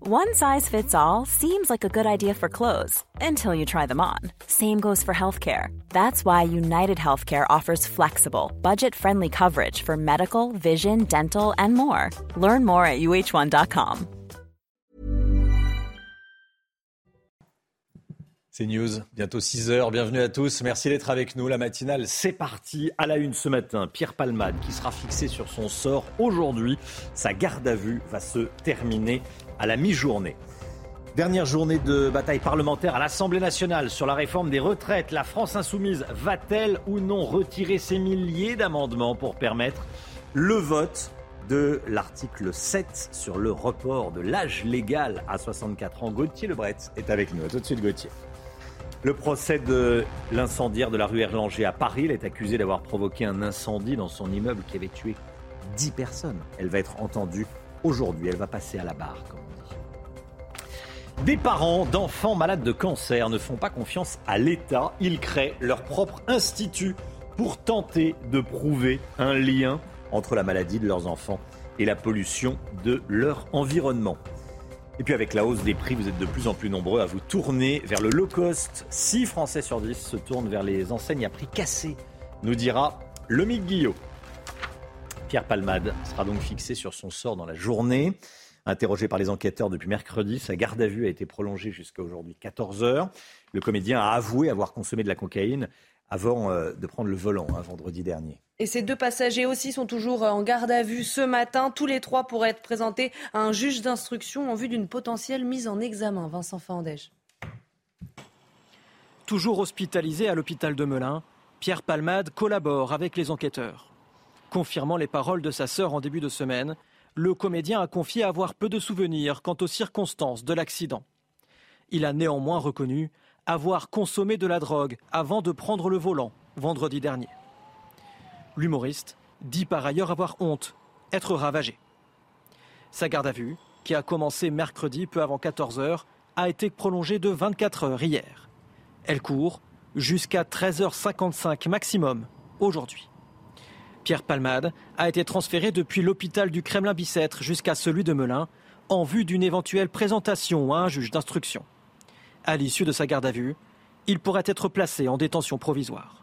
One size fits all seems like a good idea for clothes until you try them on. Same goes for healthcare. That's why United Healthcare offers flexible, budget-friendly coverage for medical, vision, dental, and more. Learn more at uh1.com. C'est News, bientôt 6h, bienvenue à tous, merci d'être avec nous, la matinale c'est parti. À la une ce matin, Pierre Palmade qui sera fixé sur son sort aujourd'hui, sa garde à vue va se terminer à la mi-journée. Dernière journée de bataille parlementaire à l'Assemblée nationale sur la réforme des retraites. La France insoumise va-t-elle ou non retirer ses milliers d'amendements pour permettre le vote de l'article 7 sur le report de l'âge légal à 64 ans. Gauthier Lebret est avec nous. À tout de suite Gauthier. Le procès de l'incendiaire de la rue Erlanger à Paris. Elle est accusée d'avoir provoqué un incendie dans son immeuble qui avait tué 10 personnes. Elle va être entendue aujourd'hui. Elle va passer à la barre, comme on dit. Des parents d'enfants malades de cancer ne font pas confiance à l'État. Ils créent leur propre institut pour tenter de prouver un lien entre la maladie de leurs enfants et la pollution de leur environnement. Et puis avec la hausse des prix, vous êtes de plus en plus nombreux à vous tourner vers le low cost. 6 Français sur 10 se tournent vers les enseignes à prix cassés, nous dira Lomique Guillot. Pierre Palmade sera donc fixé sur son sort dans la journée. Interrogé par les enquêteurs depuis mercredi, sa garde à vue a été prolongée jusqu'à aujourd'hui 14h. Le comédien a avoué avoir consommé de la cocaïne avant de prendre le volant vendredi dernier. Et ces 2 passagers aussi sont toujours en garde à vue ce matin. Tous les 3 pourraient être présentés à un juge d'instruction en vue d'une potentielle mise en examen. Vincent Fandège. Toujours hospitalisé à l'hôpital de Melun, Pierre Palmade collabore avec les enquêteurs. Confirmant les paroles de sa sœur en début de semaine, le comédien a confié avoir peu de souvenirs quant aux circonstances de l'accident. Il a néanmoins reconnu avoir consommé de la drogue avant de prendre le volant vendredi dernier. L'humoriste dit par ailleurs avoir honte, être ravagé. Sa garde à vue, qui a commencé mercredi peu avant 14h, a été prolongée de 24 heures hier. Elle court jusqu'à 13h55 maximum aujourd'hui. Pierre Palmade a été transféré depuis l'hôpital du Kremlin-Bicêtre jusqu'à celui de Melun en vue d'une éventuelle présentation à un juge d'instruction. À l'issue de sa garde à vue, il pourrait être placé en détention provisoire.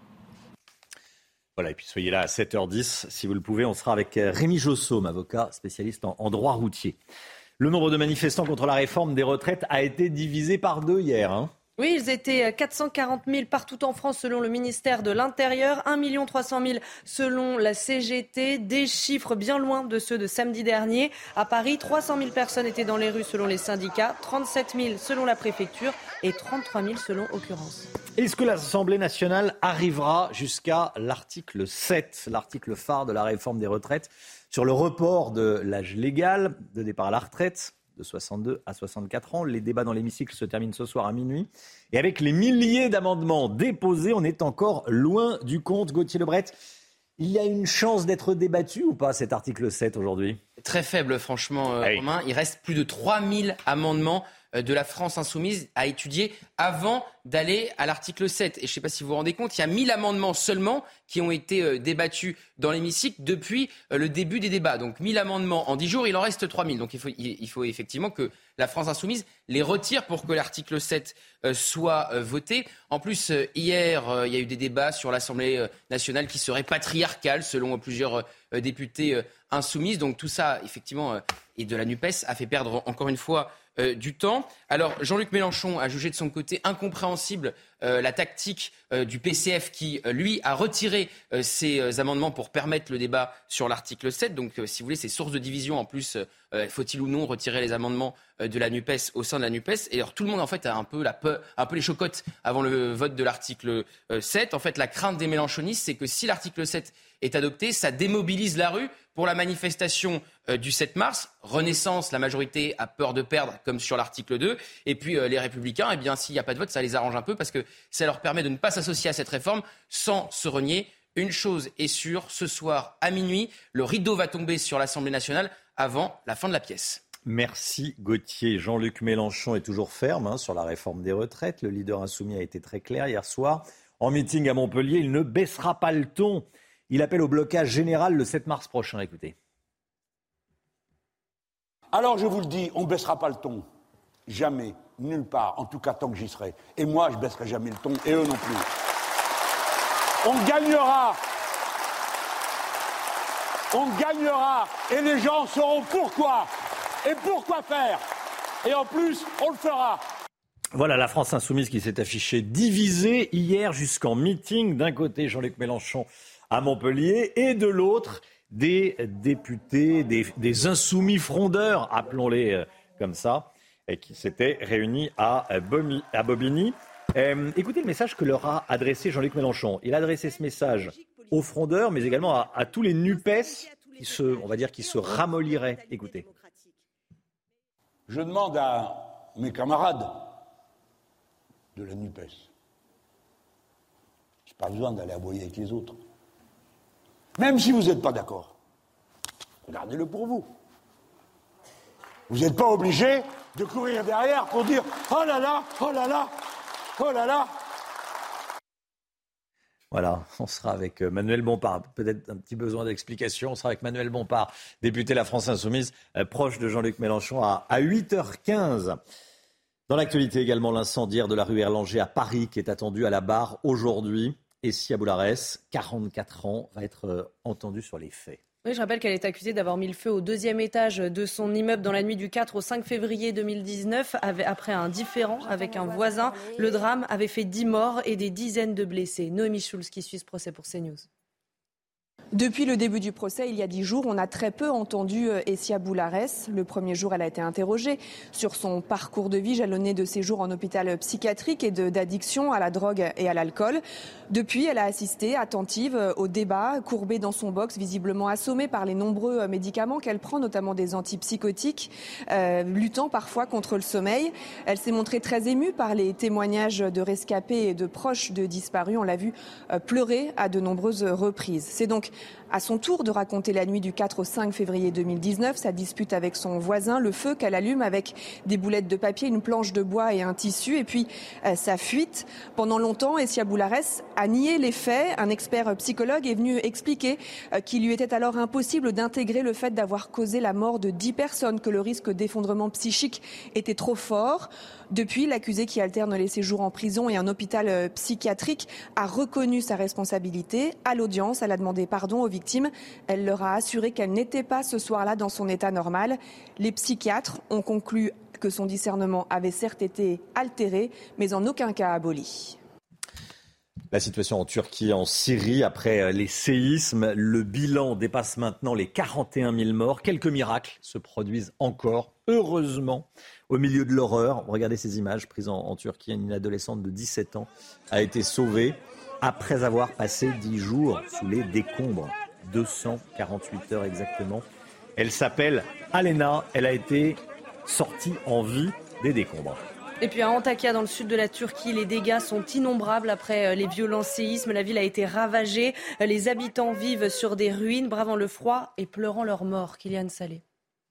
Voilà, et puis soyez là à 7h10, si vous le pouvez. On sera avec Rémi Jossaume, avocat spécialiste en droit routier. Le nombre de manifestants contre la réforme des retraites a été divisé par 2 hier. Oui, ils étaient 440 000 partout en France selon le ministère de l'Intérieur, 1 300 000 selon la CGT, des chiffres bien loin de ceux de samedi dernier. À Paris, 300 000 personnes étaient dans les rues selon les syndicats, 37 000 selon la préfecture et 33 000 selon Occurrence. Est-ce que l'Assemblée nationale arrivera jusqu'à l'article 7, l'article phare de la réforme des retraites, sur le report de l'âge légal de départ à la retraite de 62 à 64 ans. Les débats dans l'hémicycle se terminent ce soir à minuit. Et avec les milliers d'amendements déposés, on est encore loin du compte. Gauthier Lebret, il y a une chance d'être débattu ou pas cet article 7 aujourd'hui ? Très faible, franchement, Romain. Il reste plus de 3000 amendements de la France insoumise à étudier avant d'aller à l'article 7. Et je ne sais pas si vous vous rendez compte, il y a 1000 amendements seulement qui ont été débattus dans l'hémicycle depuis le début des débats. Donc 1000 amendements en 10 jours, il en reste 3000. Donc il faut effectivement que la France insoumise les retire pour que l'article 7 soit voté. En plus, hier, il y a eu des débats sur l'Assemblée nationale qui serait patriarcale selon plusieurs députés insoumises. Donc tout ça, effectivement, et de la NUPES a fait perdre encore une fois du temps. Alors Jean-Luc Mélenchon a jugé de son côté incompréhensible la tactique du PCF qui, lui, a retiré ses amendements pour permettre le débat sur l'article 7. Donc, si vous voulez, c'est source de division. En plus, faut-il ou non retirer les amendements de la NUPES au sein de la NUPES ? Et alors, tout le monde, en fait, a un peu les chocottes avant le vote de l'article 7. En fait, la crainte des mélenchonistes, c'est que si l'article 7 est adopté, ça démobilise la rue pour la manifestation du 7 mars. Renaissance, la majorité a peur de perdre, comme sur l'article 2. Et puis les Républicains, eh bien, s'il n'y a pas de vote, ça les arrange un peu parce que ça leur permet de ne pas s'associer à cette réforme sans se renier. Une chose est sûre, ce soir à minuit, le rideau va tomber sur l'Assemblée nationale avant la fin de la pièce. Merci Gauthier. Jean-Luc Mélenchon est toujours ferme sur la réforme des retraites. Le leader insoumis a été très clair hier soir. En meeting à Montpellier, il ne baissera pas le ton. Il appelle au blocage général le 7 mars prochain. Écoutez. Alors je vous le dis, on ne baissera pas le ton. Jamais, nulle part, en tout cas tant que j'y serai. Et moi, je ne baisserai jamais le ton, et eux non plus. On gagnera, et les gens sauront pourquoi, et pourquoi faire. Et en plus, on le fera. Voilà la France insoumise qui s'est affichée divisée hier jusqu'en meeting. D'un côté, Jean-Luc Mélenchon à Montpellier, et de l'autre, des députés, des insoumis frondeurs, appelons-les comme ça, et qui s'étaient réunis à Bobigny. Écoutez le message que leur a adressé Jean-Luc Mélenchon. Il a adressé ce message aux frondeurs, mais également à tous les NUPES qui se ramolliraient. Écoutez. Je demande à mes camarades de la NUPES, j'ai pas besoin d'aller aboyer avec les autres. Même si vous n'êtes pas d'accord, gardez-le pour vous. Vous n'êtes pas obligé de courir derrière pour dire « Oh là là, oh là là, oh là là ». Voilà, on sera avec Manuel Bompard. Peut-être un petit besoin d'explication. On sera avec Manuel Bompard, député de la France Insoumise, proche de Jean-Luc Mélenchon, à 8h15. Dans l'actualité également, l'incendiaire de la rue Erlanger à Paris qui est attendu à la barre aujourd'hui. Essia Boularès, 44 ans, va être entendue sur les faits. Oui, je rappelle qu'elle est accusée d'avoir mis le feu au 2e étage de son immeuble dans la nuit du 4 au 5 février 2019, après un différend avec un voisin. Le drame avait fait 10 morts et des dizaines de blessés. Noémie Schulz qui suit ce procès pour CNews. Depuis le début du procès, il y a 10 jours, on a très peu entendu Essia Boularès. Le premier jour, elle a été interrogée sur son parcours de vie jalonné de séjours en hôpital psychiatrique et d'addiction à la drogue et à l'alcool. Depuis, elle a assisté, attentive, au débat, courbée dans son box, visiblement assommée par les nombreux médicaments qu'elle prend, notamment des antipsychotiques, luttant parfois contre le sommeil. Elle s'est montrée très émue par les témoignages de rescapés et de proches de disparus. On l'a vu pleurer à de nombreuses reprises. C'est donc à son tour de raconter la nuit du 4 au 5 février 2019, sa dispute avec son voisin, le feu qu'elle allume avec des boulettes de papier, une planche de bois et un tissu, et puis sa fuite. Pendant longtemps, Essia Boularès a nié les faits. Un expert psychologue est venu expliquer qu'il lui était alors impossible d'intégrer le fait d'avoir causé la mort de 10 personnes, que le risque d'effondrement psychique était trop fort. Depuis, l'accusé qui alterne les séjours en prison et en hôpital psychiatrique a reconnu sa responsabilité. À l'audience, elle a demandé pardon aux victimes. Elle leur a assuré qu'elle n'était pas ce soir-là dans son état normal. Les psychiatres ont conclu que son discernement avait certes été altéré, mais en aucun cas aboli. La situation en Turquie et en Syrie, après les séismes, le bilan dépasse maintenant les 41 000 morts. Quelques miracles se produisent encore, heureusement, au milieu de l'horreur. Regardez ces images prises en Turquie. Une adolescente de 17 ans a été sauvée après avoir passé 10 jours sous les décombres. 248 heures exactement. Elle s'appelle Alena. Elle a été sortie en vie des décombres. Et puis à Antakya, dans le sud de la Turquie, les dégâts sont innombrables après les violents séismes. La ville a été ravagée. Les habitants vivent sur des ruines, bravant le froid et pleurant leur mort. Kylian Salé.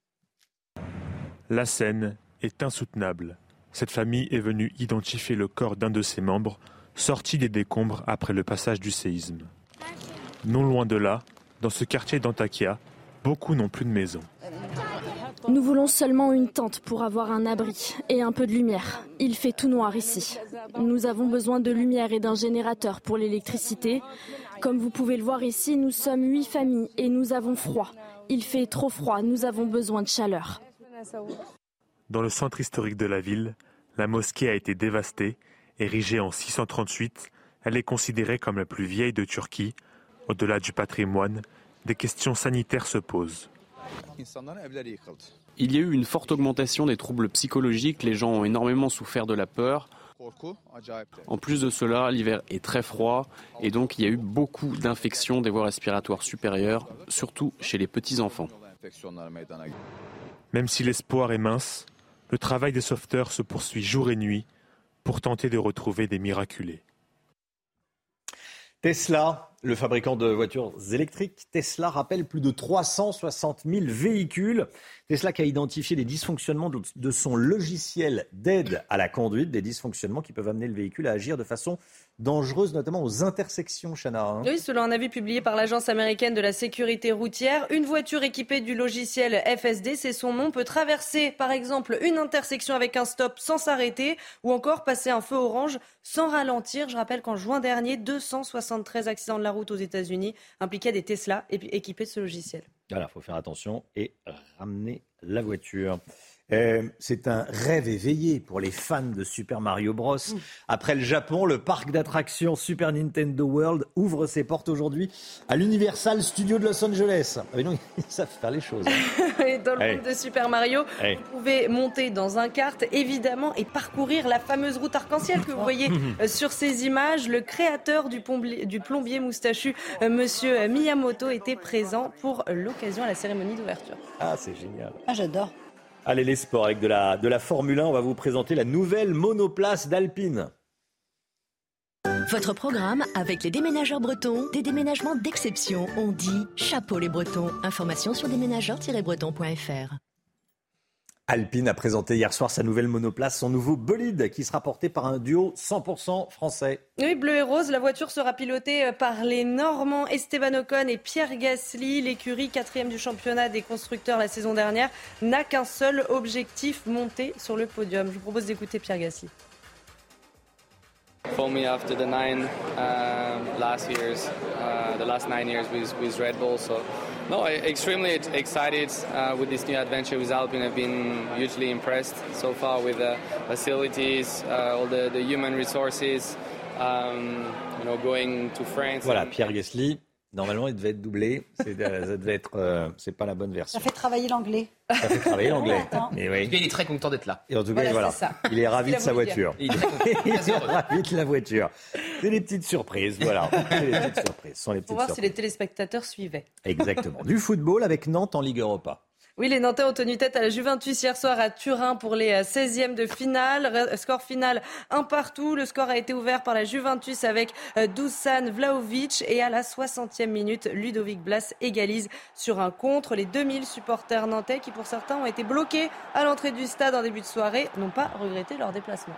La scène est insoutenable. Cette famille est venue identifier le corps d'un de ses membres, sorti des décombres après le passage du séisme. Non loin de là, dans ce quartier d'Antakya, beaucoup n'ont plus de maison. Nous voulons seulement une tente pour avoir un abri et un peu de lumière. Il fait tout noir ici. Nous avons besoin de lumière et d'un générateur pour l'électricité. Comme vous pouvez le voir ici, nous sommes 8 familles et nous avons froid. Il fait trop froid, nous avons besoin de chaleur. Dans le centre historique de la ville, la mosquée a été dévastée. Érigée en 638, elle est considérée comme la plus vieille de Turquie. Au-delà du patrimoine, des questions sanitaires se posent. Il y a eu une forte augmentation des troubles psychologiques, les gens ont énormément souffert de la peur. En plus de cela, l'hiver est très froid et donc il y a eu beaucoup d'infections des voies respiratoires supérieures, surtout chez les petits-enfants. Même si l'espoir est mince, le travail des sauveteurs se poursuit jour et nuit pour tenter de retrouver des miraculés. Tesla Le fabricant de voitures électriques, Tesla, rappelle plus de 360 000 véhicules. Tesla qui a identifié des dysfonctionnements de son logiciel d'aide à la conduite, des dysfonctionnements qui peuvent amener le véhicule à agir de façon dangereuse, notamment aux intersections, Chana. Oui, selon un avis publié par l'Agence américaine de la sécurité routière, une voiture équipée du logiciel FSD, c'est son nom, peut traverser par exemple une intersection avec un stop sans s'arrêter ou encore passer un feu orange sans ralentir. Je rappelle qu'en juin dernier, 273 accidents de la route aux États-Unis impliquaient des Tesla équipés de ce logiciel. Voilà, il faut faire attention et ramener la voiture. C'est un rêve éveillé pour les fans de Super Mario Bros. Après le Japon, le parc d'attractions Super Nintendo World ouvre ses portes aujourd'hui à l'Universal Studios de Los Angeles. Ah mais non, ils savent faire les choses. Et dans le monde de Super Mario, vous pouvez monter dans un kart, évidemment, et parcourir la fameuse route arc-en-ciel que vous voyez sur ces images. Le créateur du plombier moustachu, Monsieur Miyamoto, était présent pour l'occasion à la cérémonie d'ouverture. Ah, c'est génial. Ah, j'adore. Allez, les sports avec de la Formule 1. On va vous présenter la nouvelle monoplace d'Alpine. Votre programme avec les déménageurs bretons, des déménagements d'exception. On dit chapeau les bretons. Information sur déménageurs-bretons.fr. Alpine a présenté hier soir sa nouvelle monoplace, son nouveau bolide qui sera porté par un duo 100% français. Oui, bleu et rose, la voiture sera pilotée par les Normands Esteban Ocon et Pierre Gasly. L'écurie, 4e du championnat des constructeurs la saison dernière, n'a qu'un seul objectif, monter sur le podium. Je vous propose d'écouter Pierre Gasly. For me, after the last 9 years with Red Bull, so no, extremely excited with this new adventure with Alpine. I've been hugely impressed so far with the facilities, all the human resources, going to France. Voilà, Pierre Gasly. Normalement, il devait être doublé. Ça devait être, c'est pas la bonne version. Ça fait travailler l'anglais. Ça fait travailler l'anglais. Mais oui. En tout cas, il est très content d'être là. Et en tout cas, voilà. Il est ravi de sa voiture. Il est ravi de la voiture. C'est les petites surprises, voilà. C'est les petites surprises. Pour voir si les téléspectateurs suivaient. Exactement. Du football avec Nantes en Ligue Europa. Oui, les Nantais ont tenu tête à la Juventus hier soir à Turin pour les 16e de finale. Score final 1-1. Le score a été ouvert par la Juventus avec Dusan Vlahovic et à la 60e minute, Ludovic Blas égalise sur un contre. Les 2000 supporters nantais qui pour certains ont été bloqués à l'entrée du stade en début de soirée n'ont pas regretté leur déplacement.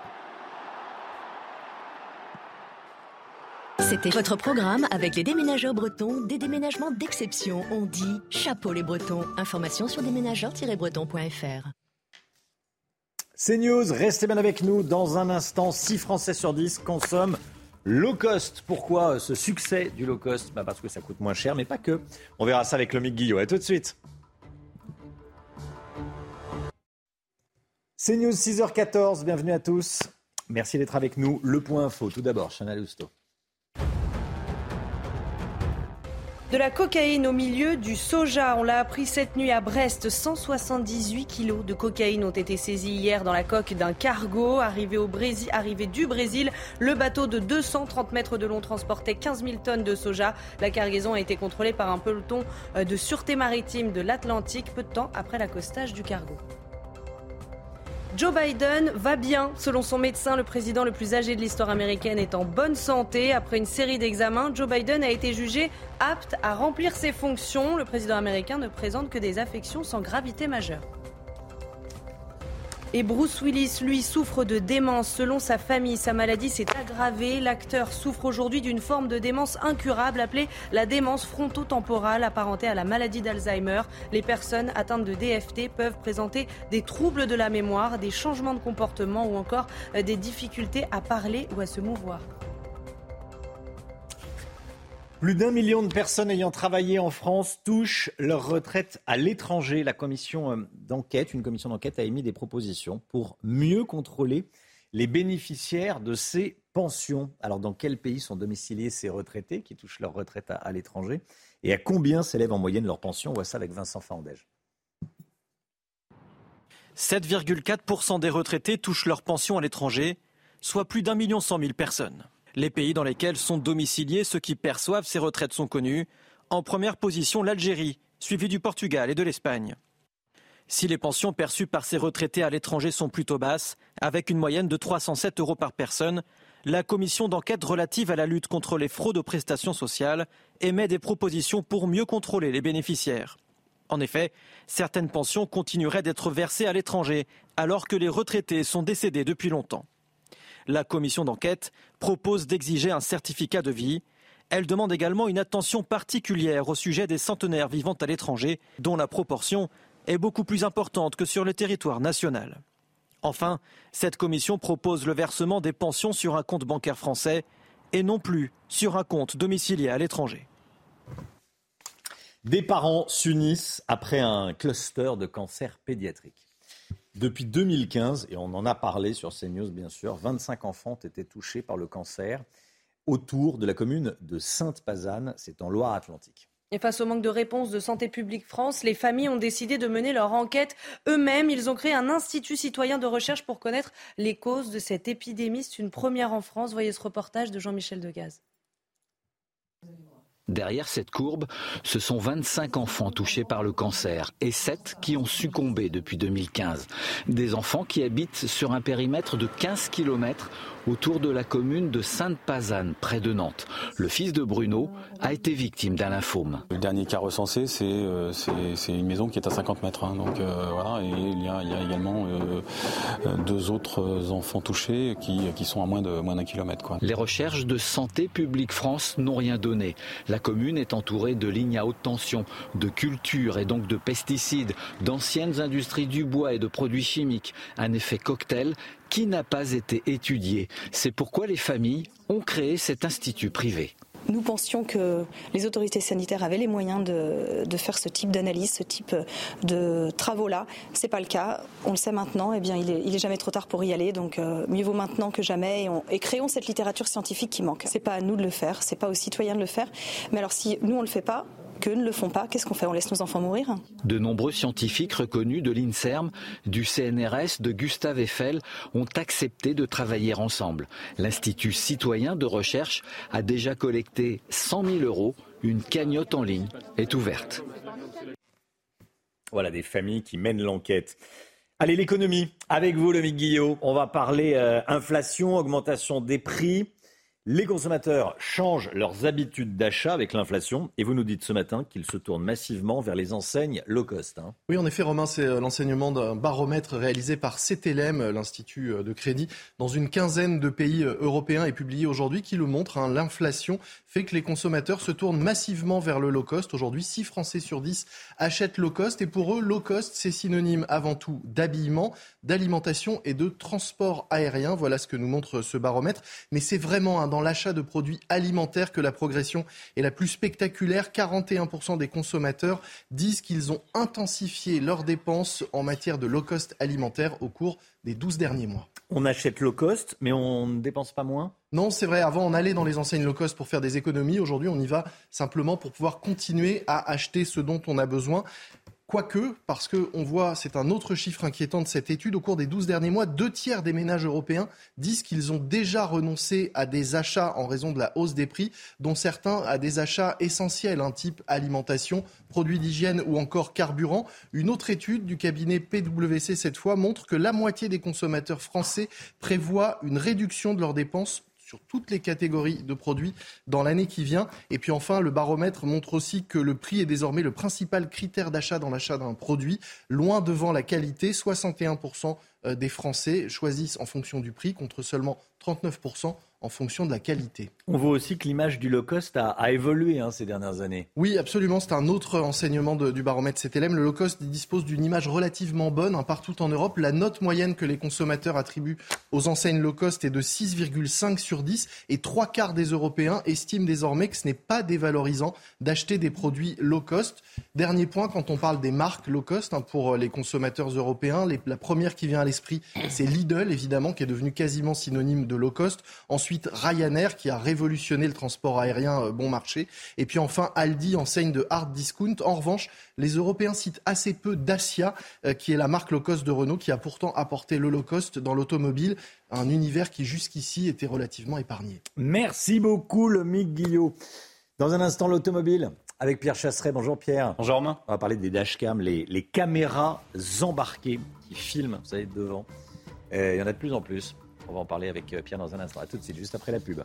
C'était votre programme avec les déménageurs bretons, des déménagements d'exception. On dit chapeau les bretons. Information sur déménageurs-bretons.fr. CNews, restez bien avec nous. Dans un instant, 6 Français sur 10 consomment low cost. Pourquoi ce succès du low cost ? Parce que ça coûte moins cher, mais pas que. On verra ça avec Lomique Guillot. À tout de suite. CNews, 6h14. Bienvenue à tous. Merci d'être avec nous. Le point info. Tout d'abord, Chana Lousteau. De la cocaïne au milieu du soja. On l'a appris cette nuit à Brest. 178 kilos de cocaïne ont été saisis hier dans la coque d'un cargo arrivé du Brésil. Le bateau de 230 mètres de long transportait 15 000 tonnes de soja. La cargaison a été contrôlée par un peloton de sûreté maritime de l'Atlantique peu de temps après l'accostage du cargo. Joe Biden va bien. Selon son médecin, le président le plus âgé de l'histoire américaine est en bonne santé. Après une série d'examens, Joe Biden a été jugé apte à remplir ses fonctions. Le président américain ne présente que des affections sans gravité majeure. Et Bruce Willis, lui, souffre de démence. Selon sa famille, sa maladie s'est aggravée. L'acteur souffre aujourd'hui d'une forme de démence incurable appelée la démence frontotemporale, apparentée à la maladie d'Alzheimer. Les personnes atteintes de DFT peuvent présenter des troubles de la mémoire, des changements de comportement ou encore des difficultés à parler ou à se mouvoir. Plus d'1 million de personnes ayant travaillé en France touchent leur retraite à l'étranger. Une commission d'enquête a émis des propositions pour mieux contrôler les bénéficiaires de ces pensions. Alors, dans quel pays sont domiciliés ces retraités qui touchent leur retraite à l'étranger ? Et à combien s'élève en moyenne leur pension ? On voit ça avec Vincent Fandège. 7,4% des retraités touchent leur pension à l'étranger, soit plus d'1 100 000 personnes. Les pays dans lesquels sont domiciliés ceux qui perçoivent ces retraites sont connus. En première position, l'Algérie, suivi du Portugal et de l'Espagne. Si les pensions perçues par ces retraités à l'étranger sont plutôt basses, avec une moyenne de 307 € par personne, la commission d'enquête relative à la lutte contre les fraudes aux prestations sociales émet des propositions pour mieux contrôler les bénéficiaires. En effet, certaines pensions continueraient d'être versées à l'étranger, alors que les retraités sont décédés depuis longtemps. La commission d'enquête propose d'exiger un certificat de vie. Elle demande également une attention particulière au sujet des centenaires vivant à l'étranger, dont la proportion est beaucoup plus importante que sur le territoire national. Enfin, cette commission propose le versement des pensions sur un compte bancaire français et non plus sur un compte domicilié à l'étranger. Des parents s'unissent après un cluster de cancer pédiatrique. Depuis 2015, et on en a parlé sur CNews bien sûr, 25 enfants ont été touchés par le cancer autour de la commune de Sainte-Pazanne, c'est en Loire-Atlantique. Et face au manque de réponse de Santé publique France, les familles ont décidé de mener leur enquête eux-mêmes. Ils ont créé un institut citoyen de recherche pour connaître les causes de cette épidémie. C'est une première en France. Voyez ce reportage de Jean-Michel Degaze. Derrière cette courbe, ce sont 25 enfants touchés par le cancer et 7 qui ont succombé depuis 2015. Des enfants qui habitent sur un périmètre de 15 km autour de la commune de Sainte-Pazanne, près de Nantes. Le fils de Bruno a été victime d'un lymphome. Le dernier cas recensé, c'est une maison qui est à 50 mètres. Donc voilà, et il y a également 2 autres enfants touchés qui sont à moins d'un kilomètre, quoi. Les recherches de Santé publique France n'ont rien donné. La commune est entourée de lignes à haute tension, de cultures et donc de pesticides, d'anciennes industries du bois et de produits chimiques. Un effet cocktail qui n'a pas été étudié. C'est pourquoi les familles ont créé cet institut privé. Nous pensions que les autorités sanitaires avaient les moyens de faire ce type d'analyse, ce type de travaux-là. C'est pas le cas. On le sait maintenant. Eh bien, il est jamais trop tard pour y aller. Donc, mieux vaut maintenant que jamais. Et créons cette littérature scientifique qui manque. C'est pas à nous de le faire. C'est pas aux citoyens de le faire. Mais alors, si nous on le fait pas, qu'eux ne le font pas, qu'est-ce qu'on fait ? On laisse nos enfants mourir ? De nombreux scientifiques reconnus de l'INSERM, du CNRS, de Gustave Eiffel ont accepté de travailler ensemble. L'Institut citoyen de recherche a déjà collecté 100 000 €. Une cagnotte en ligne est ouverte. Voilà des familles qui mènent l'enquête. Allez, l'économie, avec vous, Lomique Guillot. On va parler inflation, augmentation des prix. Les consommateurs changent leurs habitudes d'achat avec l'inflation et vous nous dites ce matin qu'ils se tournent massivement vers les enseignes low cost. Oui, en effet, Romain, c'est l'enseignement d'un baromètre réalisé par CTLM, l'Institut de crédit, dans une quinzaine de pays européens et publié aujourd'hui qui le montre. L'inflation fait que les consommateurs se tournent massivement vers le low cost. Aujourd'hui, 6 Français sur 10 achètent low cost et pour eux, low cost, c'est synonyme avant tout d'habillement, d'alimentation et de transport aérien. Voilà ce que nous montre ce baromètre. Mais c'est vraiment dans l'achat de produits alimentaires que la progression est la plus spectaculaire. 41% des consommateurs disent qu'ils ont intensifié leurs dépenses en matière de low cost alimentaire au cours des 12 derniers mois. On achète low cost, mais on ne dépense pas moins ? Non, c'est vrai. Avant, on allait dans les enseignes low cost pour faire des économies. Aujourd'hui, on y va simplement pour pouvoir continuer à acheter ce dont on a besoin. Quoique, parce qu'on voit, c'est un autre chiffre inquiétant de cette étude, au cours des 12 derniers mois, 2/3 des ménages européens disent qu'ils ont déjà renoncé à des achats en raison de la hausse des prix, dont certains à des achats essentiels, type alimentation, produits d'hygiène ou encore carburant. Une autre étude du cabinet PwC, cette fois, montre que la moitié des consommateurs français prévoient une réduction de leurs dépenses sur toutes les catégories de produits dans l'année qui vient. Et puis enfin, le baromètre montre aussi que le prix est désormais le principal critère d'achat dans l'achat d'un produit, loin devant la qualité. 61% des Français choisissent en fonction du prix, contre seulement 39% en fonction de la qualité. On voit aussi que l'image du low cost a évolué ces dernières années. Oui, absolument. C'est un autre enseignement du baromètre CTLM. Le low cost dispose d'une image relativement bonne partout en Europe. La note moyenne que les consommateurs attribuent aux enseignes low cost est de 6,5 sur 10 et 3/4 des Européens estiment désormais que ce n'est pas dévalorisant d'acheter des produits low cost. Dernier point, quand on parle des marques low cost pour les consommateurs européens, la première qui vient à l'esprit, c'est Lidl, évidemment, qui est devenue quasiment synonyme de low cost. Ensuite, Ryanair, qui a révolutionné le transport aérien bon marché. Et puis enfin, Aldi, enseigne de hard discount. En revanche, les Européens citent assez peu Dacia, qui est la marque low cost de Renault, qui a pourtant apporté le low cost dans l'automobile, un univers qui jusqu'ici était relativement épargné. Merci beaucoup, Lomique Guillot. Dans un instant, l'automobile, avec Pierre Chasseret. Bonjour Pierre. Bonjour Romain. On va parler des dashcams, les caméras embarquées qui filment, vous savez, devant. Il y en a de plus en plus. On va en parler avec Pierre dans un instant. À tout de suite, juste après la pub.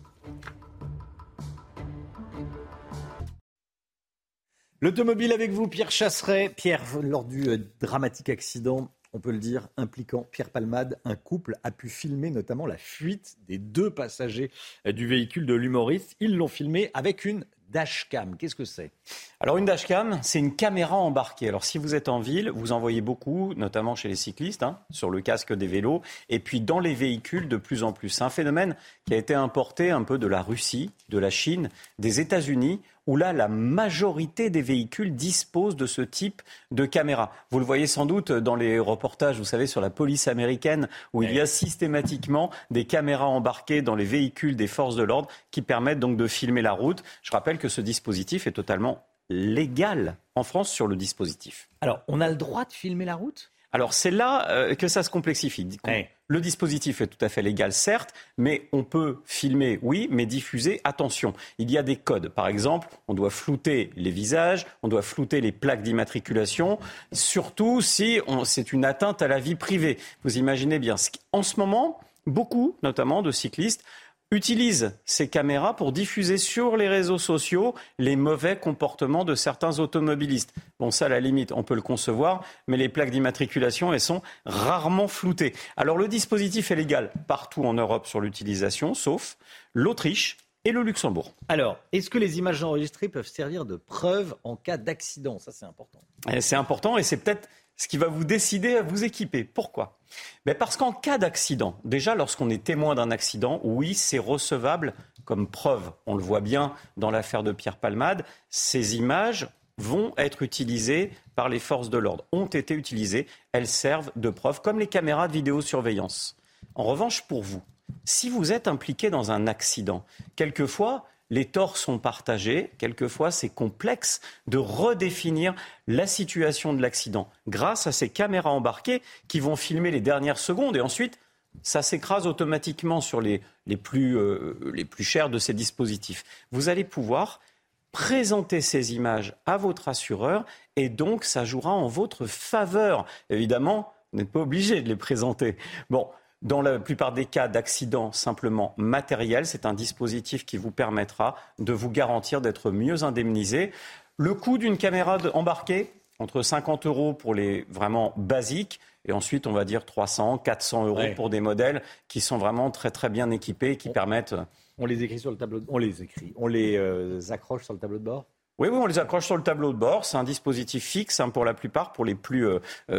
L'automobile avec vous, Pierre Chasseret. Pierre, lors du dramatique accident, on peut le dire, impliquant Pierre Palmade, un couple a pu filmer notamment la fuite des 2 passagers du véhicule de l'humoriste. Ils l'ont filmé avec une dashcam. Qu'est-ce que c'est ? Alors une dashcam, c'est une caméra embarquée. Alors si vous êtes en ville, vous en voyez beaucoup, notamment chez les cyclistes, sur le casque des vélos, et puis dans les véhicules de plus en plus. C'est un phénomène qui a été importé un peu de la Russie, de la Chine, des États-Unis, où là, la majorité des véhicules disposent de ce type de caméra. Vous le voyez sans doute dans les reportages, vous savez, sur la police américaine, où il y a systématiquement des caméras embarquées dans les véhicules des forces de l'ordre qui permettent donc de filmer la route. Je rappelle que ce dispositif est totalement légal en France sur le dispositif. Alors, on a le droit de filmer la route ? Alors, c'est là que ça se complexifie. Le dispositif est tout à fait légal, certes, mais on peut filmer, oui, mais diffuser, attention. Il y a des codes. Par exemple, on doit flouter les visages, on doit flouter les plaques d'immatriculation, surtout si c'est une atteinte à la vie privée. Vous imaginez bien. En ce moment, beaucoup, notamment de cyclistes, utilisent ces caméras pour diffuser sur les réseaux sociaux les mauvais comportements de certains automobilistes. Bon, ça, à la limite, on peut le concevoir, mais les plaques d'immatriculation, elles sont rarement floutées. Alors, le dispositif est légal partout en Europe sur l'utilisation, sauf l'Autriche et le Luxembourg. Alors, est-ce que les images enregistrées peuvent servir de preuve en cas d'accident ? Ça, c'est important. C'est important et c'est peut-être ce qui va vous décider à vous équiper. Pourquoi ? Parce qu'en cas d'accident, déjà lorsqu'on est témoin d'un accident, oui, c'est recevable comme preuve. On le voit bien dans l'affaire de Pierre Palmade. Ces images vont être utilisées par les forces de l'ordre, ont été utilisées, elles servent de preuve, comme les caméras de vidéosurveillance. En revanche, pour vous, si vous êtes impliqué dans un accident, quelquefois, les torts sont partagés. Quelquefois, c'est complexe de redéfinir la situation de l'accident grâce à ces caméras embarquées qui vont filmer les dernières secondes. Et ensuite, ça s'écrase automatiquement sur les plus chers de ces dispositifs. Vous allez pouvoir présenter ces images à votre assureur et donc ça jouera en votre faveur. Évidemment, vous n'êtes pas obligé de les présenter. Bon. Dans la plupart des cas d'accidents simplement matériels, c'est un dispositif qui vous permettra de vous garantir d'être mieux indemnisé. Le coût d'une caméra embarquée, entre 50 € pour les vraiment basiques, et ensuite on va dire 300, 400 € pour des modèles qui sont vraiment très très bien équipés et qui permettent... On les écrit sur le tableau de... On les accroche sur le tableau de bord ? Oui, on les accroche sur le tableau de bord. C'est un dispositif fixe pour la plupart, pour les plus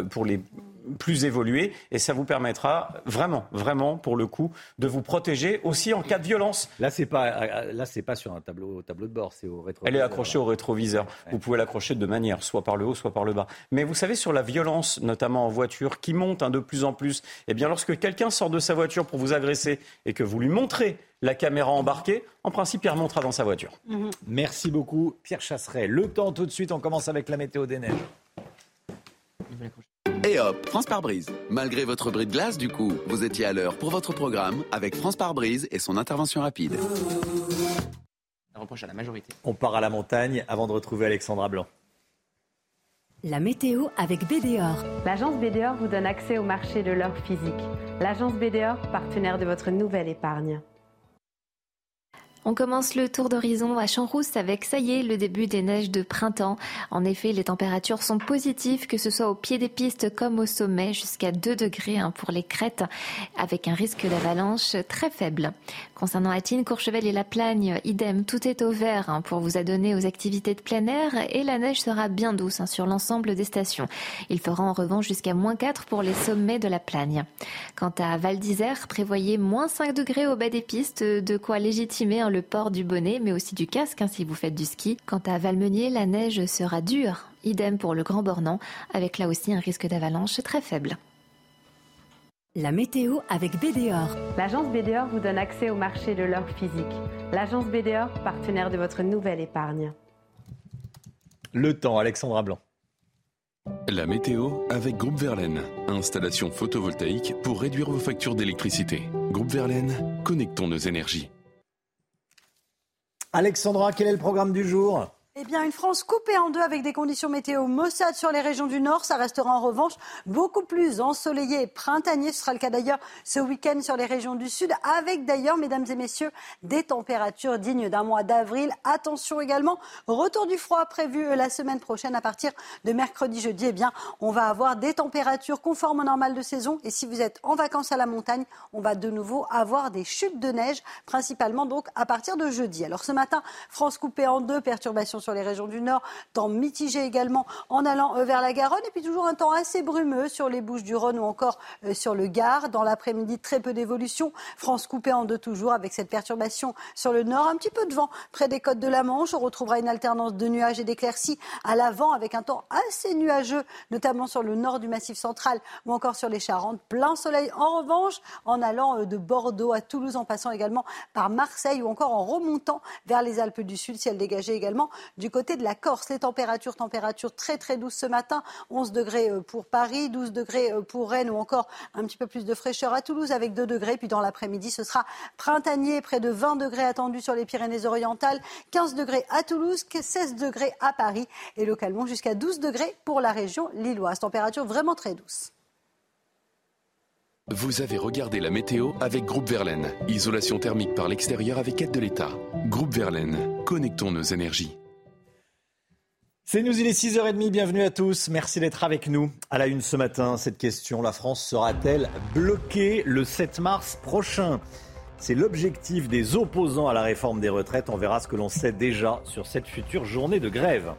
évolués. Et ça vous permettra vraiment, pour le coup, de vous protéger aussi en cas de violence. Là, c'est pas sur un tableau de bord, c'est au rétroviseur. Elle est accrochée au rétroviseur. Vous pouvez l'accrocher de deux manières, soit par le haut, soit par le bas. Mais vous savez, sur la violence, notamment en voiture, qui monte de plus en plus, eh bien, lorsque quelqu'un sort de sa voiture pour vous agresser et que vous lui montrez la caméra embarquée, en principe, il remontera dans sa voiture. Merci beaucoup, Pierre Chasseret. Le temps tout de suite, on commence avec la météo des neiges. Et hop, France par brise. Malgré votre bris de glace, du coup, vous étiez à l'heure pour votre programme avec France par brise et son intervention rapide. On reproche à la majorité. On part à la montagne avant de retrouver Alexandra Blanc. La météo avec BDOR. L'agence BDOR vous donne accès au marché de l'or physique. L'agence BDOR, partenaire de votre nouvelle épargne. On commence le tour d'horizon à Champs-Rousses avec, ça y est, le début des neiges de printemps. En effet, les températures sont positives, que ce soit au pied des pistes comme au sommet, jusqu'à 2 degrés pour les crêtes, avec un risque d'avalanche très faible. Concernant Atine, Courchevel et La Plagne, idem, tout est au vert pour vous adonner aux activités de plein air et la neige sera bien douce sur l'ensemble des stations. Il fera en revanche jusqu'à -4 pour les sommets de La Plagne. Quant à Val d'Isère, prévoyez -5 degrés au bas des pistes, de quoi légitimer le port du bonnet, mais aussi du casque si vous faites du ski. Quant à Valmeunier, la neige sera dure. Idem pour le Grand Bornand, avec là aussi un risque d'avalanche très faible. La météo avec BDOR. L'agence BDOR vous donne accès au marché de l'or physique. L'agence BDOR, partenaire de votre nouvelle épargne. Le temps, Alexandra Blanc. La météo avec Groupe Verlaine. Installation photovoltaïque pour réduire vos factures d'électricité. Groupe Verlaine, connectons nos énergies. Alexandra, quel est le programme du jour ? Eh bien, une France coupée en deux avec des conditions météo maussades sur les régions du Nord. Ça restera en revanche beaucoup plus ensoleillé et printanier. Ce sera le cas d'ailleurs ce week-end sur les régions du Sud, avec d'ailleurs, mesdames et messieurs, des températures dignes d'un mois d'avril. Attention également, retour du froid prévu la semaine prochaine à partir de mercredi, jeudi. Eh bien, on va avoir des températures conformes au normal de saison. Et si vous êtes en vacances à la montagne, on va de nouveau avoir des chutes de neige, principalement donc à partir de jeudi. Alors ce matin, France coupée en deux, perturbations sur les régions du Nord, temps mitigé également en allant vers la Garonne et puis toujours un temps assez brumeux sur les Bouches-du-Rhône ou encore sur le Gard. Dans l'après-midi, très peu d'évolution. France coupée en deux toujours avec cette perturbation sur le Nord, un petit peu de vent près des côtes de la Manche. On retrouvera une alternance de nuages et d'éclaircies à l'avant avec un temps assez nuageux, notamment sur le nord du Massif central ou encore sur les Charentes. Plein soleil en revanche en allant de Bordeaux à Toulouse, en passant également par Marseille ou encore en remontant vers les Alpes du Sud, ciel dégagé également du côté de la Corse. Les températures très très douces ce matin, 11 degrés pour Paris, 12 degrés pour Rennes ou encore un petit peu plus de fraîcheur à Toulouse avec 2 degrés. Puis dans l'après-midi, ce sera printanier, près de 20 degrés attendus sur les Pyrénées-Orientales, 15 degrés à Toulouse, 16 degrés à Paris et localement jusqu'à 12 degrés pour la région lilloise. Température vraiment très douce. Vous avez regardé la météo avec Groupe Verlaine. Isolation thermique par l'extérieur avec aide de l'État. Groupe Verlaine, connectons nos énergies. C'est nous, il est 6h30, bienvenue à tous. Merci d'être avec nous. À la une ce matin, cette question, la France sera-t-elle bloquée le 7 mars prochain ? C'est l'objectif des opposants à la réforme des retraites. On verra ce que l'on sait déjà sur cette future journée de grève.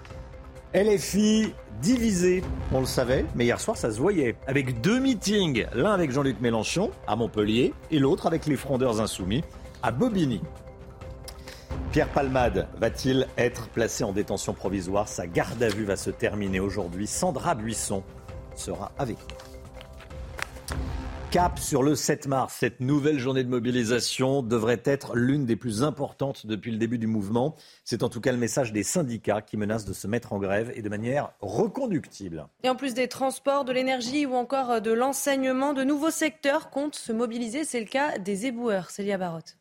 LFI divisé, on le savait, mais hier soir ça se voyait. Avec 2 meetings, l'un avec Jean-Luc Mélenchon à Montpellier et l'autre avec les frondeurs insoumis à Bobigny. Pierre Palmade va-t-il être placé en détention provisoire ? Sa garde à vue va se terminer aujourd'hui. Sandra Buisson sera avec nous. Cap sur le 7 mars. Cette nouvelle journée de mobilisation devrait être l'une des plus importantes depuis le début du mouvement. C'est en tout cas le message des syndicats qui menacent de se mettre en grève et de manière reconductible. Et en plus des transports, de l'énergie ou encore de l'enseignement, de nouveaux secteurs comptent se mobiliser. C'est le cas des éboueurs. Célia Barotte.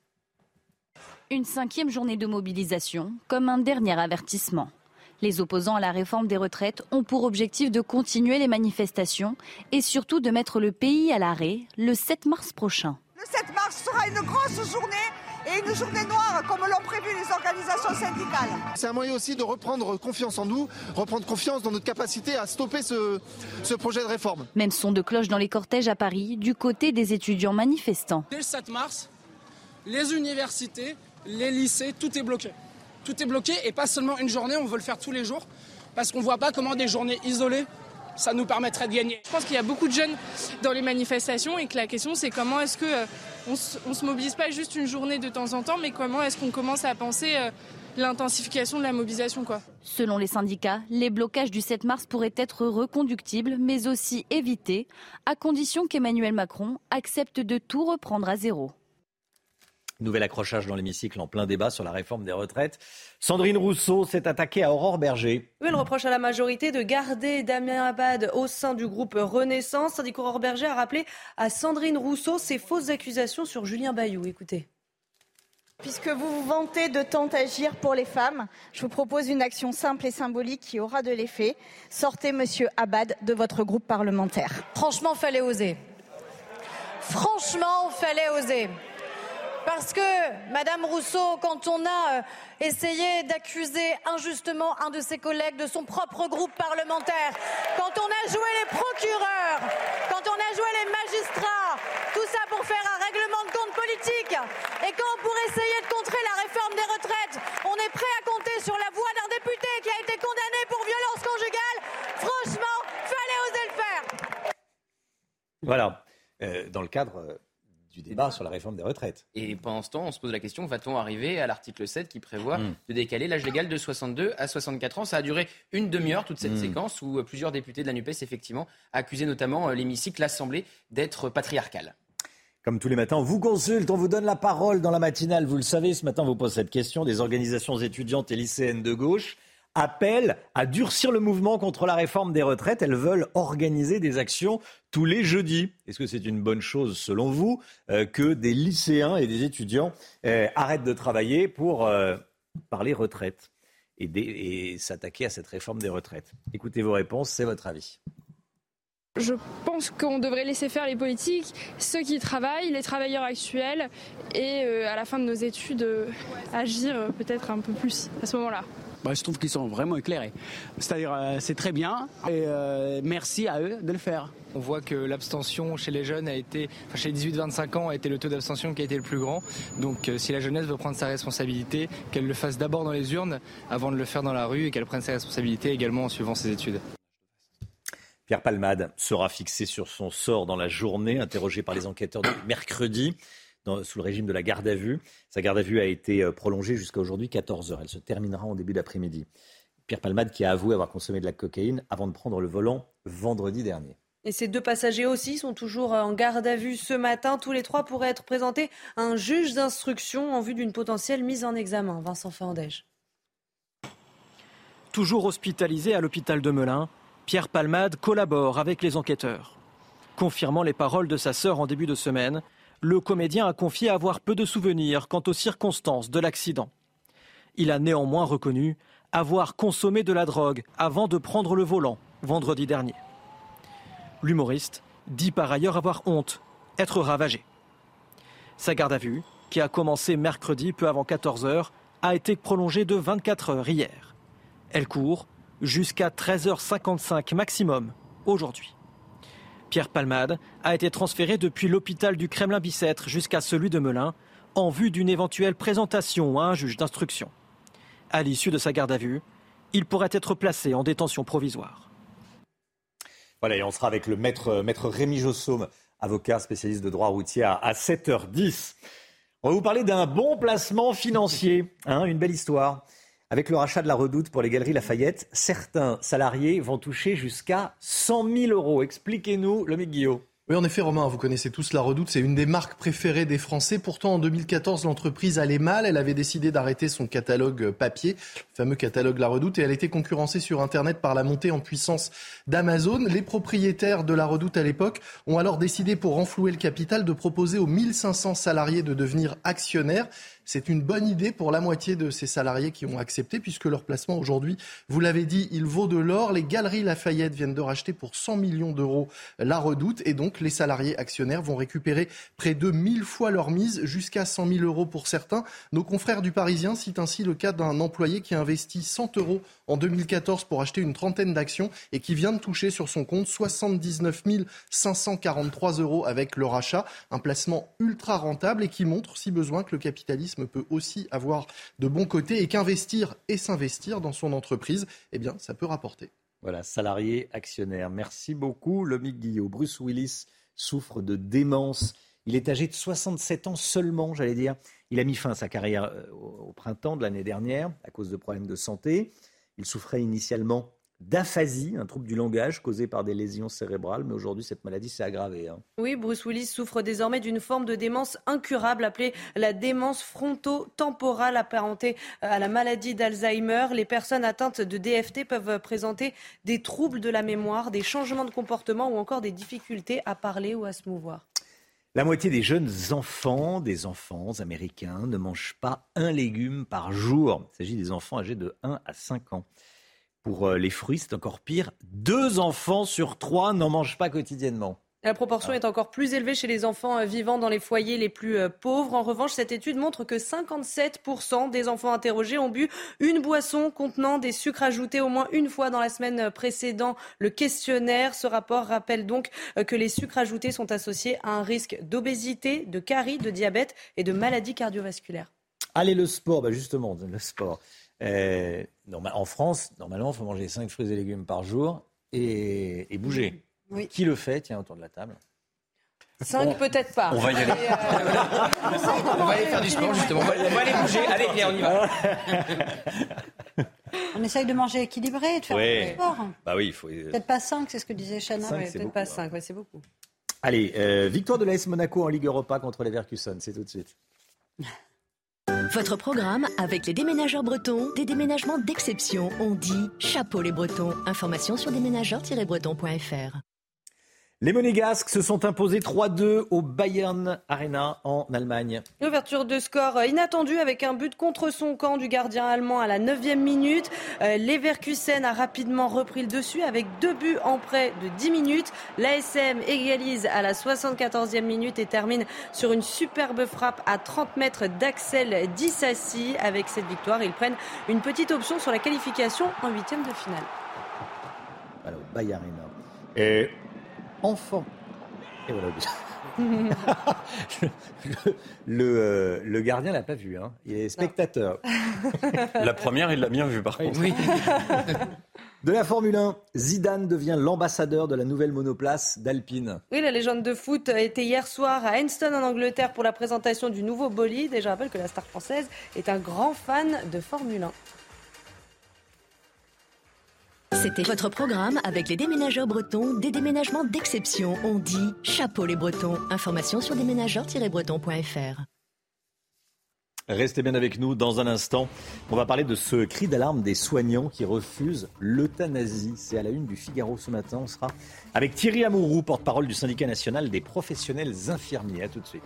Une 5e journée de mobilisation, comme un dernier avertissement. Les opposants à la réforme des retraites ont pour objectif de continuer les manifestations et surtout de mettre le pays à l'arrêt le 7 mars prochain. Le 7 mars sera une grosse journée et une journée noire comme l'ont prévu les organisations syndicales. C'est un moyen aussi de reprendre confiance en nous, reprendre confiance dans notre capacité à stopper ce projet de réforme. Même son de cloche dans les cortèges à Paris, du côté des étudiants manifestants. Dès le 7 mars, les universités, les lycées, tout est bloqué. Tout est bloqué et pas seulement une journée, on veut le faire tous les jours parce qu'on ne voit pas comment des journées isolées, ça nous permettrait de gagner. Je pense qu'il y a beaucoup de jeunes dans les manifestations et que la question c'est comment est-ce qu'on ne se mobilise pas juste une journée de temps en temps, mais comment est-ce qu'on commence à penser l'intensification de la mobilisation, quoi. Selon les syndicats, les blocages du 7 mars pourraient être reconductibles mais aussi évités à condition qu'Emmanuel Macron accepte de tout reprendre à zéro. Nouvel accrochage dans l'hémicycle en plein débat sur la réforme des retraites. Sandrine Rousseau s'est attaquée à Aurore Berger. Oui, elle reproche à la majorité de garder Damien Abad au sein du groupe Renaissance. Tandis qu'Aurore Berger a rappelé à Sandrine Rousseau ses fausses accusations sur Julien Bayou. Écoutez. Puisque vous vous vantez de tant agir pour les femmes, je vous propose une action simple et symbolique qui aura de l'effet. Sortez Monsieur Abad de votre groupe parlementaire. Franchement, fallait oser. Franchement, fallait oser. Parce que, Madame Rousseau, quand on a essayé d'accuser injustement un de ses collègues de son propre groupe parlementaire, quand on a joué les procureurs, quand on a joué les magistrats, tout ça pour faire un règlement de compte politique, et quand pour essayer de contrer la réforme des retraites, on est prêt à compter sur la voix d'un député qui a été condamné pour violence conjugale, franchement, fallait oser le faire. Voilà, dans le cadre du débat sur la réforme des retraites. Et pendant ce temps, on se pose la question, va-t-on arriver à l'article 7 qui prévoit de décaler l'âge légal de 62 à 64 ans ? Ça a duré une demi-heure, toute cette séquence, où plusieurs députés de la NUPES, effectivement, accusaient notamment l'hémicycle, l'Assemblée, d'être patriarcale. Comme tous les matins, on vous consulte, on vous donne la parole dans la matinale. Vous le savez, ce matin, on vous pose cette question. Des organisations étudiantes et lycéennes de gauche appellent à durcir le mouvement contre la réforme des retraites. Elles veulent organiser des actions tous les jeudis. Est-ce que c'est une bonne chose, selon vous, que des lycéens et des étudiants arrêtent de travailler pour parler retraite ? et s'attaquer à cette réforme des retraites. Écoutez vos réponses, c'est votre avis. Je pense qu'on devrait laisser faire les politiques, ceux qui travaillent, les travailleurs actuels, et à la fin de nos études, agir peut-être un peu plus à ce moment-là. Je trouve qu'ils sont vraiment éclairés. C'est-à-dire, c'est très bien et merci à eux de le faire. On voit que l'abstention chez les jeunes chez les 18-25 ans a été le taux d'abstention qui a été le plus grand. Donc si la jeunesse veut prendre sa responsabilité, qu'elle le fasse d'abord dans les urnes avant de le faire dans la rue et qu'elle prenne ses responsabilités également en suivant ses études. Pierre Palmade sera fixé sur son sort dans la journée, interrogé par les enquêteurs depuis mercredi. Sous le régime de la garde à vue. Sa garde à vue a été prolongée jusqu'à aujourd'hui 14h. Elle se terminera en début d'après-midi. Pierre Palmade qui a avoué avoir consommé de la cocaïne avant de prendre le volant vendredi dernier. Et ces 2 passagers aussi sont toujours en garde à vue ce matin. Tous les 3 pourraient être présentés à un juge d'instruction en vue d'une potentielle mise en examen. Vincent Fandège. Toujours hospitalisé à l'hôpital de Melun, Pierre Palmade collabore avec les enquêteurs. Confirmant les paroles de sa sœur en début de semaine, le comédien a confié avoir peu de souvenirs quant aux circonstances de l'accident. Il a néanmoins reconnu avoir consommé de la drogue avant de prendre le volant vendredi dernier. L'humoriste dit par ailleurs avoir honte, être ravagé. Sa garde à vue, qui a commencé mercredi peu avant 14h, a été prolongée de 24 heures hier. Elle court jusqu'à 13h55 maximum aujourd'hui. Pierre Palmade a été transféré depuis l'hôpital du Kremlin-Bicêtre jusqu'à celui de Melun en vue d'une éventuelle présentation à un juge d'instruction. À l'issue de sa garde à vue, il pourrait être placé en détention provisoire. Voilà, et on sera avec le maître Rémi Jossaume, avocat spécialiste de droit routier à 7h10. On va vous parler d'un bon placement financier, une belle histoire. Avec le rachat de la Redoute pour les Galeries Lafayette, certains salariés vont toucher jusqu'à 100 000 €. Expliquez-nous, Lomique Guillot. Oui, en effet, Romain, vous connaissez tous la Redoute, c'est une des marques préférées des Français. Pourtant, en 2014, l'entreprise allait mal. Elle avait décidé d'arrêter son catalogue papier, le fameux catalogue La Redoute, et elle était concurrencée sur Internet par la montée en puissance d'Amazon. Les propriétaires de la Redoute à l'époque ont alors décidé, pour renflouer le capital, de proposer aux 1500 salariés de devenir actionnaires. C'est une bonne idée pour la moitié de ces salariés qui ont accepté, puisque leur placement aujourd'hui, vous l'avez dit, il vaut de l'or. Les Galeries Lafayette viennent de racheter pour 100 millions d'euros la Redoute, et donc les salariés actionnaires vont récupérer près de 1000 fois leur mise, jusqu'à 100 000 € pour certains. Nos confrères du Parisien citent ainsi le cas d'un employé qui a investi 100 € en 2014 pour acheter une trentaine d'actions et qui vient de toucher sur son compte 79 543 € avec le rachat. Un placement ultra rentable et qui montre, si besoin, que le capitalisme peut aussi avoir de bons côtés et qu'investir et s'investir dans son entreprise, ça peut rapporter. Voilà, salarié, actionnaire. Merci beaucoup, Lomique Guillot. Bruce Willis souffre de démence. Il est âgé de 67 ans seulement, j'allais dire. Il a mis fin à sa carrière au printemps de l'année dernière à cause de problèmes de santé. Il souffrait initialement d'aphasie, un trouble du langage causé par des lésions cérébrales, mais aujourd'hui cette maladie s'est aggravée. Oui, Bruce Willis souffre désormais d'une forme de démence incurable appelée la démence frontotemporale apparentée à la maladie d'Alzheimer. Les personnes atteintes de DFT peuvent présenter des troubles de la mémoire, des changements de comportement ou encore des difficultés à parler ou à se mouvoir. La moitié des jeunes enfants, des enfants américains, ne mangent pas un légume par jour. Il s'agit des enfants âgés de 1 à 5 ans. Pour les fruits, c'est encore pire. 2 enfants sur 3 n'en mangent pas quotidiennement. La proportion est encore plus élevée chez les enfants vivant dans les foyers les plus pauvres. En revanche, cette étude montre que 57% des enfants interrogés ont bu une boisson contenant des sucres ajoutés au moins une fois dans la semaine précédant le questionnaire. Ce rapport rappelle donc que les sucres ajoutés sont associés à un risque d'obésité, de carie, de diabète et de maladies cardiovasculaires. Allez, le sport, justement, le sport. En France, normalement, il faut manger 5 fruits et légumes par jour et bouger. Oui. Qui le fait, tiens, autour de la table? 5 peut-être pas. On va y aller. On va aller faire du sport, justement. On va aller bouger. Allez, viens, on y va. On essaye de manger équilibré, de faire du sport. Oui, il faut... Peut-être pas 5, c'est ce que disait Chana. Peut-être pas 5, c'est beaucoup. Allez, victoire de l'AS Monaco en Ligue Europa contre Leverkusen, c'est tout de suite. Votre programme avec les déménageurs bretons, des déménagements d'exception. On dit chapeau les bretons. Information sur déménageurs-bretons.fr. Les Monégasques se sont imposés 3-2 au Bayern Arena en Allemagne. Ouverture de score inattendue avec un but contre son camp du gardien allemand à la 9e minute. Leverkusen a rapidement repris le dessus avec 2 buts en près de 10 minutes. L'ASM égalise à la 74e minute et termine sur une superbe frappe à 30 mètres d'Axel Disasi. Avec cette victoire, ils prennent une petite option sur la qualification en 8e de finale. Alors, Bayern Arena. Et enfant. Et voilà. le gardien l'a pas vu, hein. Il est spectateur. La première, il l'a bien vu par contre. Oui. De la Formule 1, Zidane devient l'ambassadeur de la nouvelle monoplace d'Alpine. Oui, la légende de foot était hier soir à Henston en Angleterre pour la présentation du nouveau bolide. Et je rappelle que la star française est un grand fan de Formule 1. C'était votre programme avec les déménageurs bretons, des déménagements d'exception. On dit chapeau les bretons. Information sur déménageurs-bretons.fr. Restez bien avec nous dans un instant. On va parler de ce cri d'alarme des soignants qui refusent l'euthanasie. C'est à la une du Figaro ce matin. On sera avec Thierry Amouroux, porte-parole du syndicat national des professionnels infirmiers. À tout de suite.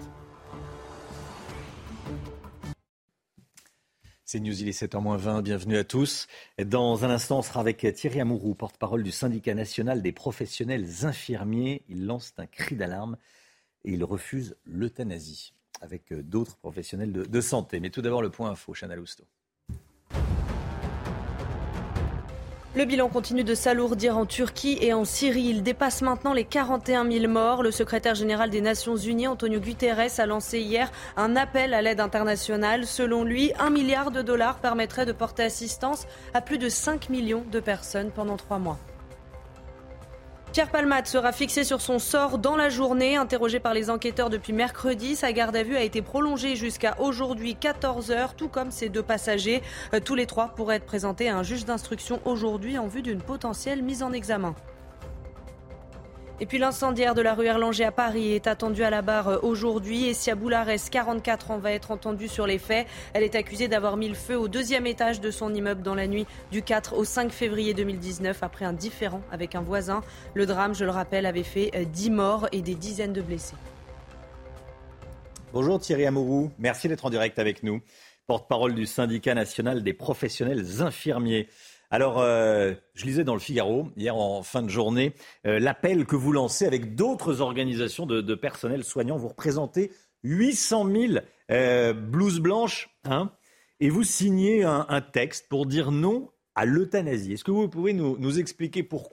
C'est News, il est 7h20, bienvenue à tous. Dans un instant, on sera avec Thierry Amouroux, porte-parole du syndicat national des professionnels infirmiers. Il lance un cri d'alarme et il refuse l'euthanasie avec d'autres professionnels de santé. Mais tout d'abord, le point info, Chana Lousteau. Le bilan continue de s'alourdir en Turquie et en Syrie. Il dépasse maintenant les 41 000 morts. Le secrétaire général des Nations Unies, Antonio Guterres, a lancé hier un appel à l'aide internationale. Selon lui, $1 milliard permettrait de porter assistance à plus de 5 millions de personnes pendant 3 mois. Pierre Palmade sera fixé sur son sort dans la journée. Interrogé par les enquêteurs depuis mercredi, sa garde à vue a été prolongée jusqu'à aujourd'hui 14h, tout comme ses 2 passagers. Tous les 3 pourraient être présentés à un juge d'instruction aujourd'hui en vue d'une potentielle mise en examen. Et puis l'incendiaire de la rue Erlanger à Paris est attendu à la barre aujourd'hui. Essia Boulares, 44 ans, va être entendue sur les faits. Elle est accusée d'avoir mis le feu au 2e étage de son immeuble dans la nuit du 4 au 5 février 2019 après un différend avec un voisin. Le drame, je le rappelle, avait fait 10 morts et des dizaines de blessés. Bonjour Thierry Amouroux, merci d'être en direct avec nous. Porte-parole du syndicat national des professionnels infirmiers. Alors, je lisais dans le Figaro, hier en fin de journée, l'appel que vous lancez avec d'autres organisations de personnel soignant. Vous représentez 800 000 blouses blanches, hein, et vous signez un texte pour dire non à l'euthanasie. Est-ce que vous pouvez nous expliquer pourquoi ?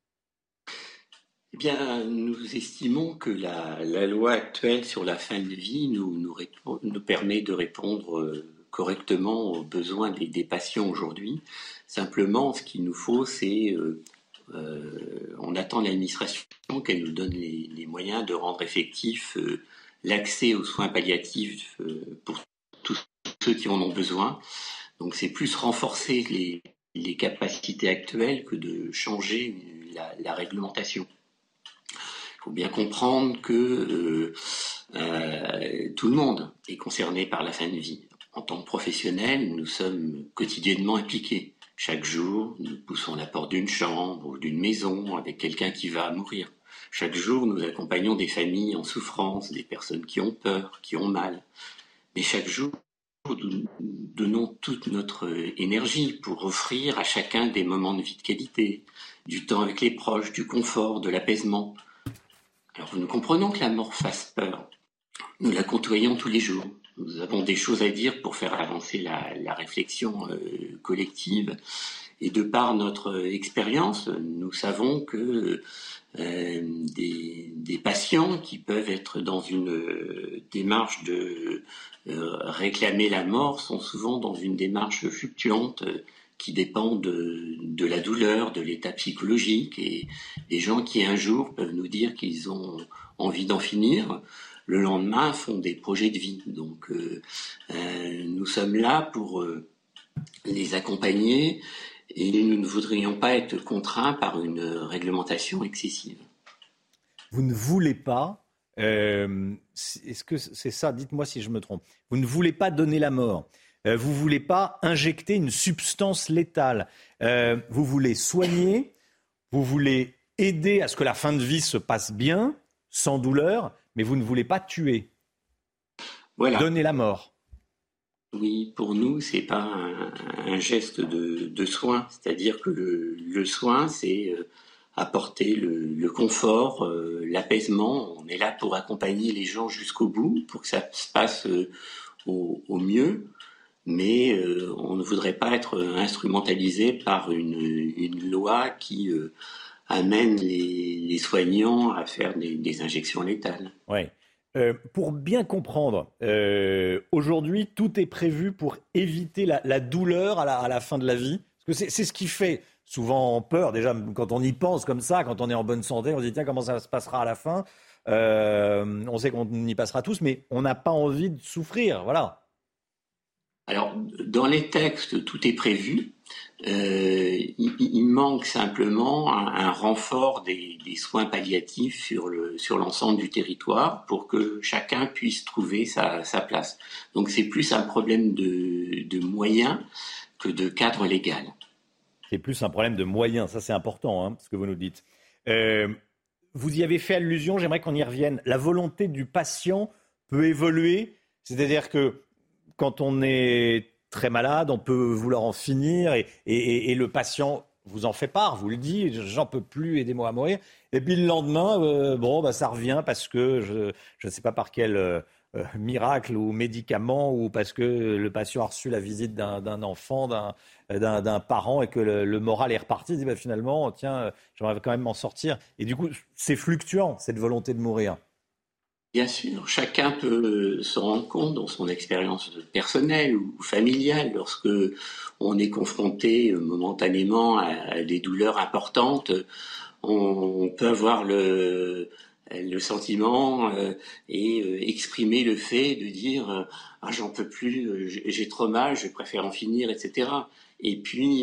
Eh bien, nous estimons que la loi actuelle sur la fin de vie nous permet de répondre correctement aux besoins des patients aujourd'hui. Simplement, ce qu'il nous faut, c'est on attend l'administration qu'elle nous donne les moyens de rendre effectif l'accès aux soins palliatifs pour tous ceux qui en ont besoin. Donc c'est plus renforcer les capacités actuelles que de changer la réglementation. Il faut bien comprendre que tout le monde est concerné par la fin de vie. En tant que professionnels, nous sommes quotidiennement impliqués. Chaque jour, nous poussons la porte d'une chambre ou d'une maison avec quelqu'un qui va mourir. Chaque jour, nous accompagnons des familles en souffrance, des personnes qui ont peur, qui ont mal. Mais chaque jour, nous donnons toute notre énergie pour offrir à chacun des moments de vie de qualité, du temps avec les proches, du confort, de l'apaisement. Alors nous comprenons que la mort fasse peur. Nous la côtoyons tous les jours. Nous avons des choses à dire pour faire avancer la réflexion collective. Et de par notre expérience, nous savons que des patients qui peuvent être dans une démarche de réclamer la mort sont souvent dans une démarche fluctuante qui dépend de la douleur, de l'état psychologique. Et des gens qui un jour peuvent nous dire qu'ils ont envie d'en finir, le lendemain font des projets de vie. Donc nous sommes là pour les accompagner et nous ne voudrions pas être contraints par une réglementation excessive. Vous ne voulez pas, est-ce que c'est ça ? Dites-moi si je me trompe. Vous ne voulez pas donner la mort. Vous ne voulez pas injecter une substance létale. Vous voulez soigner, vous voulez aider à ce que la fin de vie se passe bien, sans douleur, mais vous ne voulez pas tuer. Voilà. Donner la mort. Oui, pour nous, c'est pas un geste de soin. C'est-à-dire que le soin, c'est apporter le confort, l'apaisement. On est là pour accompagner les gens jusqu'au bout, pour que ça se passe au mieux. Mais on ne voudrait pas être instrumentalisé par une loi qui amène les soignants à faire des injections létales. Oui. Pour bien comprendre, aujourd'hui, tout est prévu pour éviter la douleur à la fin de la vie. Parce que c'est ce qui fait souvent peur. Déjà, quand on y pense comme ça, quand on est en bonne santé, on se dit tiens, comment ça se passera à la fin. On sait qu'on y passera tous, mais on n'a pas envie de souffrir. Voilà. Alors, dans les textes, tout est prévu. Il manque simplement un renfort des soins palliatifs sur l'ensemble du territoire pour que chacun puisse trouver sa place. Donc c'est plus un problème de moyens que de cadre légal. C'est plus un problème de moyens, ça c'est important, ce que vous nous dites. Vous y avez fait allusion, j'aimerais qu'on y revienne. La volonté du patient peut évoluer, c'est-à-dire que quand on est très malade, on peut vouloir en finir et le patient vous en fait part, vous le dit, j'en peux plus, aidez-moi à mourir. Et puis le lendemain, ça revient parce que je ne sais pas par quel miracle ou médicament ou parce que le patient a reçu la visite d'un enfant, d'un parent et que le moral est reparti. Il dit finalement, tiens, j'aimerais quand même m'en sortir. Et du coup, c'est fluctuant, cette volonté de mourir. Bien sûr, chacun peut se rendre compte dans son expérience personnelle ou familiale lorsque on est confronté momentanément à des douleurs importantes. On peut avoir le sentiment et exprimer le fait de dire j'en peux plus, j'ai trop mal, je préfère en finir, etc. Et puis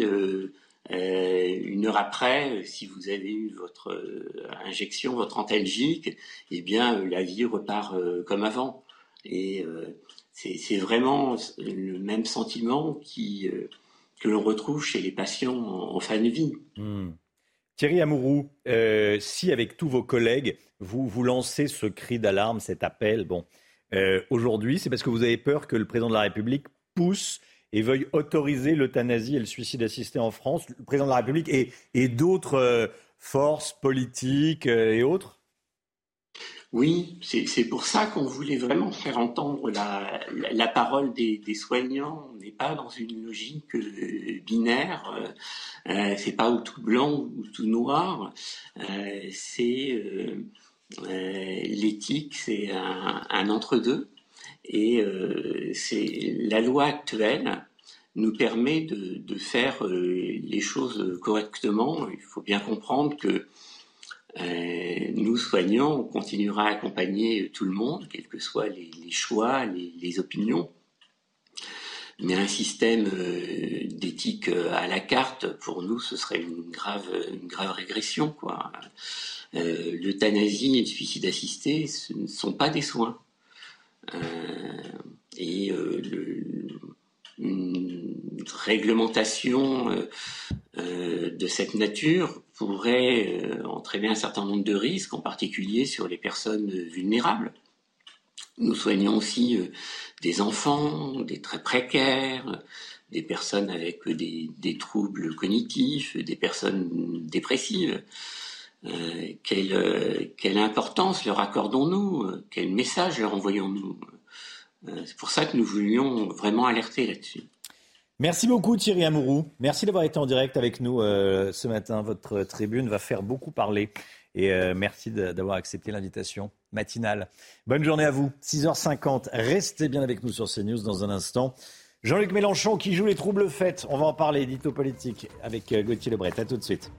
une heure après, si vous avez eu votre injection, votre antalgique, eh bien la vie repart comme avant. Et c'est vraiment le même sentiment que l'on retrouve chez les patients en fin de vie. Thierry Amouroux, si avec tous vos collègues, vous lancez ce cri d'alarme, cet appel, aujourd'hui, c'est parce que vous avez peur que le président de la République pousse et veuille autoriser l'euthanasie et le suicide assisté en France, le président de la République et d'autres forces politiques et autres? Oui, c'est pour ça qu'on voulait vraiment faire entendre la parole des soignants. On n'est pas dans une logique binaire, c'est pas ou tout blanc ou tout noir, l'éthique, c'est un entre-deux. Et la loi actuelle nous permet de faire les choses correctement. Il faut bien comprendre que nous, soignants, on continuera à accompagner tout le monde, quels que soient les choix, les opinions. Mais un système d'éthique à la carte, pour nous, ce serait une grave régression, quoi. L'euthanasie et le suicide assisté, ce ne sont pas des soins. Une réglementation de cette nature pourrait entraîner un certain nombre de risques, en particulier sur les personnes vulnérables. Nous soignons aussi des enfants, des très précaires, des personnes avec des troubles cognitifs, des personnes dépressives. Quelle importance leur accordons-nous? Quel message leur envoyons-nous? C'est pour ça que nous voulions vraiment alerter là-dessus. Merci beaucoup Thierry Amouroux. Merci d'avoir été en direct avec nous ce matin. Votre tribune va faire beaucoup parler. Et merci d'avoir accepté l'invitation matinale. Bonne journée à vous. 6h50. Restez bien avec nous sur CNews dans un instant. Jean-Luc Mélenchon qui joue les troubles faits. On va en parler, édito politique avec Gauthier Lebret. À tout de suite.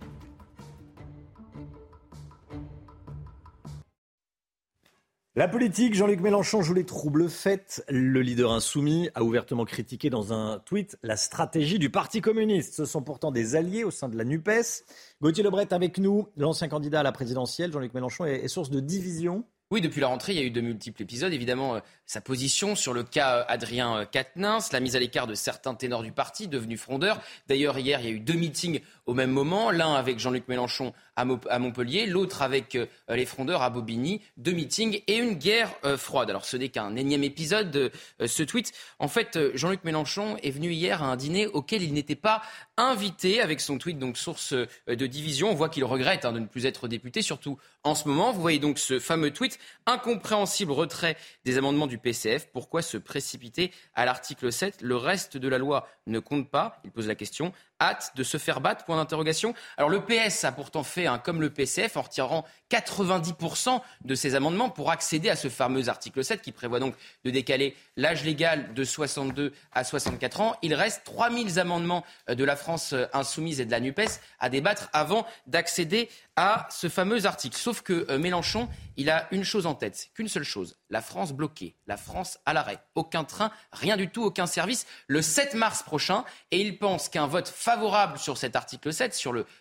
La politique, Jean-Luc Mélenchon joue les troubles faits. Le leader insoumis a ouvertement critiqué dans un tweet la stratégie du Parti communiste. Ce sont pourtant des alliés au sein de la NUPES. Gauthier Lebret avec nous, l'ancien candidat à la présidentielle. Jean-Luc Mélenchon est source de division. Oui, depuis la rentrée, il y a eu de multiples épisodes. Évidemment, sa position sur le cas Adrien Quatennens, la mise à l'écart de certains ténors du parti, devenus frondeurs. D'ailleurs, hier, il y a eu 2 meetings au même moment. L'un avec Jean-Luc Mélenchon à Montpellier, l'autre avec les frondeurs à Bobigny, 2 meetings et une guerre froide. Alors ce n'est qu'un énième épisode de ce tweet. En fait, Jean-Luc Mélenchon est venu hier à un dîner auquel il n'était pas invité, avec son tweet donc source de division. On voit qu'il regrette de ne plus être député, surtout en ce moment. Vous voyez donc ce fameux tweet, incompréhensible retrait des amendements du PCF. Pourquoi se précipiter à l'article 7 ? Le reste de la loi ne compte pas. Il pose la question. Hâte de se faire battre ? Point d'interrogation. Alors le PS a pourtant fait comme le PCF en retirant 90% de ces amendements pour accéder à ce fameux article 7 qui prévoit donc de décaler l'âge légal de 62 à 64 ans. Il reste 3000 amendements de la France insoumise et de la NUPES à débattre avant d'accéder à ce fameux article. Sauf que Mélenchon, il a une chose en tête, c'est qu'une seule chose, la France bloquée, la France à l'arrêt. Aucun train, rien du tout, aucun service, le 7 mars prochain. Et il pense qu'un vote favorable sur cet article 7, sur le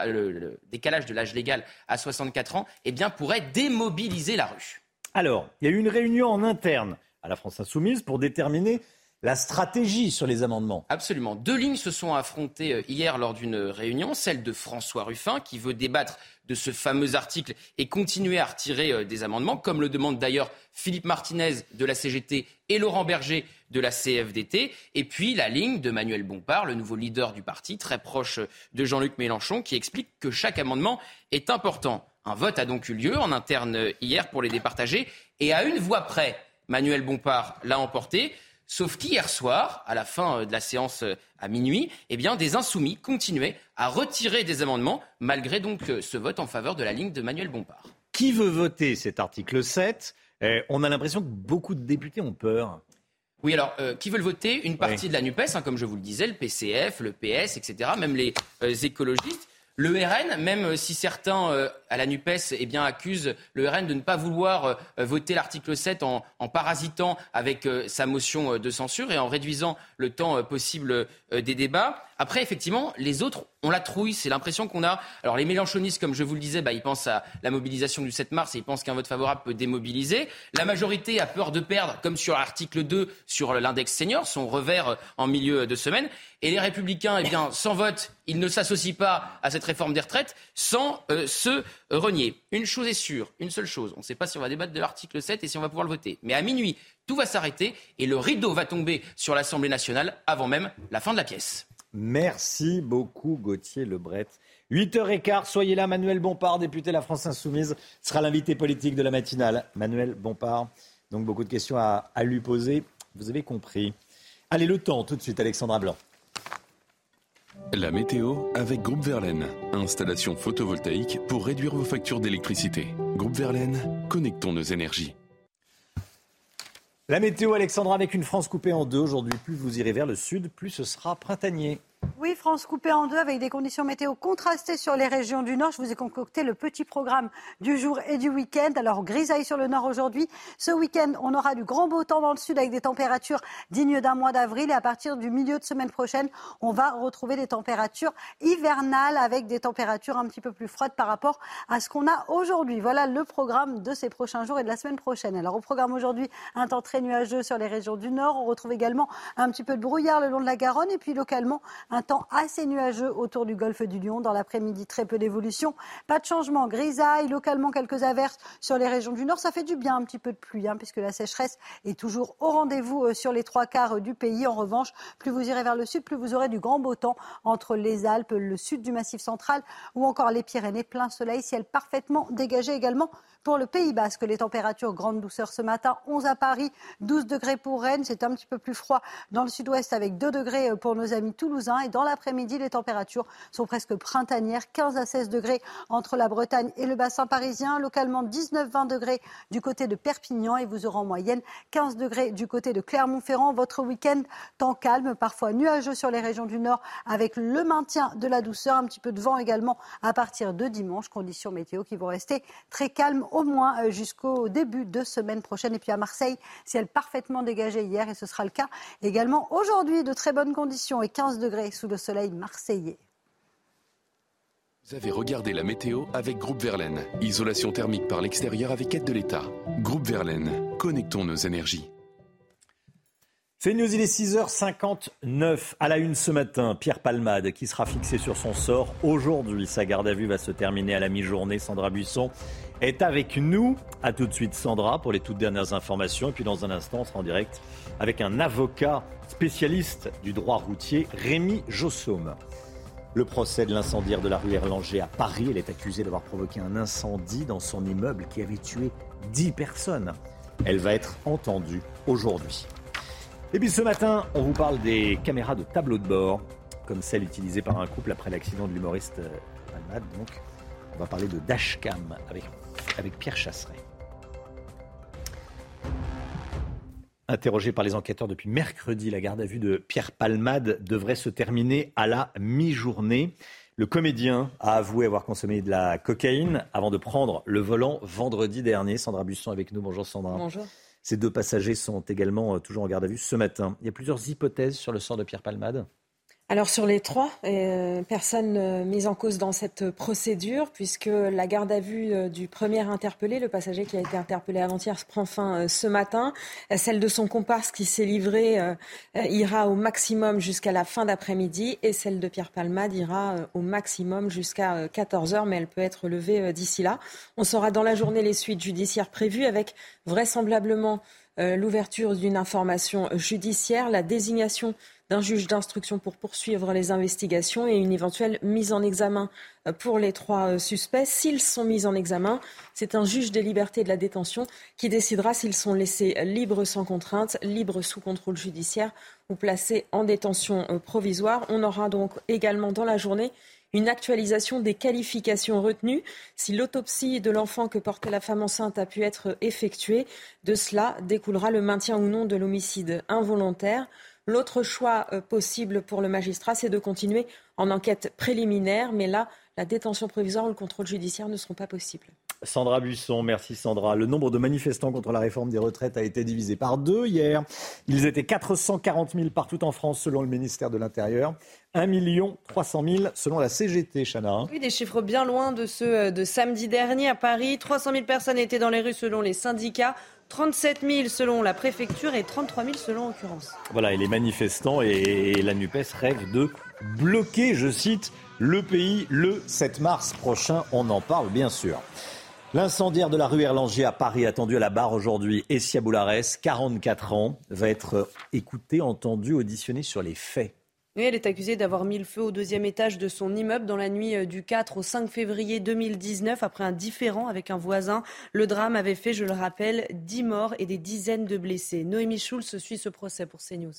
décalage de l'âge légal à 64 ans, pourrait démobiliser la rue. Alors, il y a eu une réunion en interne à la France Insoumise pour déterminer la stratégie sur les amendements. Absolument. 2 lignes se sont affrontées hier lors d'une réunion, celle de François Ruffin qui veut débattre de ce fameux article et continuer à retirer des amendements, comme le demandent d'ailleurs Philippe Martinez de la CGT et Laurent Berger de la CFDT. Et puis la ligne de Manuel Bompard, le nouveau leader du parti, très proche de Jean-Luc Mélenchon, qui explique que chaque amendement est important. Un vote a donc eu lieu en interne hier pour les départager. Et à une voix près, Manuel Bompard l'a emporté. Sauf qu'hier soir, à la fin de la séance à minuit, des insoumis continuaient à retirer des amendements, malgré donc ce vote en faveur de la ligne de Manuel Bompard. Qui veut voter cet article 7 ? On a l'impression que beaucoup de députés ont peur. Oui, alors, qui veulent voter ? Une partie de la NUPES, comme je vous le disais, le PCF, le PS, etc., même les écologistes. Le RN, même si certains à la NUPES accusent le RN de ne pas vouloir voter l'article 7 en parasitant avec sa motion de censure et en réduisant le temps possible des débats. Après, effectivement, les autres ont la trouille, c'est l'impression qu'on a. Alors les mélenchonistes, comme je vous le disais, ils pensent à la mobilisation du 7 mars et ils pensent qu'un vote favorable peut démobiliser. La majorité a peur de perdre, comme sur l'article 2, sur l'index senior, son revers en milieu de semaine. Et les Républicains, sans vote, ils ne s'associent pas à cette réforme des retraites sans se renier. Une chose est sûre, une seule chose, on ne sait pas si on va débattre de l'article 7 et si on va pouvoir le voter. Mais à minuit, tout va s'arrêter et le rideau va tomber sur l'Assemblée nationale avant même la fin de la pièce. Merci beaucoup Gauthier Lebret. 8h15, soyez là, Manuel Bompard, député de la France Insoumise, sera l'invité politique de la matinale. Manuel Bompard, donc beaucoup de questions à lui poser, vous avez compris. Allez, le temps, tout de suite, Alexandra Blanc. La météo avec Groupe Verlaine. Installation photovoltaïque pour réduire vos factures d'électricité. Groupe Verlaine, connectons nos énergies. La météo, Alexandra, avec une France coupée en deux aujourd'hui. Plus vous irez vers le sud, plus ce sera printanier. Oui, France coupée en deux avec des conditions météo contrastées sur les régions du nord. Je vous ai concocté le petit programme du jour et du week-end. Alors, grisaille sur le nord aujourd'hui. Ce week-end, on aura du grand beau temps dans le sud avec des températures dignes d'un mois d'avril. Et à partir du milieu de semaine prochaine, on va retrouver des températures hivernales avec des températures un petit peu plus froides par rapport à ce qu'on a aujourd'hui. Voilà le programme de ces prochains jours et de la semaine prochaine. Alors, au programme aujourd'hui, un temps très nuageux sur les régions du nord. On retrouve également un petit peu de brouillard le long de la Garonne et puis localement un temps assez nuageux autour du golfe du Lion. Dans l'après-midi, très peu d'évolution. Pas de changement. Grisaille, localement quelques averses sur les régions du nord. Ça fait du bien, un petit peu de pluie, puisque la sécheresse est toujours au rendez-vous sur les 3/4 du pays. En revanche, plus vous irez vers le sud, plus vous aurez du grand beau temps entre les Alpes, le sud du Massif central ou encore les Pyrénées. Plein soleil, ciel parfaitement dégagé également pour le Pays Basque. Les températures, grande douceur ce matin. 11 à Paris, 12 degrés pour Rennes. C'est un petit peu plus froid dans le sud-ouest avec 2 degrés pour nos amis toulousains. Et dans l'après-midi, les températures sont presque printanières. 15 à 16 degrés entre la Bretagne et le bassin parisien. Localement, 19-20 degrés du côté de Perpignan. Et vous aurez en moyenne 15 degrés du côté de Clermont-Ferrand. Votre week-end, temps calme, parfois nuageux sur les régions du nord avec le maintien de la douceur. Un petit peu de vent également à partir de dimanche. Conditions météo qui vont rester très calmes au moins jusqu'au début de semaine prochaine. Et puis à Marseille, ciel parfaitement dégagé hier et ce sera le cas également aujourd'hui. De très bonnes conditions et 15 degrés sous le soleil marseillais. Vous avez regardé la météo avec Groupe Verlaine. Isolation thermique par l'extérieur avec aide de l'État. Groupe Verlaine, connectons nos énergies. C'est News, il est 6h59. À la une ce matin, Pierre Palmade qui sera fixé sur son sort aujourd'hui. Sa garde à vue va se terminer à la mi-journée. Sandra Buisson est avec nous. A tout de suite Sandra pour les toutes dernières informations. Et puis dans un instant, on sera en direct avec un avocat spécialiste du droit routier, Rémi Jossaume. Le procès de l'incendiaire de la rue Erlanger à Paris. Elle est accusée d'avoir provoqué un incendie dans son immeuble qui avait tué 10 personnes. Elle va être entendue aujourd'hui. Et puis ce matin, on vous parle des caméras de tableau de bord, comme celle utilisée par un couple après l'accident de l'humoriste Palmade. Donc, on va parler de dashcam avec Pierre Chasseret. Interrogé par les enquêteurs depuis mercredi, la garde à vue de Pierre Palmade devrait se terminer à la mi-journée. Le comédien a avoué avoir consommé de la cocaïne avant de prendre le volant vendredi dernier. Sandra Buisson avec nous. Bonjour Sandra. Bonjour. Ces 2 passagers sont également toujours en garde à vue ce matin. Il y a plusieurs hypothèses sur le sort de Pierre Palmade. Alors sur les 3 personnes mises en cause dans cette procédure, puisque la garde à vue du premier interpellé, le passager qui a été interpellé avant-hier, prend fin ce matin. Celle de son comparse qui s'est livré ira au maximum jusqu'à la fin d'après-midi, et celle de Pierre Palmade ira au maximum jusqu'à 14h, mais elle peut être levée d'ici là. On saura dans la journée les suites judiciaires prévues, avec vraisemblablement l'ouverture d'une information judiciaire, la désignation d'un juge d'instruction pour poursuivre les investigations et une éventuelle mise en examen pour les 3 suspects. S'ils sont mis en examen, c'est un juge des libertés et de la détention qui décidera s'ils sont laissés libres sans contrainte, libres sous contrôle judiciaire ou placés en détention provisoire. On aura donc également dans la journée une actualisation des qualifications retenues. Si l'autopsie de l'enfant que portait la femme enceinte a pu être effectuée, de cela découlera le maintien ou non de l'homicide involontaire. L'autre choix possible pour le magistrat, c'est de continuer en enquête préliminaire. Mais là, la détention provisoire ou le contrôle judiciaire ne seront pas possibles. Sandra Buisson, merci Sandra. Le nombre de manifestants contre la réforme des retraites a été divisé par 2 hier. Ils étaient 440 000 partout en France selon le ministère de l'Intérieur. 1 300 000 selon la CGT, Chana. Oui, des chiffres bien loin de ceux de samedi dernier à Paris. 300 000 personnes étaient dans les rues selon les syndicats. 37 000 selon la préfecture et 33 000 selon l'occurrence. Voilà, et les manifestants et la NUPES rêvent de bloquer, je cite, le pays le 7 mars prochain. On en parle bien sûr. L'incendiaire de la rue Erlanger à Paris, attendu à la barre aujourd'hui, Essia Boularès, 44 ans, va être écouté, entendu, auditionné sur les faits. Oui, elle est accusée d'avoir mis le feu au 2e étage de son immeuble dans la nuit du 4 au 5 février 2019 après un différend avec un voisin. Le drame avait fait, je le rappelle, 10 morts et des dizaines de blessés. Noémie Schulz suit ce procès pour CNews.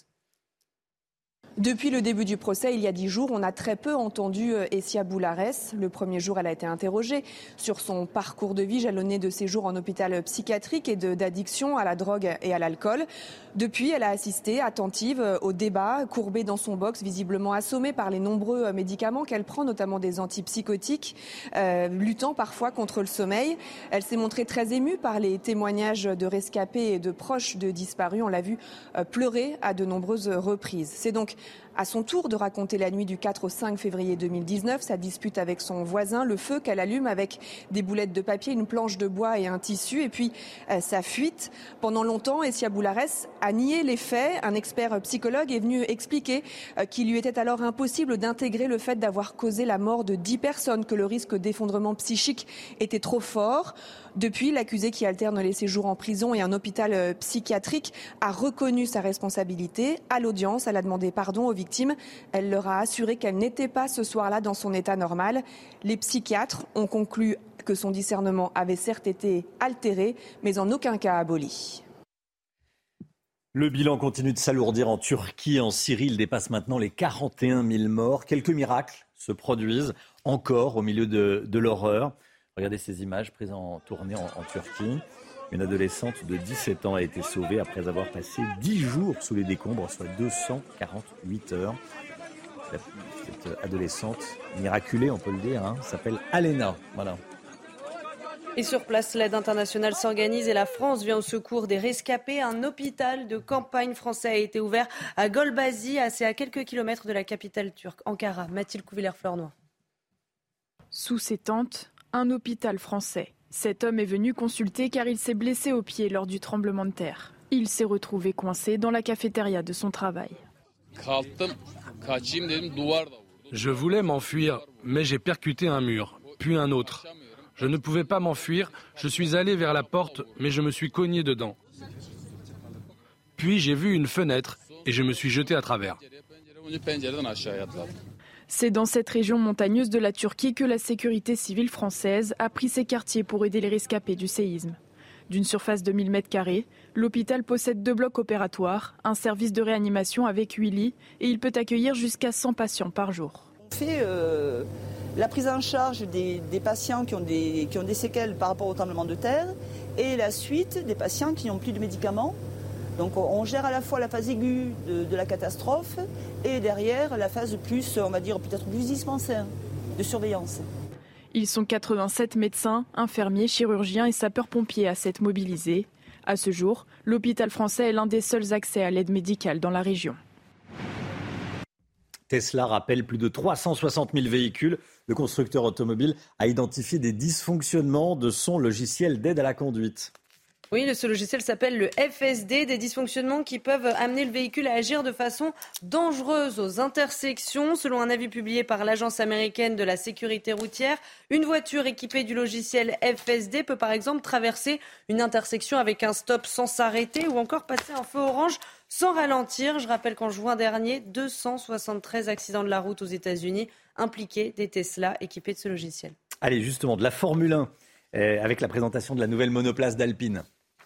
Depuis le début du procès, il y a 10 jours, on a très peu entendu Essia Boularès. Le premier jour, elle a été interrogée sur son parcours de vie jalonné de séjours en hôpital psychiatrique et d'addiction à la drogue et à l'alcool. Depuis, elle a assisté, attentive, au débat, courbée dans son box, visiblement assommée par les nombreux médicaments qu'elle prend, notamment des antipsychotiques, luttant parfois contre le sommeil. Elle s'est montrée très émue par les témoignages de rescapés et de proches de disparus. On l'a vu pleurer à de nombreuses reprises. C'est donc à son tour de raconter la nuit du 4 au 5 février 2019, sa dispute avec son voisin, le feu qu'elle allume avec des boulettes de papier, une planche de bois et un tissu, et puis sa fuite. Pendant longtemps, Essia Boularès a nié les faits. Un expert psychologue est venu expliquer qu'il lui était alors impossible d'intégrer le fait d'avoir causé la mort de 10 personnes, que le risque d'effondrement psychique était trop fort. Depuis, l'accusée qui alterne les séjours en prison et un hôpital psychiatrique a reconnu sa responsabilité. À l'audience, elle a demandé pardon aux victimes. Elle leur a assuré qu'elle n'était pas ce soir-là dans son état normal. Les psychiatres ont conclu que son discernement avait certes été altéré, mais en aucun cas aboli. Le bilan continue de s'alourdir en Turquie, en Syrie. Il dépasse maintenant les 41 000 morts. Quelques miracles se produisent encore au milieu de l'horreur. Regardez ces images prises en tournée en Turquie. Une adolescente de 17 ans a été sauvée après avoir passé 10 jours sous les décombres, soit 248 heures. Cette adolescente miraculée, on peut le dire, s'appelle Alena. Voilà. Et sur place, l'aide internationale s'organise et la France vient au secours des rescapés. Un hôpital de campagne français a été ouvert à Golbazi, c'est à quelques kilomètres de la capitale turque, Ankara. Mathilde Couvillère-Flornoy. Sous ces tentes, un hôpital français. Cet homme est venu consulter car il s'est blessé au pied lors du tremblement de terre. Il s'est retrouvé coincé dans la cafétéria de son travail. Je voulais m'enfuir, mais j'ai percuté un mur, puis un autre. Je ne pouvais pas m'enfuir, je suis allé vers la porte, mais je me suis cogné dedans. Puis j'ai vu une fenêtre et je me suis jeté à travers. C'est dans cette région montagneuse de la Turquie que la sécurité civile française a pris ses quartiers pour aider les rescapés du séisme. D'une surface de 1000 m², l'hôpital possède 2 blocs opératoires, un service de réanimation avec 8 lits et il peut accueillir jusqu'à 100 patients par jour. On fait la prise en charge des patients qui ont des séquelles par rapport au tremblement de terre et la suite des patients qui n'ont plus de médicaments. Donc on gère à la fois la phase aiguë de la catastrophe et derrière la phase plus, on va dire, peut-être plus dispensaire, de surveillance. Ils sont 87 médecins, infirmiers, chirurgiens et sapeurs-pompiers à s'être mobilisés. À ce jour, l'hôpital français est l'un des seuls accès à l'aide médicale dans la région. Tesla rappelle plus de 360 000 véhicules. Le constructeur automobile a identifié des dysfonctionnements de son logiciel d'aide à la conduite. Oui, ce logiciel s'appelle le FSD, des dysfonctionnements qui peuvent amener le véhicule à agir de façon dangereuse aux intersections. Selon un avis publié par l'Agence américaine de la sécurité routière, une voiture équipée du logiciel FSD peut par exemple traverser une intersection avec un stop sans s'arrêter ou encore passer un feu orange sans ralentir. Je rappelle qu'en juin dernier, 273 accidents de la route aux États-Unis impliquaient des Tesla équipés de ce logiciel. Allez, justement, de la Formule 1 avec la présentation de la nouvelle monoplace d'Alpine.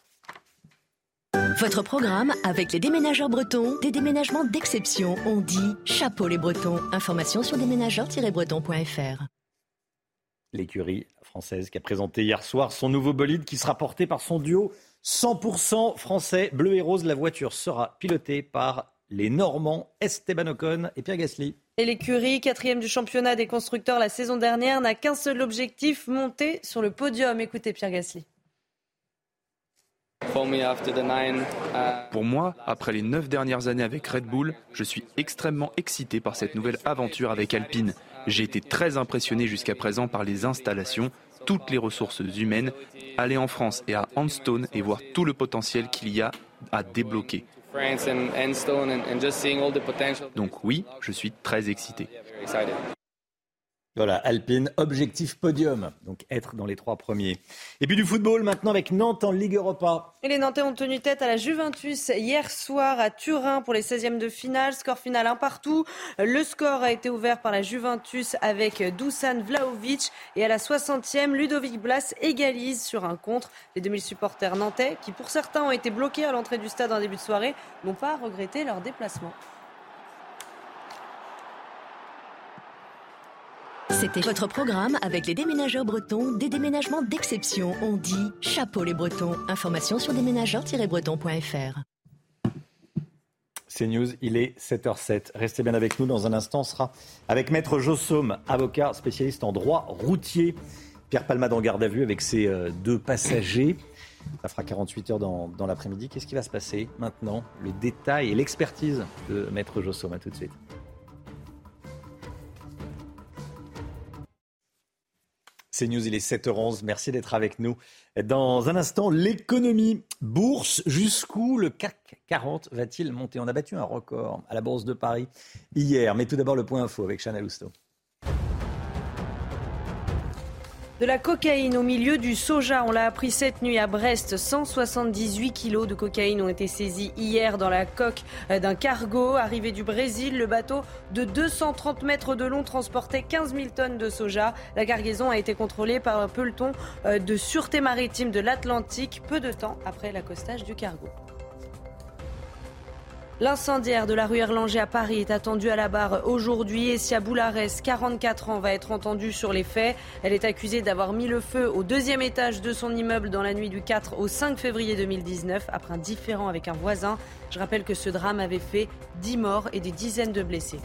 Votre programme avec les déménageurs bretons, des déménagements d'exception. On dit chapeau les bretons. Information sur déménageurs-bretons.fr. L'écurie française qui a présenté hier soir son nouveau bolide qui sera porté par son duo 100% français bleu et rose. La voiture sera pilotée par les Normands Esteban Ocon et Pierre Gasly. Et l'écurie, 4e du championnat des constructeurs la saison dernière, n'a qu'un seul objectif, monter sur le podium. Écoutez Pierre Gasly. Pour moi, après les 9 dernières années avec Red Bull, je suis extrêmement excité par cette nouvelle aventure avec Alpine. J'ai été très impressionné jusqu'à présent par les installations, toutes les ressources humaines. Aller en France et à Enstone et voir tout le potentiel qu'il y a à débloquer. Donc oui, je suis très excité. Voilà, Alpine, objectif podium, donc être dans les 3 premiers. Et puis du football maintenant avec Nantes en Ligue Europa. Et les Nantais ont tenu tête à la Juventus hier soir à Turin pour les 16e de finale. Score final 1-1. Le score a été ouvert par la Juventus avec Dusan Vlahovic. Et à la 60e, Ludovic Blas égalise sur un contre. Les 2000 supporters nantais, qui pour certains ont été bloqués à l'entrée du stade en début de soirée, n'ont pas regretté leur déplacement. C'était votre programme avec les déménageurs bretons, des déménagements d'exception. On dit chapeau les bretons. Information sur déménageurs-bretons.fr. CNews, il est 7h07. Restez bien avec nous. Dans un instant, on sera avec Maître Jossaume, avocat spécialiste en droit routier. Pierre Palmade en garde à vue avec ses 2 passagers. Ça fera 48 heures dans l'après-midi. Qu'est-ce qui va se passer maintenant? Le détail et l'expertise de Maître Jossaume. À tout de suite. CNews, il est 7h11. Merci d'être avec nous. Dans un instant, l'économie. Bourse, jusqu'où le CAC 40 va-t-il monter? On a battu un record à la Bourse de Paris hier. Mais tout d'abord, le point info avec Chana Lousteau. De la cocaïne au milieu du soja, on l'a appris cette nuit à Brest. 178 kilos de cocaïne ont été saisis hier dans la coque d'un cargo arrivé du Brésil. Le bateau de 230 mètres de long transportait 15 000 tonnes de soja. La cargaison a été contrôlée par un peloton de sûreté maritime de l'Atlantique peu de temps après l'accostage du cargo. L'incendiaire de la rue Erlanger à Paris est attendu à la barre aujourd'hui. Essia Boularès, 44 ans, va être entendue sur les faits. Elle est accusée d'avoir mis le feu au 2e étage de son immeuble dans la nuit du 4 au 5 février 2019 après un différend avec un voisin. Je rappelle que ce drame avait fait 10 morts et des dizaines de blessés.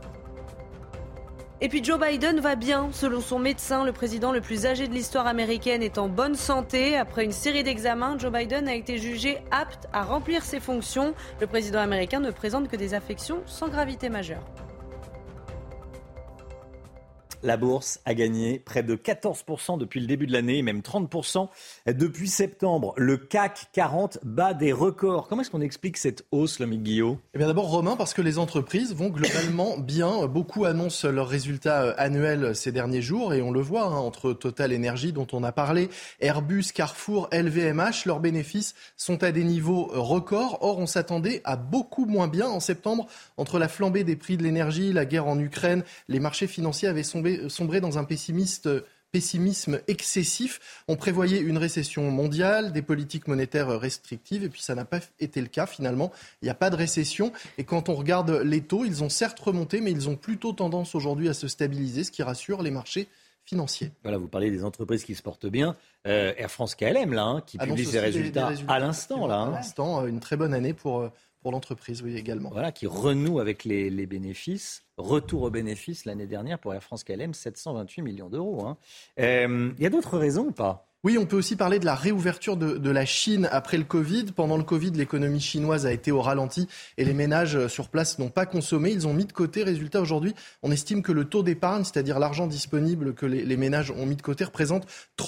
Et puis Joe Biden va bien. Selon son médecin, le président le plus âgé de l'histoire américaine est en bonne santé. Après une série d'examens, Joe Biden a été jugé apte à remplir ses fonctions. Le président américain ne présente que des affections sans gravité majeure. La bourse a gagné près de 14% depuis le début de l'année, et même 30% depuis septembre. Le CAC 40 bat des records. Comment est-ce qu'on explique cette hausse, Lomique Guillot ? Eh bien d'abord, Romain, parce que les entreprises vont globalement bien. Beaucoup annoncent leurs résultats annuels ces derniers jours et on le voit entre Total Energy dont on a parlé, Airbus, Carrefour, LVMH, leurs bénéfices sont à des niveaux records. Or, on s'attendait à beaucoup moins bien en septembre. Entre la flambée des prix de l'énergie, la guerre en Ukraine, les marchés financiers avaient sombré dans un pessimisme excessif. On prévoyait une récession mondiale, des politiques monétaires restrictives, et puis ça n'a pas été le cas finalement. Il n'y a pas de récession. Et quand on regarde les taux, ils ont certes remonté, mais ils ont plutôt tendance aujourd'hui à se stabiliser, ce qui rassure les marchés financiers. Voilà, vous parlez des entreprises qui se portent bien. Air France KLM, qui publie ses résultats à l'instant. À l'instant, une très bonne année pour l'entreprise, oui, également. Voilà, qui renoue avec les bénéfices. Retour aux bénéfices l'année dernière pour Air France KLM, 728 millions d'euros. Il y a d'autres raisons ou pas ? Oui, on peut aussi parler de la réouverture de la Chine après le Covid. Pendant le Covid, l'économie chinoise a été au ralenti et les ménages sur place n'ont pas consommé. Ils ont mis de côté. Résultat, aujourd'hui, on estime que le taux d'épargne, c'est-à-dire l'argent disponible que les ménages ont mis de côté, représente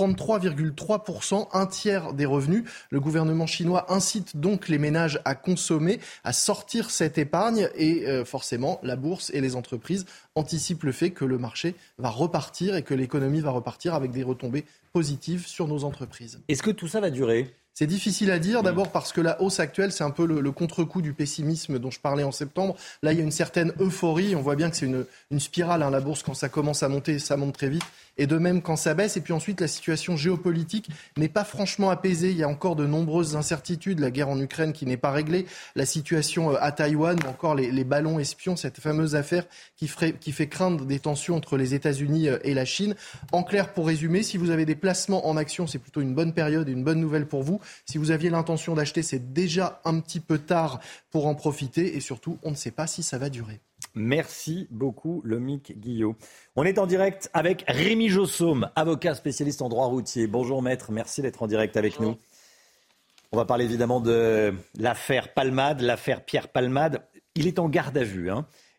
33,3%, un tiers des revenus. Le gouvernement chinois incite donc les ménages à consommer, à sortir cette épargne et forcément, la bourse et les entreprises anticipent le fait que le marché va repartir et que l'économie va repartir avec des retombées positives sur nos entreprises. Est-ce que tout ça va durer ? C'est difficile à dire, d'abord parce que la hausse actuelle, c'est un peu le contre-coup du pessimisme dont je parlais en septembre. Là, il y a une certaine euphorie. On voit bien que c'est une spirale, la bourse. Quand ça commence à monter, ça monte très vite. Et de même quand ça baisse. Et puis ensuite, la situation géopolitique n'est pas franchement apaisée. Il y a encore de nombreuses incertitudes. La guerre en Ukraine qui n'est pas réglée. La situation à Taïwan, ou encore les ballons espions, cette fameuse affaire qui fait craindre des tensions entre les États-Unis et la Chine. En clair, pour résumer, si vous avez des placements en actions, c'est plutôt une bonne période et une bonne nouvelle pour vous. Si vous aviez l'intention d'acheter, c'est déjà un petit peu tard pour en profiter. Et surtout, on ne sait pas si ça va durer. Merci beaucoup, Lomique Guillot. On est en direct avec Rémi Jossaume, avocat spécialiste en droit routier. Bonjour maître, merci d'être en direct avec nous. On va parler évidemment de l'affaire Palmade, l'affaire Pierre Palmade. Il est en garde à vue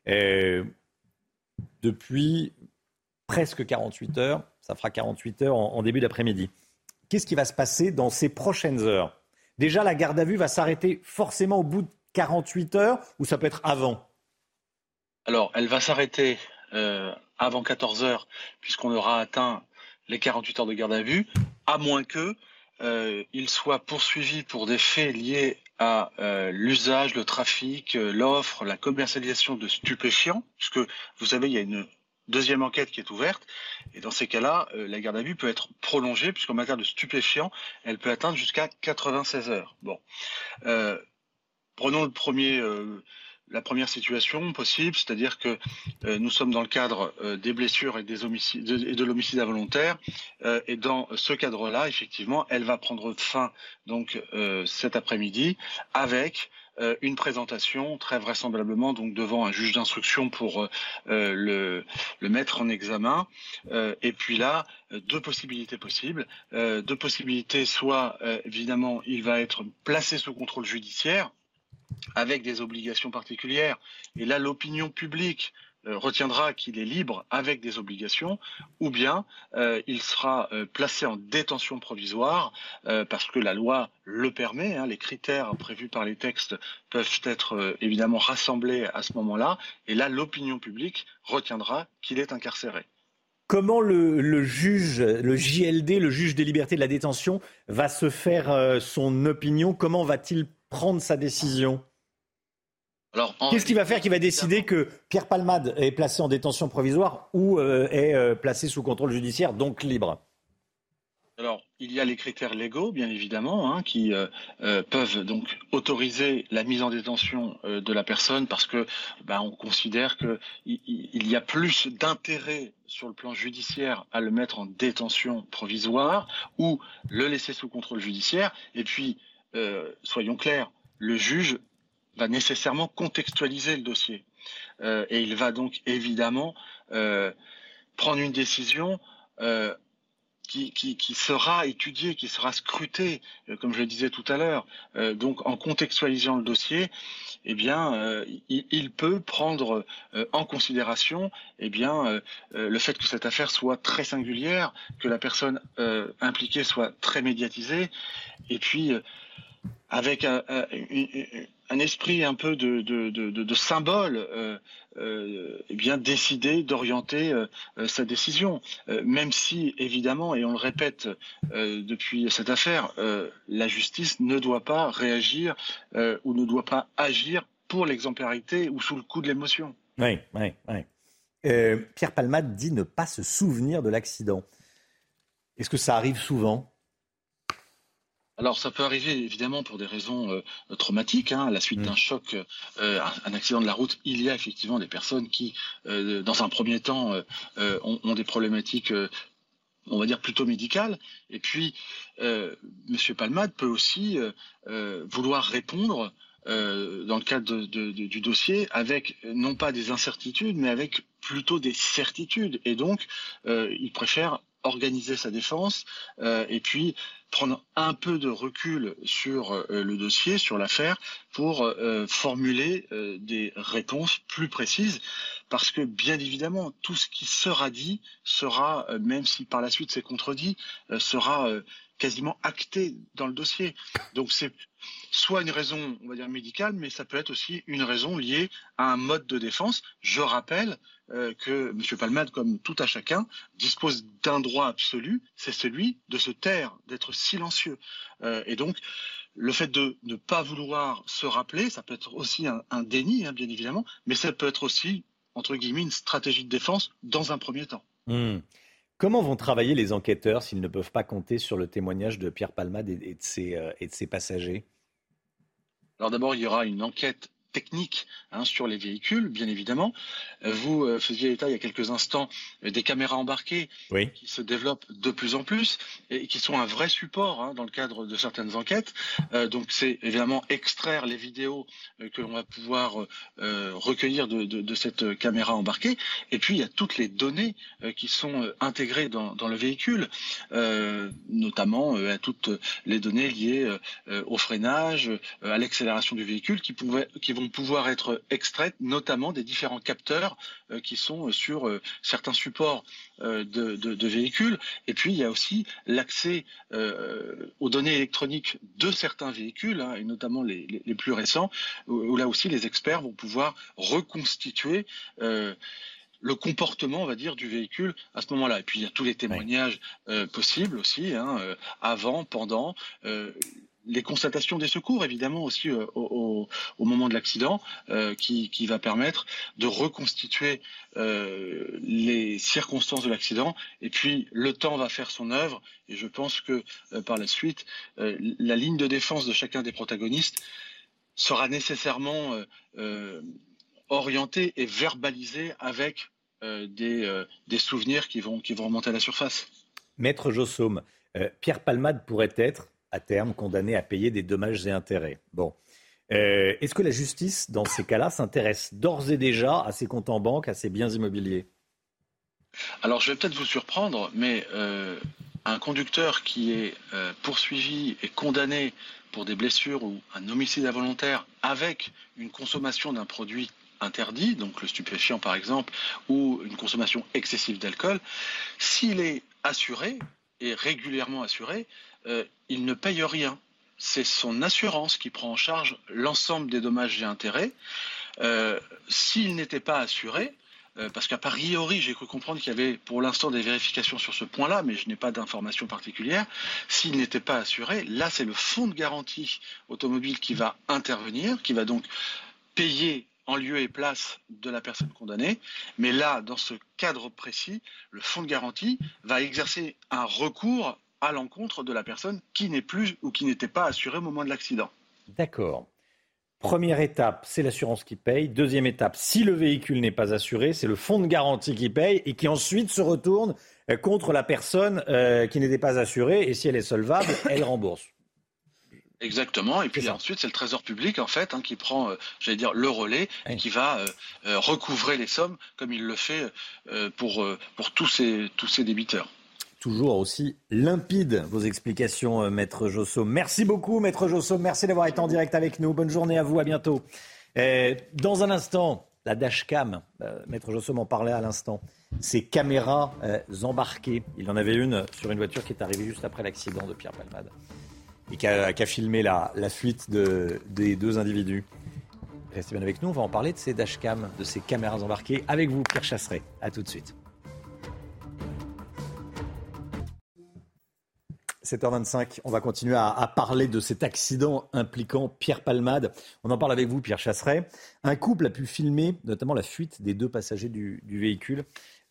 depuis presque 48 heures. Ça fera 48 heures en début d'après-midi. Qu'est-ce qui va se passer dans ces prochaines heures ? Déjà, la garde à vue va s'arrêter forcément au bout de 48 heures ou ça peut être avant ? Alors, elle va s'arrêter avant 14 heures puisqu'on aura atteint les 48 heures de garde à vue, à moins qu'il soit poursuivi pour des faits liés à l'usage, le trafic, l'offre, la commercialisation de stupéfiants, puisque vous savez, il y a une deuxième enquête qui est ouverte, et dans ces cas-là, la garde à vue peut être prolongée, puisqu'en matière de stupéfiants, elle peut atteindre jusqu'à 96 heures. Bon, prenons la première situation possible, c'est-à-dire que nous sommes dans le cadre des blessures et de l'homicide involontaire, et dans ce cadre-là, effectivement, elle va prendre fin donc cet après-midi avec une présentation très vraisemblablement donc devant un juge d'instruction pour le mettre en examen. Et puis là, deux possibilités possibles. Deux possibilités, soit évidemment il va être placé sous contrôle judiciaire avec des obligations particulières. Et là, l'opinion publique retiendra qu'il est libre avec des obligations, ou bien il sera placé en détention provisoire parce que la loi le permet, les critères prévus par les textes peuvent être évidemment rassemblés à ce moment-là, et là l'opinion publique retiendra qu'il est incarcéré. Comment le juge, le JLD, le juge des libertés de la détention, va se faire son opinion ? Comment va-t-il prendre sa décision ? Qu'est-ce qu'il va faire qui va décider que Pierre Palmade est placé en détention provisoire ou est placé sous contrôle judiciaire, donc libre ? Alors, il y a les critères légaux, bien évidemment, qui peuvent donc autoriser la mise en détention de la personne parce que on considère qu'il y a plus d'intérêt sur le plan judiciaire à le mettre en détention provisoire ou le laisser sous contrôle judiciaire. Et puis, soyons clairs, le juge va nécessairement contextualiser le dossier. Et il va donc évidemment prendre une décision qui sera étudié, qui sera scruté, comme je le disais tout à l'heure. Donc, en contextualisant le dossier, eh bien, il peut prendre en considération, eh bien, le fait que cette affaire soit très singulière, que la personne impliquée soit très médiatisée, et puis avec un esprit un peu de symbole, eh bien décider d'orienter sa décision, même si évidemment, et on le répète depuis cette affaire, la justice ne doit pas réagir ou ne doit pas agir pour l'exemplarité ou sous le coup de l'émotion. Oui. Pierre Palmade dit ne pas se souvenir de l'accident. Est-ce que ça arrive souvent ? Alors ça peut arriver évidemment pour des raisons traumatiques, à la suite d'un choc, un accident de la route. Il y a effectivement des personnes qui, dans un premier temps, ont des problématiques, on va dire plutôt médicales. Et puis, Monsieur Palmade peut aussi vouloir répondre dans le cadre du dossier avec non pas des incertitudes, mais avec plutôt des certitudes. Et donc, il préfère organiser sa défense et puis prendre un peu de recul sur le dossier, sur l'affaire, pour formuler des réponses plus précises, parce que bien évidemment, tout ce qui sera dit sera, même si par la suite c'est contredit, sera quasiment acté dans le dossier. Donc c'est soit une raison, on va dire, médicale, mais ça peut être aussi une raison liée à un mode de défense. Je rappelle que M. Palmade, comme tout à chacun, dispose d'un droit absolu, c'est celui de se taire, d'être silencieux. Et donc, le fait de ne pas vouloir se rappeler, ça peut être aussi un déni, bien évidemment, mais ça peut être aussi, entre guillemets, une stratégie de défense dans un premier temps. Comment vont travailler les enquêteurs s'ils ne peuvent pas compter sur le témoignage de Pierre Palmade et de ses passagers ? Alors d'abord, il y aura une enquête technique sur les véhicules, bien évidemment. Vous faisiez état il y a quelques instants des caméras embarquées qui se développent de plus en plus et qui sont un vrai support dans le cadre de certaines enquêtes. Donc c'est évidemment extraire les vidéos que l'on va pouvoir recueillir de cette caméra embarquée. Et puis il y a toutes les données qui sont intégrées dans le véhicule, notamment à toutes les données liées au freinage, à l'accélération du véhicule qui vont pouvoir être extraites, notamment des différents capteurs qui sont sur certains supports de véhicules. Et puis il y a aussi l'accès aux données électroniques de certains véhicules, et notamment les plus récents, où là aussi les experts vont pouvoir reconstituer le comportement, on va dire, du véhicule à ce moment-là. Et puis il y a tous les témoignages possibles aussi, avant, pendant. Les constatations des secours, évidemment, aussi au moment de l'accident, qui va permettre de reconstituer les circonstances de l'accident. Et puis, le temps va faire son œuvre. Et je pense que, par la suite, la ligne de défense de chacun des protagonistes sera nécessairement orientée et verbalisée avec des souvenirs qui vont remonter à la surface. Maître Jossaume, Pierre Palmade pourrait être à terme condamné à payer des dommages et intérêts. Bon. Est-ce que la justice, dans ces cas-là, s'intéresse d'ores et déjà à ses comptes en banque, à ses biens immobiliers ? Alors, je vais peut-être vous surprendre, mais un conducteur qui est poursuivi et condamné pour des blessures ou un homicide involontaire avec une consommation d'un produit interdit, donc le stupéfiant par exemple, ou une consommation excessive d'alcool, s'il est assuré, et régulièrement assuré, il ne paye rien. C'est son assurance qui prend en charge l'ensemble des dommages et intérêts. S'il n'était pas assuré, parce qu'a priori, j'ai cru comprendre qu'il y avait pour l'instant des vérifications sur ce point-là, mais je n'ai pas d'informations particulières. S'il n'était pas assuré, là, c'est le fonds de garantie automobile qui va intervenir, qui va donc payer en lieu et place de la personne condamnée. Mais là, dans ce cadre précis, le fonds de garantie va exercer un recours à l'encontre de la personne qui n'est plus ou qui n'était pas assurée au moment de l'accident. D'accord. Première étape, c'est l'assurance qui paye. Deuxième étape, si le véhicule n'est pas assuré, c'est le fonds de garantie qui paye et qui ensuite se retourne contre la personne qui n'était pas assurée. Et si elle est solvable, elle rembourse. Exactement. Et puis ensuite, c'est le Trésor public en fait qui prend, le relais et qui va recouvrer les sommes comme il le fait pour tous ces débiteurs. toujours aussi limpides. Vos explications, Maître Josso. Merci beaucoup, Maître Josso. Merci d'avoir été en direct avec nous. Bonne journée à vous, à bientôt. Dans un instant, la dashcam, Maître Josso m'en parlait à l'instant. Ces caméras embarquées. Il y en avait une sur une voiture qui est arrivée juste après l'accident de Pierre Palmade et qui a filmé la fuite des deux individus. Restez bien avec nous, on va en parler de ces dashcams, de ces caméras embarquées. Avec vous, Pierre Chasseret. À tout de suite. 7h25, on va continuer à parler de cet accident impliquant Pierre Palmade. On en parle avec vous, Pierre Chasseret. Un couple a pu filmer notamment la fuite des deux passagers du véhicule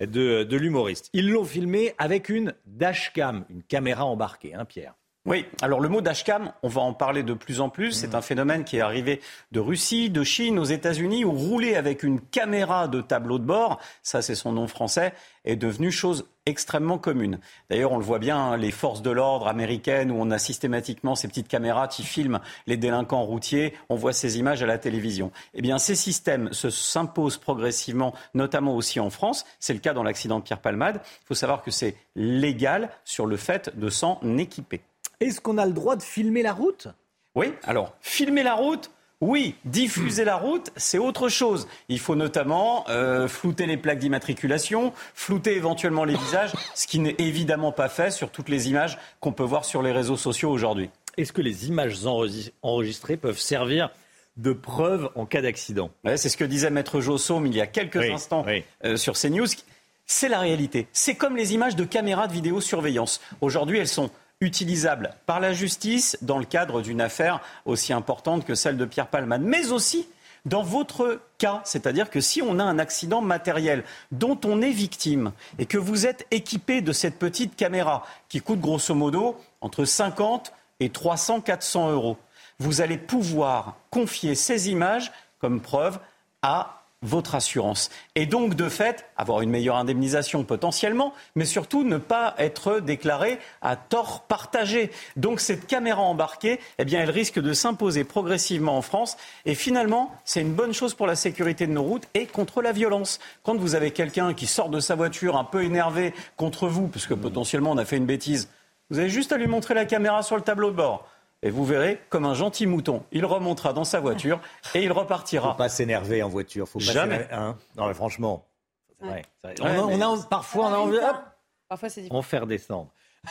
de l'humoriste. Ils l'ont filmé avec une dashcam, une caméra embarquée, hein, Pierre? Oui, alors le mot dashcam, on va en parler de plus en plus. C'est un phénomène qui est arrivé de Russie, de Chine, aux États-Unis, où rouler avec une caméra de tableau de bord, ça c'est son nom français, est devenu chose extrêmement commune. D'ailleurs, on le voit bien, hein, les forces de l'ordre américaines, où on a systématiquement ces petites caméras qui filment les délinquants routiers, on voit ces images à la télévision. Eh bien, ces systèmes s'imposent progressivement, notamment aussi en France. C'est le cas dans l'accident de Pierre Palmade. Il faut savoir que c'est légal sur le fait de s'en équiper. Est-ce qu'on a le droit de filmer la route ? Oui, alors, filmer la route, oui. Diffuser la route, c'est autre chose. Il faut notamment flouter les plaques d'immatriculation, flouter éventuellement les visages, ce qui n'est évidemment pas fait sur toutes les images qu'on peut voir sur les réseaux sociaux aujourd'hui. Est-ce que les images enregistrées peuvent servir de preuve en cas d'accident ? Ouais, c'est ce que disait Maître Josso il y a quelques instants sur CNews. C'est la réalité. C'est comme les images de caméras de vidéosurveillance. Aujourd'hui, elles sont utilisables par la justice dans le cadre d'une affaire aussi importante que celle de Pierre Palmade, mais aussi dans votre cas, c'est-à-dire que si on a un accident matériel dont on est victime et que vous êtes équipé de cette petite caméra qui coûte grosso modo entre 50 et 300, 400 euros, vous allez pouvoir confier ces images comme preuve à votre assurance. Et donc, de fait, avoir une meilleure indemnisation potentiellement, mais surtout ne pas être déclaré à tort partagé. Donc, cette caméra embarquée, eh bien, elle risque de s'imposer progressivement en France. Et finalement, c'est une bonne chose pour la sécurité de nos routes et contre la violence. Quand vous avez quelqu'un qui sort de sa voiture un peu énervé contre vous, puisque potentiellement on a fait une bêtise, vous avez juste à lui montrer la caméra sur le tableau de bord. Et vous verrez, comme un gentil mouton, il remontera dans sa voiture et il repartira. Faut pas s'énerver en voiture. Faut pas jamais. Non, mais franchement, c'est vrai. Parfois, on a envie Parfois, c'est difficile. en faire descendre.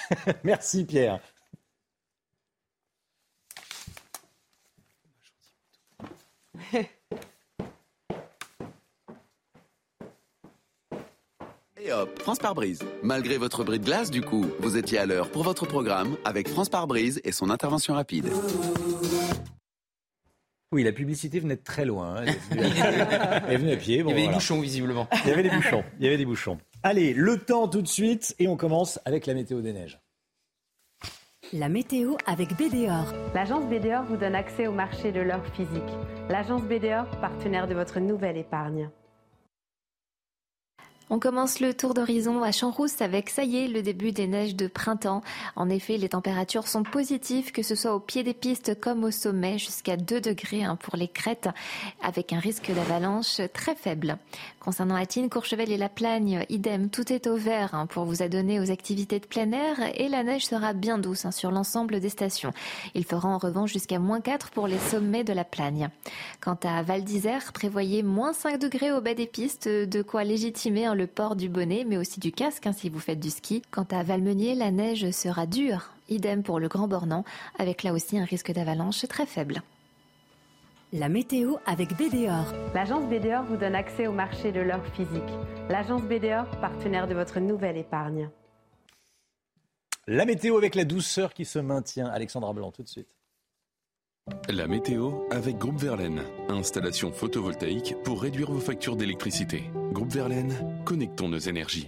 Merci, Pierre. Et hop, France par brise. Malgré votre bris de glace, du coup, vous étiez à l'heure pour votre programme avec France par brise et son intervention rapide. Oui, la publicité venait de très loin. Elle est venue à pied. Bon, il y avait des bouchons, visiblement. Il y avait des bouchons. Allez, le temps tout de suite et on commence avec la météo des neiges. La météo avec BDOR. L'agence BDOR vous donne accès au marché de l'or physique. L'agence BDOR, partenaire de votre nouvelle épargne. On commence le tour d'horizon à Champs-Rousses avec, ça y est, le début des neiges de printemps. En effet, les températures sont positives, que ce soit au pied des pistes comme au sommet, jusqu'à 2 degrés pour les crêtes, avec un risque d'avalanche très faible. Concernant Atine, Courchevel et La Plagne, idem, tout est au vert pour vous adonner aux activités de plein air et la neige sera bien douce sur l'ensemble des stations. Il fera en revanche jusqu'à -4 pour les sommets de La Plagne. Quant à Val d'Isère, prévoyez -5 degrés au bas des pistes, de quoi légitimer le port du bonnet, mais aussi du casque si vous faites du ski. Quant à Valmeunier, la neige sera dure. Idem pour le Grand Bornand, avec là aussi un risque d'avalanche très faible. La météo avec BDOR. L'agence BDOR vous donne accès au marché de l'or physique. L'agence BDOR, partenaire de votre nouvelle épargne. La météo avec la douceur qui se maintient. Alexandra Blanc, tout de suite. La météo avec Groupe Verlaine. Installation photovoltaïque pour réduire vos factures d'électricité. Groupe Verlaine, connectons nos énergies.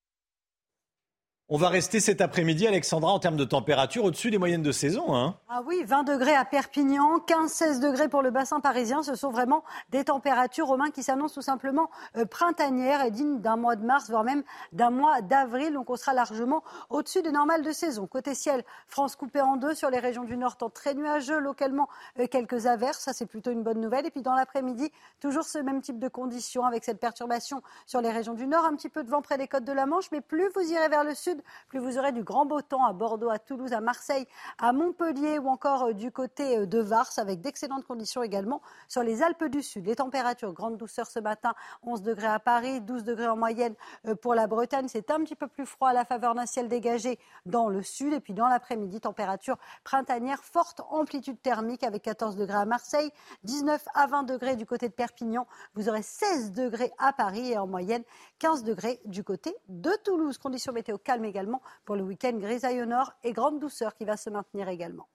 On va rester cet après-midi, Alexandra, en termes de température, au-dessus des moyennes de saison. Ah oui, 20 degrés à Perpignan, 15-16 degrés pour le bassin parisien. Ce sont vraiment des températures, Romain, qui s'annoncent tout simplement printanières et dignes d'un mois de mars, voire même d'un mois d'avril. Donc on sera largement au-dessus des normales de saison. Côté ciel, France coupée en deux sur les régions du nord, temps très nuageux, localement quelques averses. Ça, c'est plutôt une bonne nouvelle. Et puis dans l'après-midi, toujours ce même type de conditions avec cette perturbation sur les régions du nord. Un petit peu de vent près des côtes de la Manche, mais plus vous irez vers le sud, sud, plus vous aurez du grand beau temps à Bordeaux, à Toulouse, à Marseille, à Montpellier ou encore du côté de Vars, avec d'excellentes conditions également sur les Alpes du Sud. Les températures, grande douceur ce matin, 11 degrés à Paris, 12 degrés en moyenne pour la Bretagne. C'est un petit peu plus froid à la faveur d'un ciel dégagé dans le sud. Et puis dans l'après-midi, température printanière, forte amplitude thermique avec 14 degrés à Marseille, 19 à 20 degrés du côté de Perpignan. Vous aurez 16 degrés à Paris et en moyenne 15 degrés du côté de Toulouse. Conditions météo calmes également pour le week-end, grisaille au nord et grande douceur qui va se maintenir également.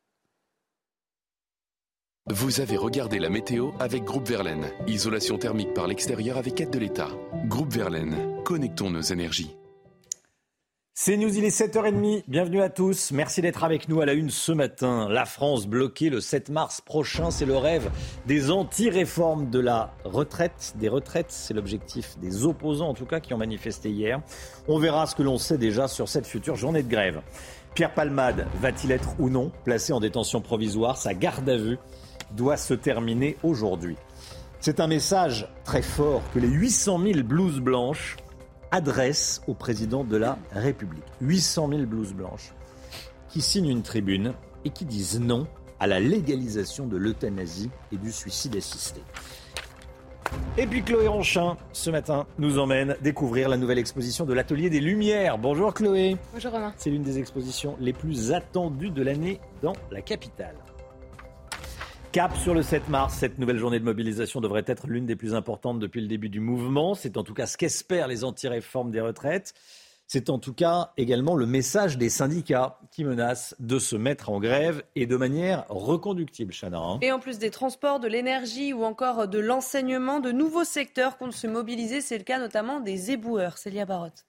Vous avez regardé la météo avec Groupe Verlaine. Isolation thermique par l'extérieur avec aide de l'État. Groupe Verlaine, connectons nos énergies. C'est News, il est 7h30. Bienvenue à tous. Merci d'être avec nous à la une ce matin. La France bloquée le 7 mars prochain, c'est le rêve des anti-réformes de la retraite. Des retraites, c'est l'objectif des opposants en tout cas qui ont manifesté hier. On verra ce que l'on sait déjà sur cette future journée de grève. Pierre Palmade va-t-il être ou non placé en détention provisoire ? Sa garde à vue doit se terminer aujourd'hui. C'est un message très fort que les 800 000 blouses blanches adresse au président de la République. 800 000 blouses blanches qui signent une tribune et qui disent non à la légalisation de l'euthanasie et du suicide assisté. Et puis Chloé Ronchin, ce matin, nous emmène découvrir la nouvelle exposition de l'Atelier des Lumières. Bonjour Chloé. Bonjour Romain. C'est l'une des expositions les plus attendues de l'année dans la capitale. Cap sur le 7 mars, cette nouvelle journée de mobilisation devrait être l'une des plus importantes depuis le début du mouvement. C'est en tout cas ce qu'espèrent les anti-réformes des retraites. C'est en tout cas également le message des syndicats qui menacent de se mettre en grève et de manière reconductible, Chana. Et en plus des transports, de l'énergie ou encore de l'enseignement, de nouveaux secteurs comptent se mobiliser. C'est le cas notamment des éboueurs. Célia Barotte.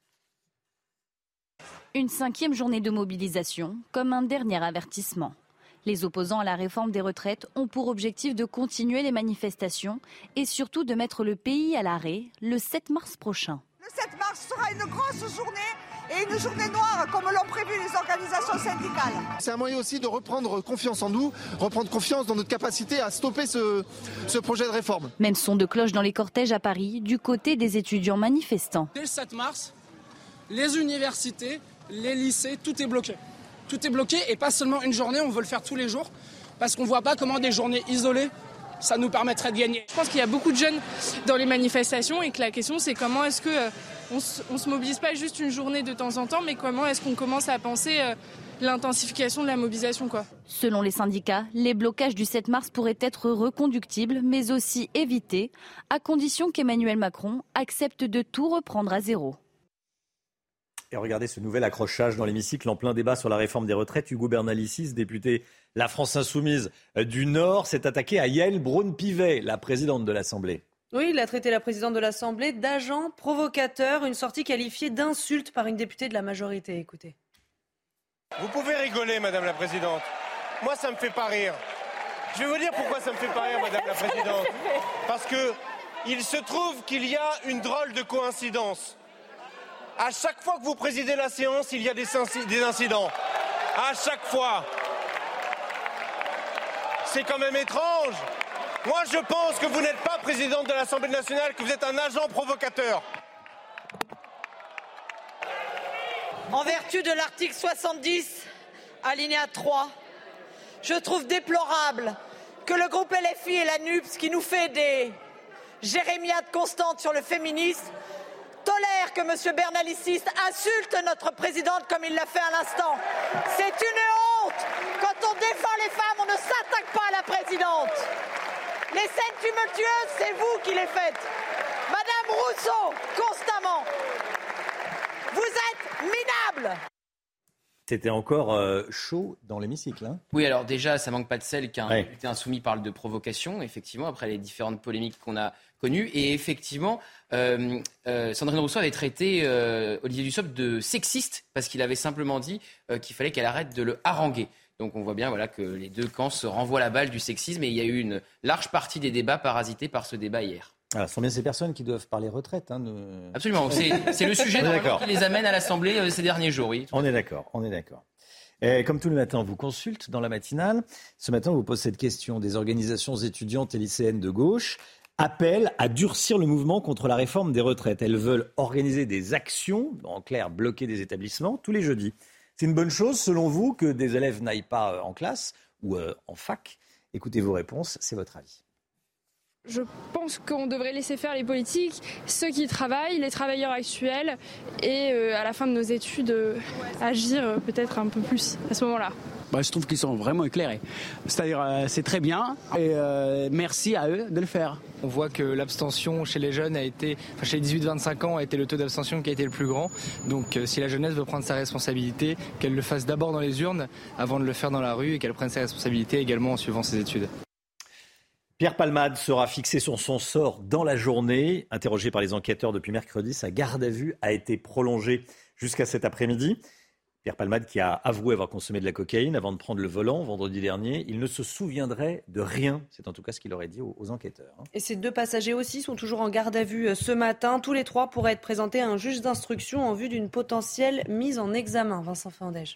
Une 5e journée de mobilisation, comme un dernier avertissement. Les opposants à la réforme des retraites ont pour objectif de continuer les manifestations et surtout de mettre le pays à l'arrêt le 7 mars prochain. Le 7 mars sera une grosse journée et une journée noire comme l'ont prévu les organisations syndicales. C'est un moyen aussi de reprendre confiance en nous, reprendre confiance dans notre capacité à stopper ce projet de réforme. Même son de cloche dans les cortèges à Paris du côté des étudiants manifestants. Dès le 7 mars, les universités, les lycées, tout est bloqué. Tout est bloqué et pas seulement une journée, on veut le faire tous les jours parce qu'on ne voit pas comment des journées isolées, ça nous permettrait de gagner. Je pense qu'il y a beaucoup de jeunes dans les manifestations et que la question c'est comment est-ce qu'on se mobilise pas juste une journée de temps en temps, mais comment est-ce qu'on commence à penser l'intensification de la mobilisation, quoi. Selon les syndicats, les blocages du 7 mars pourraient être reconductibles mais aussi évités à condition qu'Emmanuel Macron accepte de tout reprendre à zéro. Et regardez ce nouvel accrochage dans l'hémicycle en plein débat sur la réforme des retraites. Hugo Bernalicis, député La France Insoumise du Nord, s'est attaqué à Yaël Braun-Pivet, la présidente de l'Assemblée. Oui, il a traité la présidente de l'Assemblée d'agent provocateur, une sortie qualifiée d'insulte par une députée de la majorité. Écoutez. Vous pouvez rigoler, Madame la Présidente. Moi, ça me fait pas rire. Je vais vous dire pourquoi ça me fait pas rire, Madame la Présidente. Parce que il se trouve qu'il y a une drôle de coïncidence. À chaque fois que vous présidez la séance, il y a des incidents. À chaque fois. C'est quand même étrange. Moi, je pense que vous n'êtes pas présidente de l'Assemblée nationale, que vous êtes un agent provocateur. En vertu de l'article 70, alinéa 3, je trouve déplorable que le groupe LFI et la NUPS, qui nous fait des jérémiades constantes sur le féminisme, tolère que M. Bernalicis insulte notre présidente comme il l'a fait à l'instant. C'est une honte. Quand on défend les femmes, on ne s'attaque pas à la présidente. Les scènes tumultueuses, c'est vous qui les faites. Madame Rousseau, constamment. Vous êtes minable. C'était encore chaud dans l'hémicycle. Hein. Oui, alors déjà, ça manque pas de sel qu'un député insoumis parle de provocation, effectivement, après les différentes polémiques qu'on a connues. Et effectivement, Sandrine Rousseau avait traité Olivier Dussopt de sexiste parce qu'il avait simplement dit qu'il fallait qu'elle arrête de le haranguer. Donc on voit bien que les deux camps se renvoient la balle du sexisme et il y a eu une large partie des débats parasités par ce débat hier. Alors, ce sont bien ces personnes qui doivent parler retraite. Hein, Absolument, c'est le sujet qui les amène à l'Assemblée ces derniers jours. Oui. On est d'accord. Et comme tous les matins, on vous consulte dans la matinale. Ce matin, on vous pose cette question. Des organisations étudiantes et lycéennes de gauche appellent à durcir le mouvement contre la réforme des retraites. Elles veulent organiser des actions, en clair bloquer des établissements tous les jeudis. C'est une bonne chose selon vous que des élèves n'aillent pas en classe ou en fac? Écoutez vos réponses, c'est votre avis. Je pense qu'on devrait laisser faire les politiques, ceux qui travaillent, les travailleurs actuels et à la fin de nos études agir peut-être un peu plus à ce moment-là. Je trouve qu'ils sont vraiment éclairés. C'est-à-dire c'est très bien et merci à eux de le faire. On voit que l'abstention chez les jeunes chez les 18-25 ans a été le taux d'abstention qui a été le plus grand. Donc si la jeunesse veut prendre sa responsabilité, qu'elle le fasse d'abord dans les urnes avant de le faire dans la rue et qu'elle prenne ses responsabilités également en suivant ses études. Pierre Palmade sera fixé sur son sort dans la journée. Interrogé par les enquêteurs depuis mercredi, sa garde à vue a été prolongée jusqu'à cet après-midi. Pierre Palmade qui a avoué avoir consommé de la cocaïne avant de prendre le volant vendredi dernier. Il ne se souviendrait de rien. C'est en tout cas ce qu'il aurait dit aux enquêteurs. Et ces 2 passagers aussi sont toujours en garde à vue ce matin. Tous les 3 pourraient être présentés à un juge d'instruction en vue d'une potentielle mise en examen. Vincent Fandège.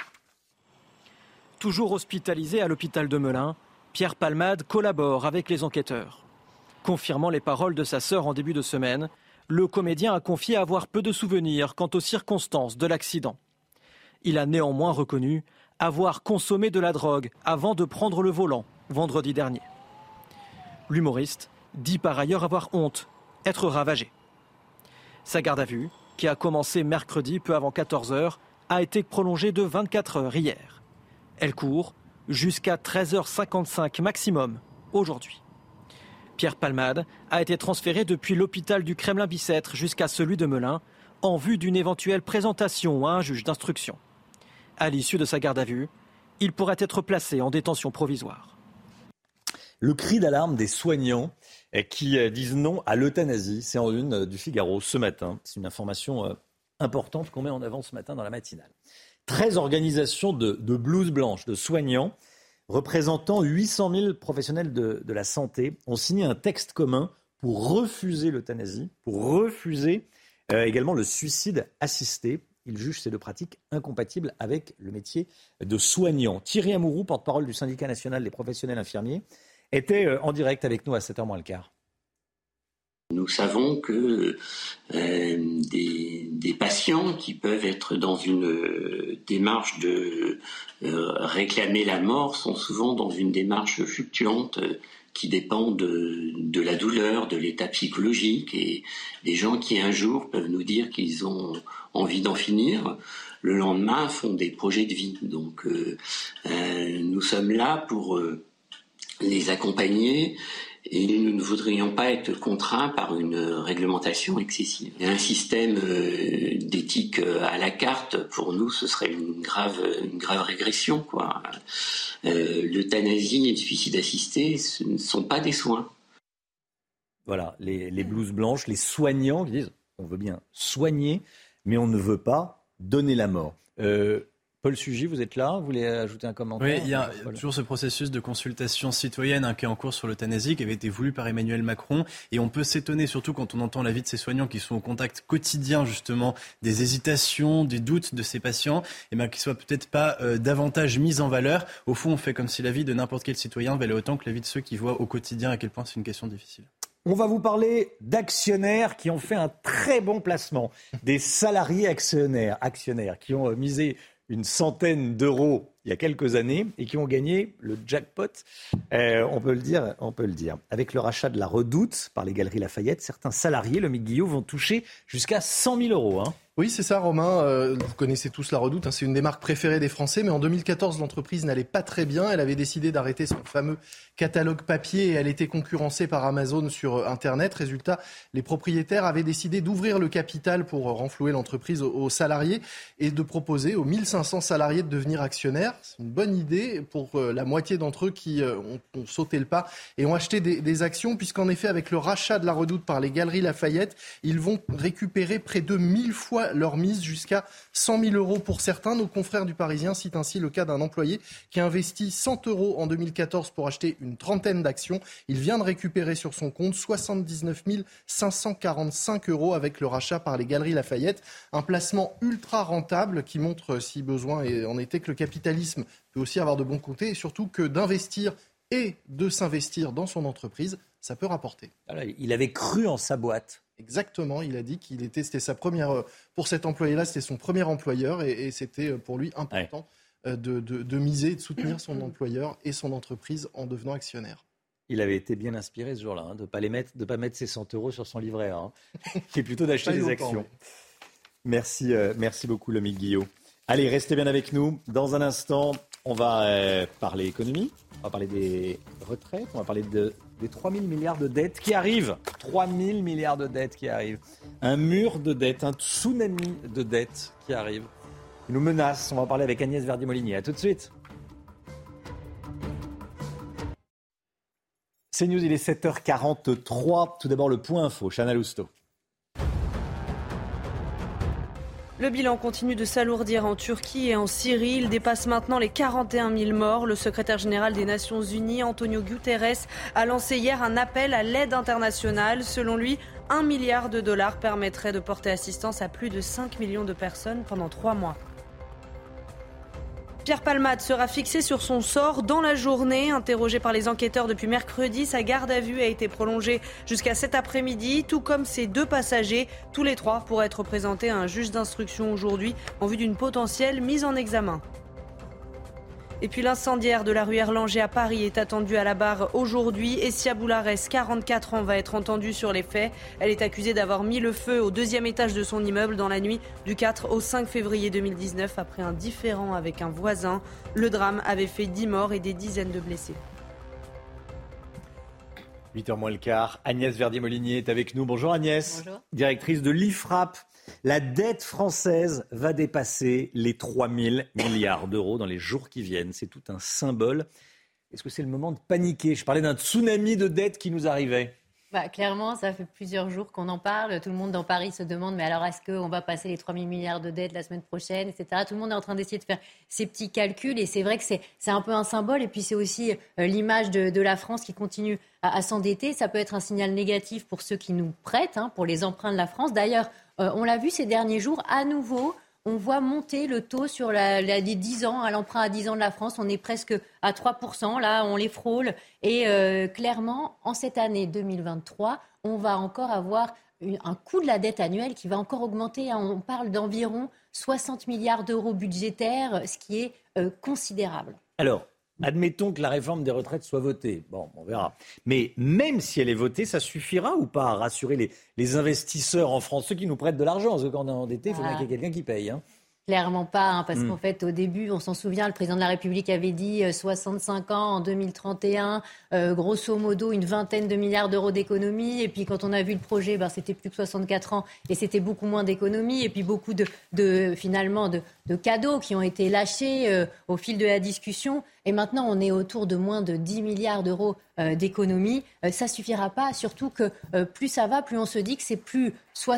Toujours hospitalisé à l'hôpital de Melun, Pierre Palmade collabore avec les enquêteurs. Confirmant les paroles de sa sœur en début de semaine, le comédien a confié avoir peu de souvenirs quant aux circonstances de l'accident. Il a néanmoins reconnu avoir consommé de la drogue avant de prendre le volant vendredi dernier. L'humoriste dit par ailleurs avoir honte, être ravagé. Sa garde à vue, qui a commencé mercredi peu avant 14h, a été prolongée de 24 heures hier. Elle court jusqu'à 13h55 maximum aujourd'hui. Pierre Palmade a été transféré depuis l'hôpital du Kremlin-Bicêtre jusqu'à celui de Melun en vue d'une éventuelle présentation à un juge d'instruction. À l'issue de sa garde à vue, il pourrait être placé en détention provisoire. Le cri d'alarme des soignants qui disent non à l'euthanasie, c'est en une du Figaro ce matin. C'est une information importante qu'on met en avant ce matin dans la matinale. 13 organisations de blouses blanches, de soignants, représentant 800 000 professionnels de la santé, ont signé un texte commun pour refuser l'euthanasie, pour refuser également le suicide assisté. Ils jugent ces 2 pratiques incompatibles avec le métier de soignant. Thierry Amouroux, porte-parole du syndicat national des professionnels infirmiers, était en direct avec nous à 7h moins le quart. Nous savons que des patients qui peuvent être dans une démarche de réclamer la mort sont souvent dans une démarche fluctuante qui dépend de la douleur, de l'état psychologique, et des gens qui un jour peuvent nous dire qu'ils ont envie d'en finir, le lendemain font des projets de vie. Donc nous sommes là pour les accompagner. Et nous ne voudrions pas être contraints par une réglementation excessive. Un système d'éthique à la carte, pour nous, ce serait une grave régression, quoi. L'euthanasie et le suicide assisté, ce ne sont pas des soins. Voilà, les blouses blanches, les soignants qui disent on veut bien soigner, mais on ne veut pas donner la mort. Paul Sugy, vous êtes là, vous voulez ajouter un commentaire? Oui, il y a toujours ce processus de consultation citoyenne qui est en cours sur l'euthanasie, qui avait été voulu par Emmanuel Macron. Et on peut s'étonner, surtout quand on entend l'avis de ces soignants qui sont au contact quotidien justement des hésitations, des doutes de ces patients, et qu'ils ne soient peut-être pas davantage mis en valeur. Au fond, on fait comme si la vie de n'importe quel citoyen valait autant que la vie de ceux qui voient au quotidien à quel point c'est une question difficile. On va vous parler d'actionnaires qui ont fait un très bon placement, des salariés actionnaires qui ont misé une centaine d'euros il y a quelques années et qui ont gagné le jackpot, on peut le dire. Avec le rachat de la Redoute par les Galeries Lafayette, certains salariés, Lomique Guillot, vont toucher jusqu'à 100 000 euros. Oui, c'est ça, Romain. Vous connaissez tous la Redoute. C'est une des marques préférées des Français. Mais en 2014, l'entreprise n'allait pas très bien. Elle avait décidé d'arrêter son fameux catalogue papier et elle était concurrencée par Amazon sur Internet. Résultat, les propriétaires avaient décidé d'ouvrir le capital pour renflouer l'entreprise aux salariés et de proposer aux 1500 salariés de devenir actionnaires. C'est une bonne idée pour la moitié d'entre eux qui ont sauté le pas et ont acheté des actions, puisqu'en effet, avec le rachat de la Redoute par les Galeries Lafayette, ils vont récupérer près de 1000 fois leur mise, jusqu'à 100 000 euros pour certains. Nos confrères du Parisien citent ainsi le cas d'un employé qui a investi 100 euros en 2014 pour acheter une trentaine d'actions. Il vient de récupérer sur son compte 79 545 euros avec le rachat par les Galeries Lafayette. Un placement ultra rentable qui montre, si besoin en était, que le capitalisme peut aussi avoir de bons côtés et surtout que d'investir et de s'investir dans son entreprise, ça peut rapporter. Voilà, il avait cru en sa boîte. Exactement, il a dit c'était sa première, pour cet employé-là, c'était son premier employeur et c'était pour lui important de miser, de soutenir son employeur et son entreprise en devenant actionnaire. Il avait été bien inspiré ce jour-là, de ne pas mettre ses 100 € sur son livret A, qui est plutôt d'acheter des actions. Merci beaucoup, Lomique Guillot. Allez, restez bien avec nous. Dans un instant, on va parler économie, on va parler des retraites, on va parler des 3 000 milliards de dettes qui arrivent. 3 000 milliards de dettes qui arrivent. Un mur de dettes, un tsunami de dettes qui arrive. Il nous menace. On va en parler avec Agnès Verdier-Molinier. À tout de suite. CNews, il est 7h43. Tout d'abord, le point info. Chana Lousteau. Le bilan continue de s'alourdir en Turquie et en Syrie. Il dépasse maintenant les 41 000 morts. Le secrétaire général des Nations Unies, Antonio Guterres, a lancé hier un appel à l'aide internationale. Selon lui, $1 milliard permettrait de porter assistance à plus de 5 millions de personnes pendant 3 mois. Pierre Palmade sera fixé sur son sort dans la journée. Interrogé par les enquêteurs depuis mercredi, sa garde à vue a été prolongée jusqu'à cet après-midi, tout comme ses 2 passagers. Tous les 3 pourraient être présentés à un juge d'instruction aujourd'hui en vue d'une potentielle mise en examen. Et puis l'incendiaire de la rue Erlanger à Paris est attendu à la barre aujourd'hui. Essia Boularès, 44 ans, va être entendue sur les faits. Elle est accusée d'avoir mis le feu au 2e étage de son immeuble dans la nuit du 4 au 5 février 2019 après un différend avec un voisin. Le drame avait fait 10 morts et des dizaines de blessés. 8h moins le quart. Agnès Verdier-Molinier est avec nous. Bonjour Agnès. Bonjour. Directrice de l'IFRAP. La dette française va dépasser les 3 000 milliards d'euros dans les jours qui viennent. C'est tout un symbole. Est-ce que c'est le moment de paniquer ? Je parlais d'un tsunami de dettes qui nous arrivait. Clairement, ça fait plusieurs jours qu'on en parle. Tout le monde dans Paris se demande, mais alors est-ce qu'on va passer les 3 000 milliards de dettes la semaine prochaine, etc. Tout le monde est en train d'essayer de faire ses petits calculs. Et c'est vrai que c'est un peu un symbole. Et puis c'est aussi l'image de la France qui continue à s'endetter. Ça peut être un signal négatif pour ceux qui nous prêtent, pour les emprunts de la France. D'ailleurs, on l'a vu ces derniers jours, à nouveau, on voit monter le taux sur les 10 ans, à l'emprunt à 10 ans de la France. On est presque à 3%, là, on les frôle. Et clairement, en cette année 2023, on va encore avoir un coût de la dette annuelle qui va encore augmenter. On parle d'environ 60 milliards d'euros budgétaires, ce qui est considérable. Alors, admettons que la réforme des retraites soit votée. Bon, on verra. Mais même si elle est votée, ça suffira ou pas à rassurer les investisseurs en France, ceux qui nous prêtent de l'argent ? Parce que quand on est endetté, il faut bien qu'il y ait quelqu'un qui paye. Clairement pas, parce qu'en fait, au début, on s'en souvient, le président de la République avait dit 65 ans en 2031, grosso modo une vingtaine de milliards d'euros d'économies. Et puis quand on a vu le projet, c'était plus que 64 ans et c'était beaucoup moins d'économies. Et puis beaucoup finalement de cadeaux qui ont été lâchés au fil de la discussion. Et maintenant, on est autour de moins de 10 milliards d'euros d'économies. Ça suffira pas, surtout que plus ça va, plus on se dit que c'est plus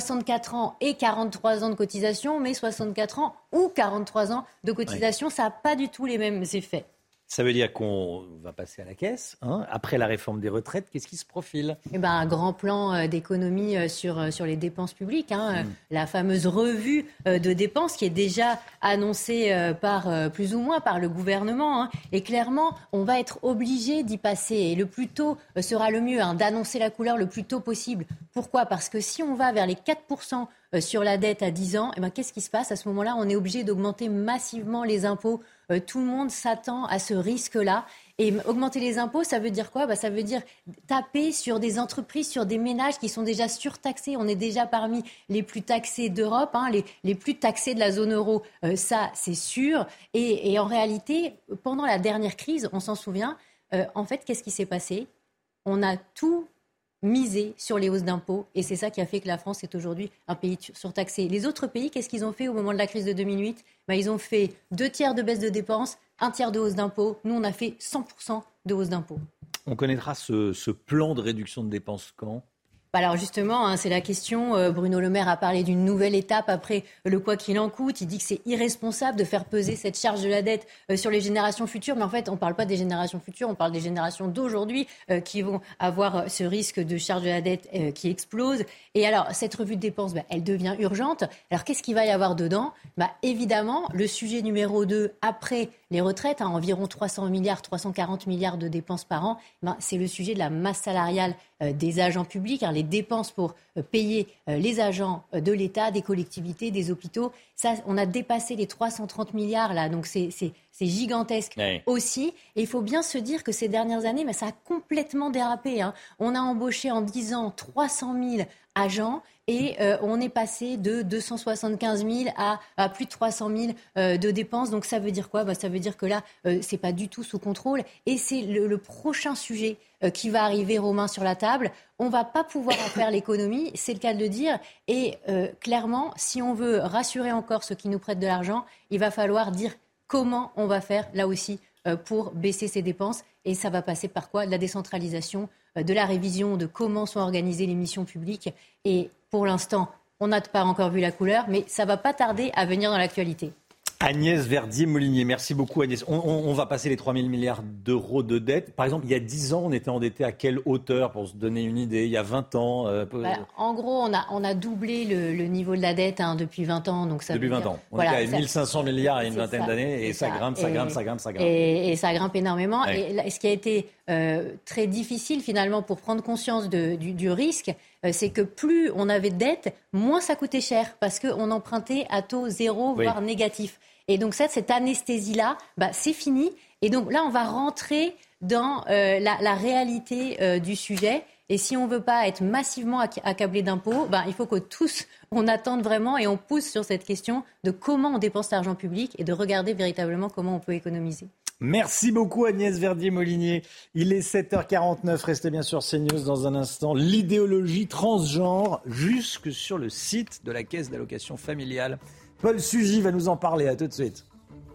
64 ans et 43 ans de cotisation, mais 64 ans ou 43 ans de cotisation. Ça n'a pas du tout les mêmes effets. Ça veut dire qu'on va passer à la caisse. Après la réforme des retraites, qu'est-ce qui se profile ? Un grand plan d'économie sur les dépenses publiques. La fameuse revue de dépenses qui est déjà annoncée par plus ou moins par le gouvernement. Et clairement, on va être obligé d'y passer. Et le plus tôt sera le mieux, d'annoncer la couleur le plus tôt possible. Pourquoi ? Parce que si on va vers les 4% sur la dette à 10 ans, qu'est-ce qui se passe ? À ce moment-là, on est obligé d'augmenter massivement les impôts. Tout le monde s'attend à ce risque-là. Et augmenter les impôts, ça veut dire quoi ? Ça veut dire taper sur des entreprises, sur des ménages qui sont déjà surtaxés. On est déjà parmi les plus taxés d'Europe, les plus taxés de la zone euro. Ça, c'est sûr. Et en réalité, pendant la dernière crise, on s'en souvient, en fait, qu'est-ce qui s'est passé ? On a tout misé sur les hausses d'impôts. Et c'est ça qui a fait que la France est aujourd'hui un pays surtaxé. Les autres pays, qu'est-ce qu'ils ont fait au moment de la crise de 2008 ? Ils ont fait 2 tiers de baisse de dépenses, 1 tiers de hausse d'impôts. Nous, on a fait 100% de hausse d'impôts. On connaîtra ce plan de réduction de dépenses quand ? Alors justement, c'est la question. Bruno Le Maire a parlé d'une nouvelle étape après le quoi qu'il en coûte. Il dit que c'est irresponsable de faire peser cette charge de la dette sur les générations futures. Mais en fait, on ne parle pas des générations futures, on parle des générations d'aujourd'hui qui vont avoir ce risque de charge de la dette qui explose. Et alors, cette revue de dépenses, elle devient urgente. Alors, qu'est-ce qu'il va y avoir dedans ? Évidemment, le sujet numéro 2, après les retraites, environ 340 milliards de dépenses par an, c'est le sujet de la masse salariale des agents publics, les dépenses pour payer les agents de l'État, des collectivités, des hôpitaux. Ça, on a dépassé les 330 milliards là, donc c'est gigantesque aussi. Et il faut bien se dire que ces dernières années, ça a complètement dérapé. On a embauché en 10 ans 300 000 agents et on est passé de 275 000 à plus de 300 000 de dépenses. Donc ça veut dire quoi ? Ça veut dire que là, c'est pas du tout sous contrôle. Et c'est le prochain sujet qui va arriver, Romain, sur la table. On va pas pouvoir en faire l'économie, c'est le cas de le dire. Et clairement, si on veut rassurer encore ceux qui nous prêtent de l'argent, il va falloir dire comment on va faire, là aussi, pour baisser ces dépenses. Et ça va passer par quoi ? De la décentralisation, de la révision de comment sont organisées les missions publiques. Et pour l'instant, on n'a pas encore vu la couleur, mais ça ne va pas tarder à venir dans l'actualité. Agnès Verdier-Molinier, merci beaucoup Agnès. On va passer les 3 000 milliards d'euros de dette. Par exemple, il y a 10 ans, on était endetté à quelle hauteur pour se donner une idée ? Il y a 20 ans En gros, on a doublé le niveau de la dette depuis 20 ans. Donc ça depuis 20 ans. On était à 1 500 milliards il y a une vingtaine d'années et ça grimpe. Et ça grimpe énormément. Ouais. Et ce qui a été très difficile finalement pour prendre conscience du risque, c'est que plus on avait de dettes, moins ça coûtait cher parce qu'on empruntait à taux zéro, voire négatif. Et donc cette anesthésie-là, c'est fini. Et donc là, on va rentrer dans la réalité du sujet. Et si on ne veut pas être massivement accablé d'impôts, il faut que tous, on attende vraiment et on pousse sur cette question de comment on dépense l'argent public et de regarder véritablement comment on peut économiser. Merci beaucoup Agnès Verdier-Molinier. Il est 7h49, restez bien sur CNews dans un instant. L'idéologie transgenre jusque sur le site de la Caisse d'allocation familiale. Paul Sugy va nous en parler, à tout de suite.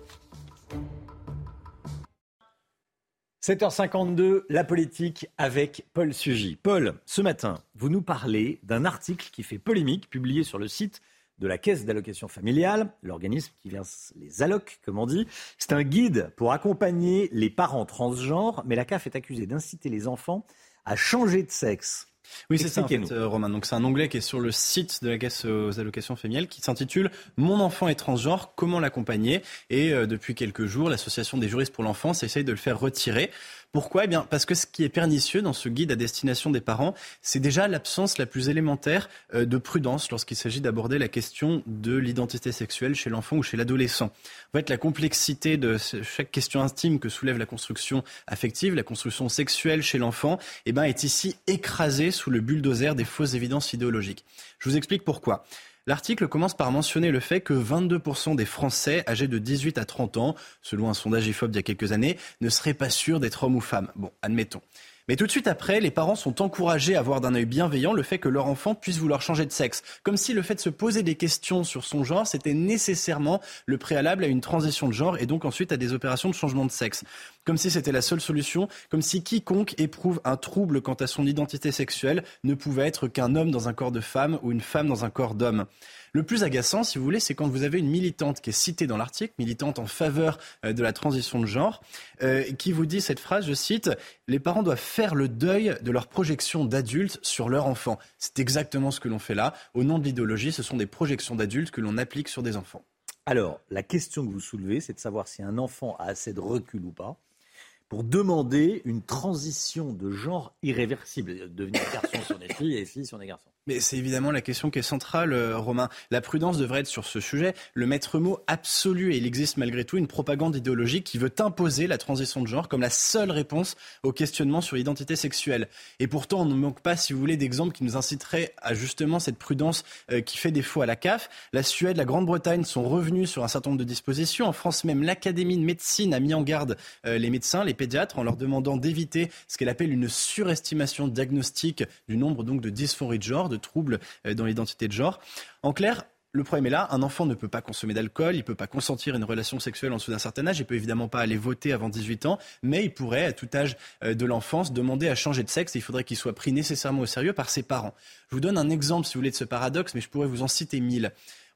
7h52, la politique avec Paul Sugy. Paul, ce matin, vous nous parlez d'un article qui fait polémique, publié sur le site de la Caisse d'allocation familiale, l'organisme qui verse les allocs, comme on dit. C'est un guide pour accompagner les parents transgenres, mais la CAF est accusée d'inciter les enfants à changer de sexe. Oui, c'est ça, en fait, Romain. Donc, c'est un onglet qui est sur le site de la Caisse aux allocations familiales qui s'intitule « Mon enfant est transgenre, comment l'accompagner ?» Et depuis quelques jours, l'Association des juristes pour l'enfance essaye de le faire retirer. Pourquoi ? Eh bien, parce que ce qui est pernicieux dans ce guide à destination des parents, c'est déjà l'absence la plus élémentaire de prudence lorsqu'il s'agit d'aborder la question de l'identité sexuelle chez l'enfant ou chez l'adolescent. En fait, la complexité de chaque question intime que soulève la construction affective, la construction sexuelle chez l'enfant, est ici écrasée sous le bulldozer des fausses évidences idéologiques. Je vous explique pourquoi. L'article commence par mentionner le fait que 22% des Français âgés de 18 à 30 ans, selon un sondage IFOP d'il y a quelques années, ne seraient pas sûrs d'être hommes ou femmes. Bon, admettons. Mais tout de suite après, les parents sont encouragés à voir d'un œil bienveillant le fait que leur enfant puisse vouloir changer de sexe. Comme si le fait de se poser des questions sur son genre, c'était nécessairement le préalable à une transition de genre et donc ensuite à des opérations de changement de sexe. Comme si c'était la seule solution, comme si quiconque éprouve un trouble quant à son identité sexuelle ne pouvait être qu'un homme dans un corps de femme ou une femme dans un corps d'homme. Le plus agaçant, si vous voulez, c'est quand vous avez une militante qui est citée dans l'article, militante en faveur de la transition de genre, qui vous dit cette phrase, je cite, « Les parents doivent faire le deuil de leur projection d'adultes sur leur enfant ». C'est exactement ce que l'on fait là. Au nom de l'idéologie, ce sont des projections d'adultes que l'on applique sur des enfants. Alors, la question que vous soulevez, c'est de savoir si un enfant a assez de recul ou pas pour demander une transition de genre irréversible. Devenir garçon si on est fille et fille si on est garçon. Mais c'est évidemment la question qui est centrale, Romain. La prudence devrait être sur ce sujet le maître mot absolu. Et il existe malgré tout une propagande idéologique qui veut imposer la transition de genre comme la seule réponse au questionnement sur l'identité sexuelle. Et pourtant, on ne manque pas, si vous voulez, d'exemples qui nous inciteraient à justement cette prudence qui fait défaut à la CAF. La Suède, la Grande-Bretagne sont revenus sur un certain nombre de dispositions. En France même, l'Académie de médecine a mis en garde les médecins, les pédiatres, en leur demandant d'éviter ce qu'elle appelle une surestimation diagnostique du nombre donc de dysphorie de genre, de troubles dans l'identité de genre. En clair, le problème est là, un enfant ne peut pas consommer d'alcool, il ne peut pas consentir une relation sexuelle en dessous d'un certain âge, il ne peut évidemment pas aller voter avant 18 ans, mais il pourrait, à tout âge de l'enfance, demander à changer de sexe et il faudrait qu'il soit pris nécessairement au sérieux par ses parents. Je vous donne un exemple, si vous voulez, de ce paradoxe, mais je pourrais vous en citer 1000.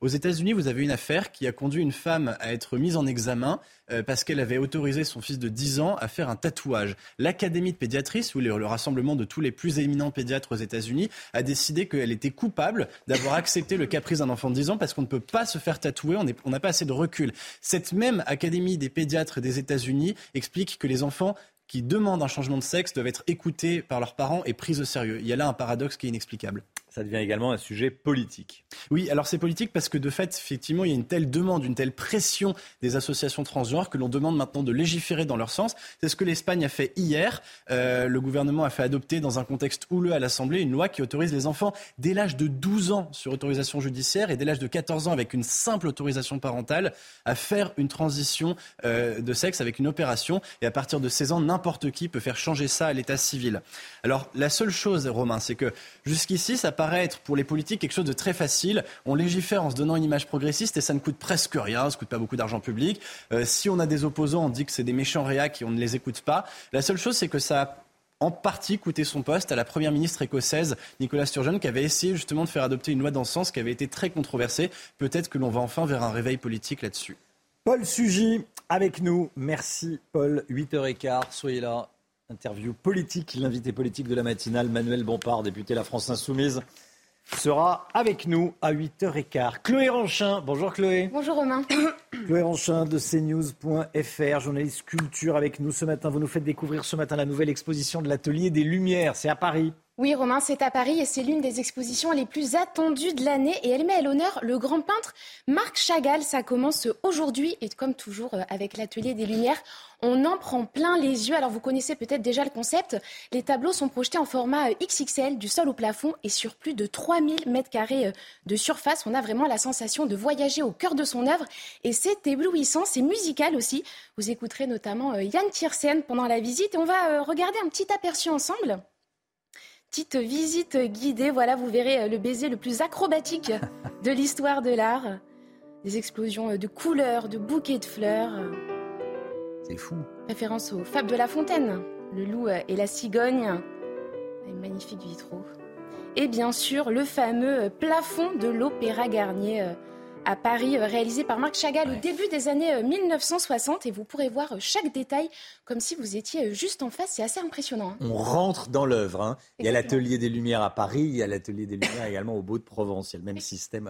Aux États-Unis, vous avez une affaire qui a conduit une femme à être mise en examen parce qu'elle avait autorisé son fils de 10 ans à faire un tatouage. L'Académie de pédiatrie, ou le rassemblement de tous les plus éminents pédiatres aux États-Unis, a décidé qu'elle était coupable d'avoir accepté le caprice d'un enfant de 10 ans parce qu'on ne peut pas se faire tatouer, on n'a pas assez de recul. Cette même Académie des pédiatres des États-Unis explique que les enfants qui demandent un changement de sexe doivent être écoutés par leurs parents et pris au sérieux. Il y a là un paradoxe qui est inexplicable. Ça devient également un sujet politique. Oui, alors c'est politique parce que de fait, effectivement, il y a une telle demande, une telle pression des associations transgenres que l'on demande maintenant de légiférer dans leur sens. C'est ce que l'Espagne a fait hier. Le gouvernement a fait adopter dans un contexte houleux à l'Assemblée une loi qui autorise les enfants dès l'âge de 12 ans sur autorisation judiciaire et dès l'âge de 14 ans avec une simple autorisation parentale à faire une transition de sexe avec une opération. Et à partir de 16 ans, n'importe qui peut faire changer ça à l'état civil. Alors la seule chose, Romain, c'est que jusqu'ici, ça paraît être pour les politiques quelque chose de très facile. On légifère en se donnant une image progressiste et ça ne coûte presque rien, ça ne coûte pas beaucoup d'argent public. Si on a des opposants, on dit que c'est des méchants réacs et on ne les écoute pas. La seule chose, c'est que ça a en partie coûté son poste à la première ministre écossaise, Nicola Sturgeon, qui avait essayé justement de faire adopter une loi dans ce sens qui avait été très controversée. Peut-être que l'on va enfin vers un réveil politique là-dessus. Paul Sugy avec nous. Merci Paul, 8h15, soyez là. Interview politique, l'invité politique de la matinale, Manuel Bompard, député La France Insoumise, sera avec nous à 8h15. Chloé Ranchin, bonjour Chloé. Bonjour Romain. Chloé Ranchin de cnews.fr, journaliste culture avec nous ce matin. Vous nous faites découvrir ce matin la nouvelle exposition de l'Atelier des Lumières, c'est à Paris. Oui Romain, c'est à Paris et c'est l'une des expositions les plus attendues de l'année et elle met à l'honneur le grand peintre Marc Chagall. Ça commence aujourd'hui et comme toujours avec l'Atelier des Lumières, on en prend plein les yeux. Alors vous connaissez peut-être déjà le concept. Les tableaux sont projetés en format XXL du sol au plafond et sur plus de 3000 mètres carrés de surface. On a vraiment la sensation de voyager au cœur de son œuvre et c'est éblouissant, c'est musical aussi. Vous écouterez notamment Yann Tiersen pendant la visite et on va regarder un petit aperçu ensemble. Petite visite guidée, voilà, vous verrez le baiser le plus acrobatique de l'histoire de l'art. Des explosions de couleurs, de bouquets de fleurs. C'est fou. Référence aux fables de La Fontaine, le loup et la cigogne, les magnifiques vitraux. Et bien sûr, le fameux plafond de l'Opéra Garnier à Paris, réalisé par Marc Chagall au début des années 1960. Et vous pourrez voir chaque détail comme si vous étiez juste en face. C'est assez impressionnant. On rentre dans l'œuvre. Hein. Il y a l'Atelier des Lumières à Paris, il y a l'Atelier des Lumières également au Beau-de-Provence. Il y a le même système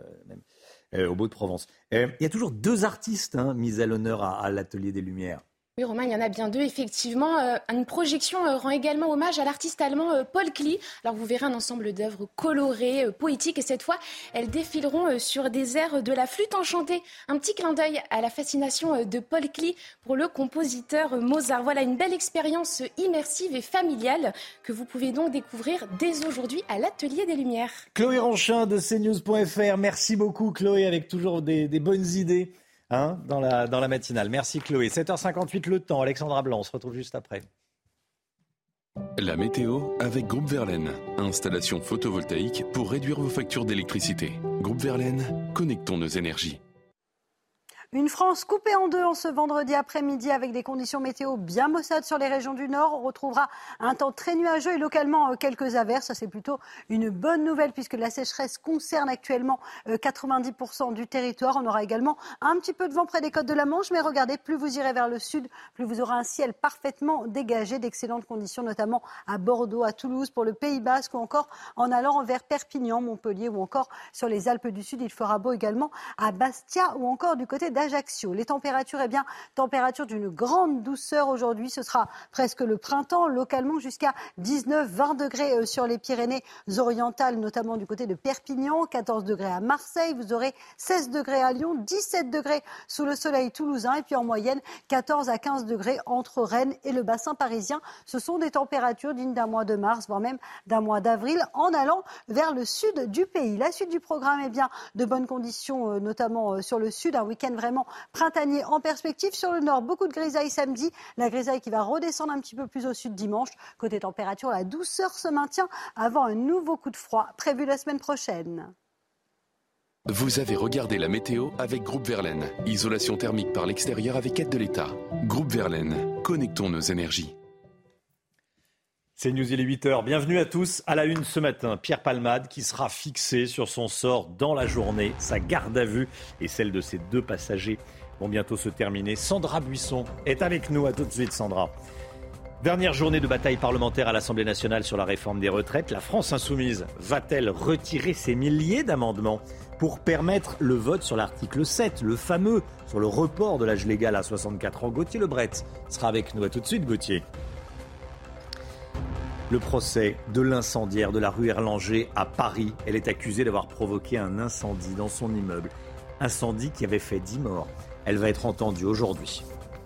au Beau-de-Provence. Il y a toujours deux artistes mis à l'honneur à l'Atelier des Lumières. Oui, Romain, il y en a bien deux, effectivement. Une projection rend également hommage à l'artiste allemand Paul Klee. Alors, vous verrez un ensemble d'œuvres colorées, poétiques, et cette fois, elles défileront sur des airs de la flûte enchantée. Un petit clin d'œil à la fascination de Paul Klee pour le compositeur Mozart. Voilà, une belle expérience immersive et familiale que vous pouvez donc découvrir dès aujourd'hui à l'Atelier des Lumières. Chloé Ranchin de cnews.fr, merci beaucoup Chloé, avec toujours des bonnes idées. Dans la matinale. Merci Chloé. 7h58 le temps. Alexandra Blanc, on se retrouve juste après. La météo avec Groupe Verlaine. Installation photovoltaïque pour réduire vos factures d'électricité. Groupe Verlaine, connectons nos énergies. Une France coupée en deux en ce vendredi après-midi avec des conditions météo bien maussades sur les régions du Nord. On retrouvera un temps très nuageux et localement quelques averses. Ça, c'est plutôt une bonne nouvelle puisque la sécheresse concerne actuellement 90% du territoire. On aura également un petit peu de vent près des côtes de la Manche. Mais regardez, plus vous irez vers le sud, plus vous aurez un ciel parfaitement dégagé, d'excellentes conditions, notamment à Bordeaux, à Toulouse, pour le Pays Basque ou encore en allant vers Perpignan, Montpellier ou encore sur les Alpes du Sud. Il fera beau également à Bastia ou encore du côté d'Ajaccio. Les températures, température d'une grande douceur aujourd'hui. Ce sera presque le printemps, localement jusqu'à 19-20 degrés sur les Pyrénées-Orientales, notamment du côté de Perpignan, 14 degrés à Marseille. Vous aurez 16 degrés à Lyon, 17 degrés sous le soleil toulousain et puis en moyenne 14 à 15 degrés entre Rennes et le bassin parisien. Ce sont des températures dignes d'un mois de mars, voire même d'un mois d'avril, en allant vers le sud du pays. La suite du programme, de bonnes conditions, notamment sur le sud, un week-end vraiment printanier en perspective. Sur le nord, beaucoup de grisailles samedi. La grisaille qui va redescendre un petit peu plus au sud dimanche. Côté température, la douceur se maintient avant un nouveau coup de froid prévu la semaine prochaine. Vous avez regardé la météo avec Groupe Verlaine. Isolation thermique par l'extérieur avec aide de l'État. Groupe Verlaine, connectons nos énergies. C'est News, il est 8h. Bienvenue à tous. À la une ce matin, Pierre Palmade qui sera fixé sur son sort dans la journée. Sa garde à vue et celle de ses 2 passagers vont bientôt se terminer. Sandra Buisson est avec nous. À tout de suite, Sandra. Dernière journée de bataille parlementaire à l'Assemblée nationale sur la réforme des retraites. La France insoumise va-t-elle retirer ses milliers d'amendements pour permettre le vote sur l'article 7, le fameux, sur le report de l'âge légal à 64 ans? Gauthier Lebret sera avec nous. À tout de suite, Gauthier. Le procès de l'incendiaire de la rue Erlanger à Paris. Elle est accusée d'avoir provoqué un incendie dans son immeuble. Incendie qui avait fait 10 morts. Elle va être entendue aujourd'hui.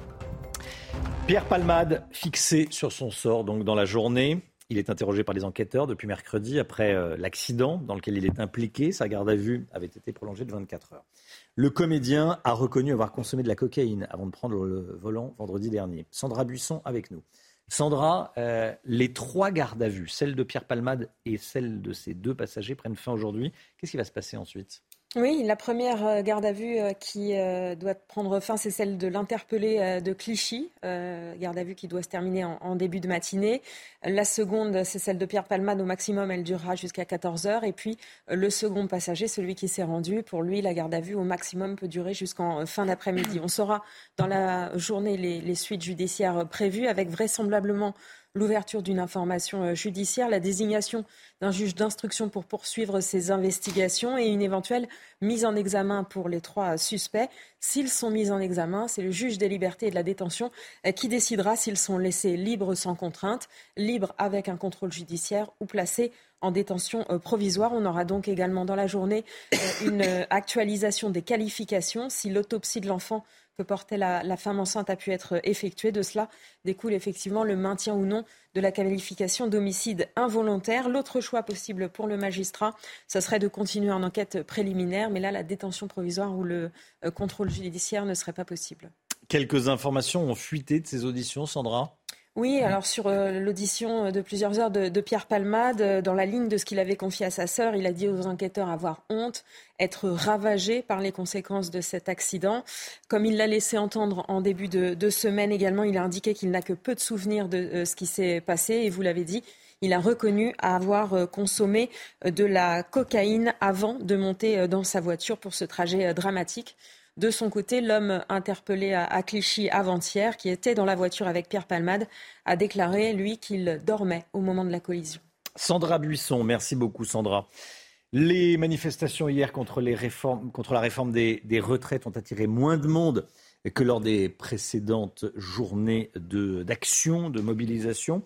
Pierre Palmade, fixé sur son sort donc dans la journée. Il est interrogé par les enquêteurs depuis mercredi après l'accident dans lequel il est impliqué. Sa garde à vue avait été prolongée de 24 heures. Le comédien a reconnu avoir consommé de la cocaïne avant de prendre le volant vendredi dernier. Sandra Buisson avec nous. Sandra, les 3 gardes à vue, celle de Pierre Palmade et celle de ses 2 passagers, prennent fin aujourd'hui. Qu'est-ce qui va se passer ensuite ? Oui, la première garde à vue qui doit prendre fin, c'est celle de l'interpellé de Clichy, garde à vue qui doit se terminer en début de matinée. La seconde, c'est celle de Pierre Palmade. Au maximum, elle durera jusqu'à 14h. Et puis, le second passager, celui qui s'est rendu, pour lui, la garde à vue, au maximum, peut durer jusqu'en fin d'après-midi. On saura dans la journée les suites judiciaires prévues, avec vraisemblablement l'ouverture d'une information judiciaire, la désignation d'un juge d'instruction pour poursuivre ces investigations et une éventuelle mise en examen pour les 3 suspects. S'ils sont mis en examen, c'est le juge des libertés et de la détention qui décidera s'ils sont laissés libres sans contrainte, libres avec un contrôle judiciaire ou placés en détention provisoire. On aura donc également dans la journée une actualisation des qualifications. Si l'autopsie de l'enfant que portait la femme enceinte a pu être effectuée, de cela découle effectivement le maintien ou non de la qualification d'homicide involontaire. L'autre choix possible pour le magistrat, ce serait de continuer en enquête préliminaire, mais là, la détention provisoire ou le contrôle judiciaire ne serait pas possible. Quelques informations ont fuité de ces auditions, Sandra ? Oui, alors sur l'audition de plusieurs heures de Pierre Palmade, dans la ligne de ce qu'il avait confié à sa sœur, il a dit aux enquêteurs avoir honte, être ravagé par les conséquences de cet accident. Comme il l'a laissé entendre en début de semaine également, il a indiqué qu'il n'a que peu de souvenirs de ce qui s'est passé. Et vous l'avez dit, il a reconnu avoir consommé de la cocaïne avant de monter dans sa voiture pour ce trajet dramatique. De son côté, l'homme interpellé à Clichy avant-hier, qui était dans la voiture avec Pierre Palmade, a déclaré, lui, qu'il dormait au moment de la collision. Sandra Buisson, merci beaucoup Sandra. Les manifestations hier contre la réforme des retraites ont attiré moins de monde que lors des précédentes journées d'action, de mobilisation.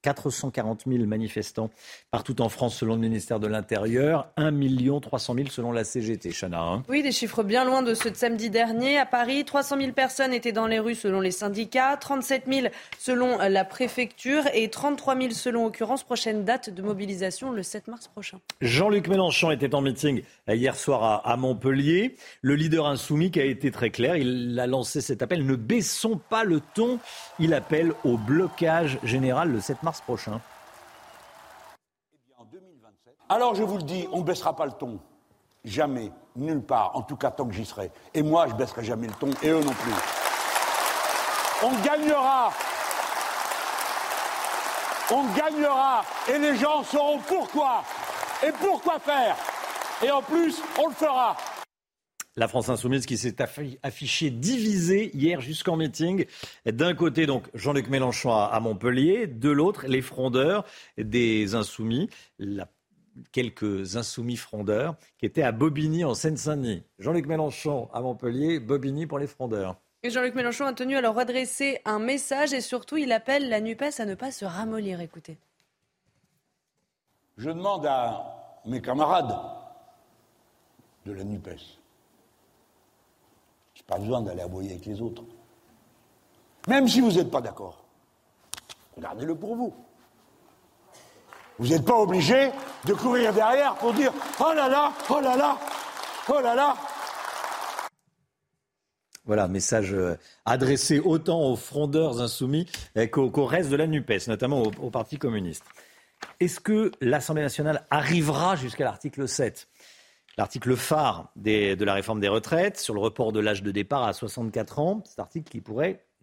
440 000 manifestants partout en France selon le ministère de l'Intérieur, 1 300 000 selon la CGT. Chana. Oui, des chiffres bien loin de ceux de samedi dernier. À Paris, 300 000 personnes étaient dans les rues selon les syndicats, 37 000 selon la préfecture et 33 000 selon Occurrence. Prochaine date de mobilisation le 7 mars prochain. Jean-Luc Mélenchon était en meeting hier soir à Montpellier. Le leader insoumis qui a été très clair, il a lancé cet appel. Ne baissons pas le ton. Il appelle au blocage général le 7 mars prochain. Alors je vous le dis, on ne baissera pas le ton. Jamais, nulle part, en tout cas tant que j'y serai. Et moi, je ne baisserai jamais le ton, et eux non plus. On gagnera. On gagnera, et les gens sauront pourquoi, et pourquoi faire. Et en plus, on le fera. La France insoumise qui s'est affichée divisée hier jusqu'en meeting. D'un côté, donc, Jean-Luc Mélenchon à Montpellier. De l'autre, les frondeurs des insoumis. Quelques insoumis frondeurs qui étaient à Bobigny en Seine-Saint-Denis. Jean-Luc Mélenchon à Montpellier, Bobigny pour les frondeurs. Et Jean-Luc Mélenchon a tenu à leur adresser un message et surtout, il appelle la NUPES à ne pas se ramollir. Écoutez. Je demande à mes camarades de la NUPES. Je n'ai pas besoin d'aller aboyer avec les autres. Même si vous n'êtes pas d'accord, gardez-le pour vous. Vous n'êtes pas obligé de courir derrière pour dire « Oh là là, oh là là, oh là là ». Voilà, message adressé autant aux frondeurs insoumis qu'au reste de la NUPES, notamment au Parti communiste. Est-ce que l'Assemblée nationale arrivera jusqu'à l'article 7 ? L'article phare de la réforme des retraites sur le report de l'âge de départ à 64 ans, cet article qui pourrait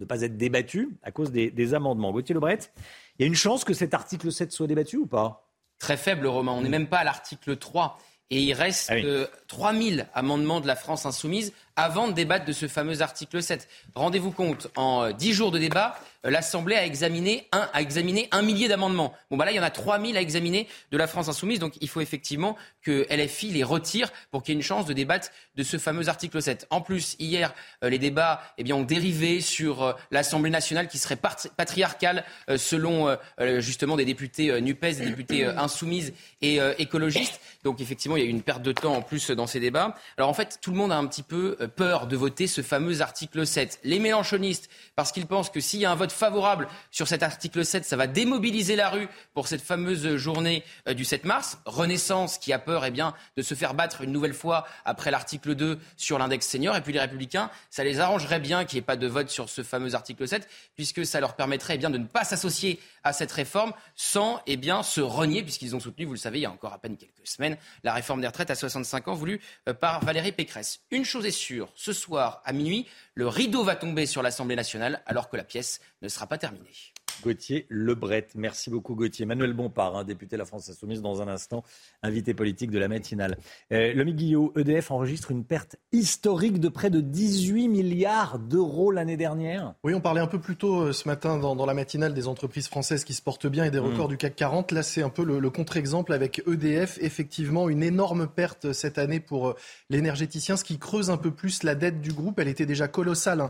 ne pas être débattu à cause des amendements. Gauthier Lebret, il y a une chance que cet article 7 soit débattu ou pas ? Très faible, Romain. On n'est même pas à l'article 3. Et il reste 3000 amendements de la France insoumise avant de débattre de ce fameux article 7. Rendez-vous compte, en 10 jours de débat, l'Assemblée a examiné 1 millier d'amendements. Bon, bah là, il y en a 3000 à examiner de la France insoumise. Donc, il faut effectivement que LFI les retire pour qu'il y ait une chance de débattre de ce fameux article 7. En plus, hier, les débats ont dérivé sur l'Assemblée nationale qui serait patriarcale selon justement des députés NUPES, des députés insoumises et écologistes. Donc, effectivement, il y a eu une perte de temps en plus dans ces débats. Alors, en fait, tout le monde a un petit peu peur de voter ce fameux article 7. Les mélenchonistes, parce qu'ils pensent que s'il y a un vote favorable sur cet article 7, ça va démobiliser la rue pour cette fameuse journée du 7 mars. Renaissance qui a peur de se faire battre une nouvelle fois après l'article 2 sur l'index senior. Et puis les Républicains, ça les arrangerait bien qu'il n'y ait pas de vote sur ce fameux article 7, puisque ça leur permettrait de ne pas s'associer à cette réforme sans se renier, puisqu'ils ont soutenu, vous le savez, il y a encore à peine quelques semaines, la réforme des retraites à 65 ans voulue par Valérie Pécresse. Une chose est sûre, ce soir à minuit, le rideau va tomber sur l'Assemblée nationale alors que la pièce ne sera pas terminée. Gauthier Lebret, merci beaucoup Gauthier. Manuel Bompard, député de la France Insoumise, dans un instant, invité politique de la matinale. Lomique Guillot, EDF enregistre une perte historique de près de 18 milliards d'euros l'année dernière. Oui, on parlait un peu plus tôt ce matin dans la matinale des entreprises françaises qui se portent bien et des records du CAC 40. Là, c'est un peu le contre-exemple avec EDF. Effectivement, une énorme perte cette année pour l'énergéticien, ce qui creuse un peu plus la dette du groupe. Elle était déjà colossale,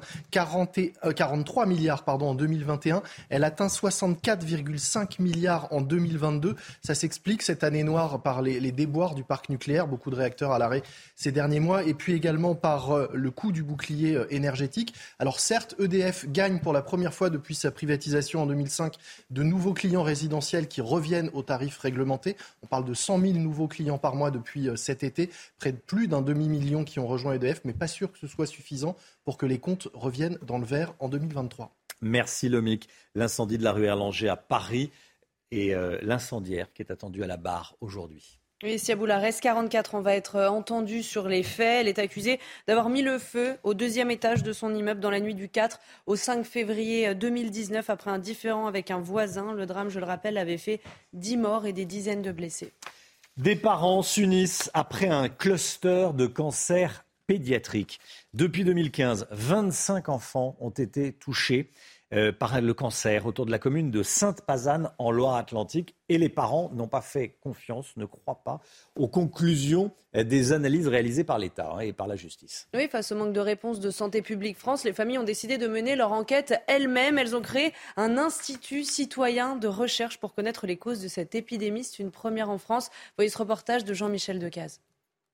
43 milliards en 2021. Elle atteint 64,5 milliards en 2022. Ça s'explique cette année noire par les déboires du parc nucléaire, beaucoup de réacteurs à l'arrêt ces derniers mois, et puis également par le coût du bouclier énergétique. Alors certes, EDF gagne pour la première fois depuis sa privatisation en 2005 de nouveaux clients résidentiels qui reviennent aux tarifs réglementés. On parle de 100 000 nouveaux clients par mois depuis cet été, près de plus d'un demi-million qui ont rejoint EDF, mais pas sûr que ce soit suffisant pour que les comptes reviennent dans le vert en 2023. Merci Lomique. L'incendie de la rue Erlanger à Paris et l'incendiaire qui est attendu à la barre aujourd'hui. Oui, Siaboularès, 44 ans, va être entendu sur les faits. Elle est accusée d'avoir mis le feu au 2e étage de son immeuble dans la nuit du 4 au 5 février 2019 après un différend avec un voisin. Le drame, je le rappelle, avait fait 10 morts et des dizaines de blessés. Des parents s'unissent après un cluster de cancer pédiatrique. Depuis 2015, 25 enfants ont été touchés par le cancer autour de la commune de Sainte-Pazanne en Loire-Atlantique. Et les parents n'ont pas fait confiance, ne croient pas aux conclusions des analyses réalisées par l'État et par la justice. Oui, face au manque de réponse de Santé publique France, les familles ont décidé de mener leur enquête elles-mêmes. Elles ont créé un institut citoyen de recherche pour connaître les causes de cette épidémie. C'est une première en France. Voyez ce reportage de Jean-Michel Decaze.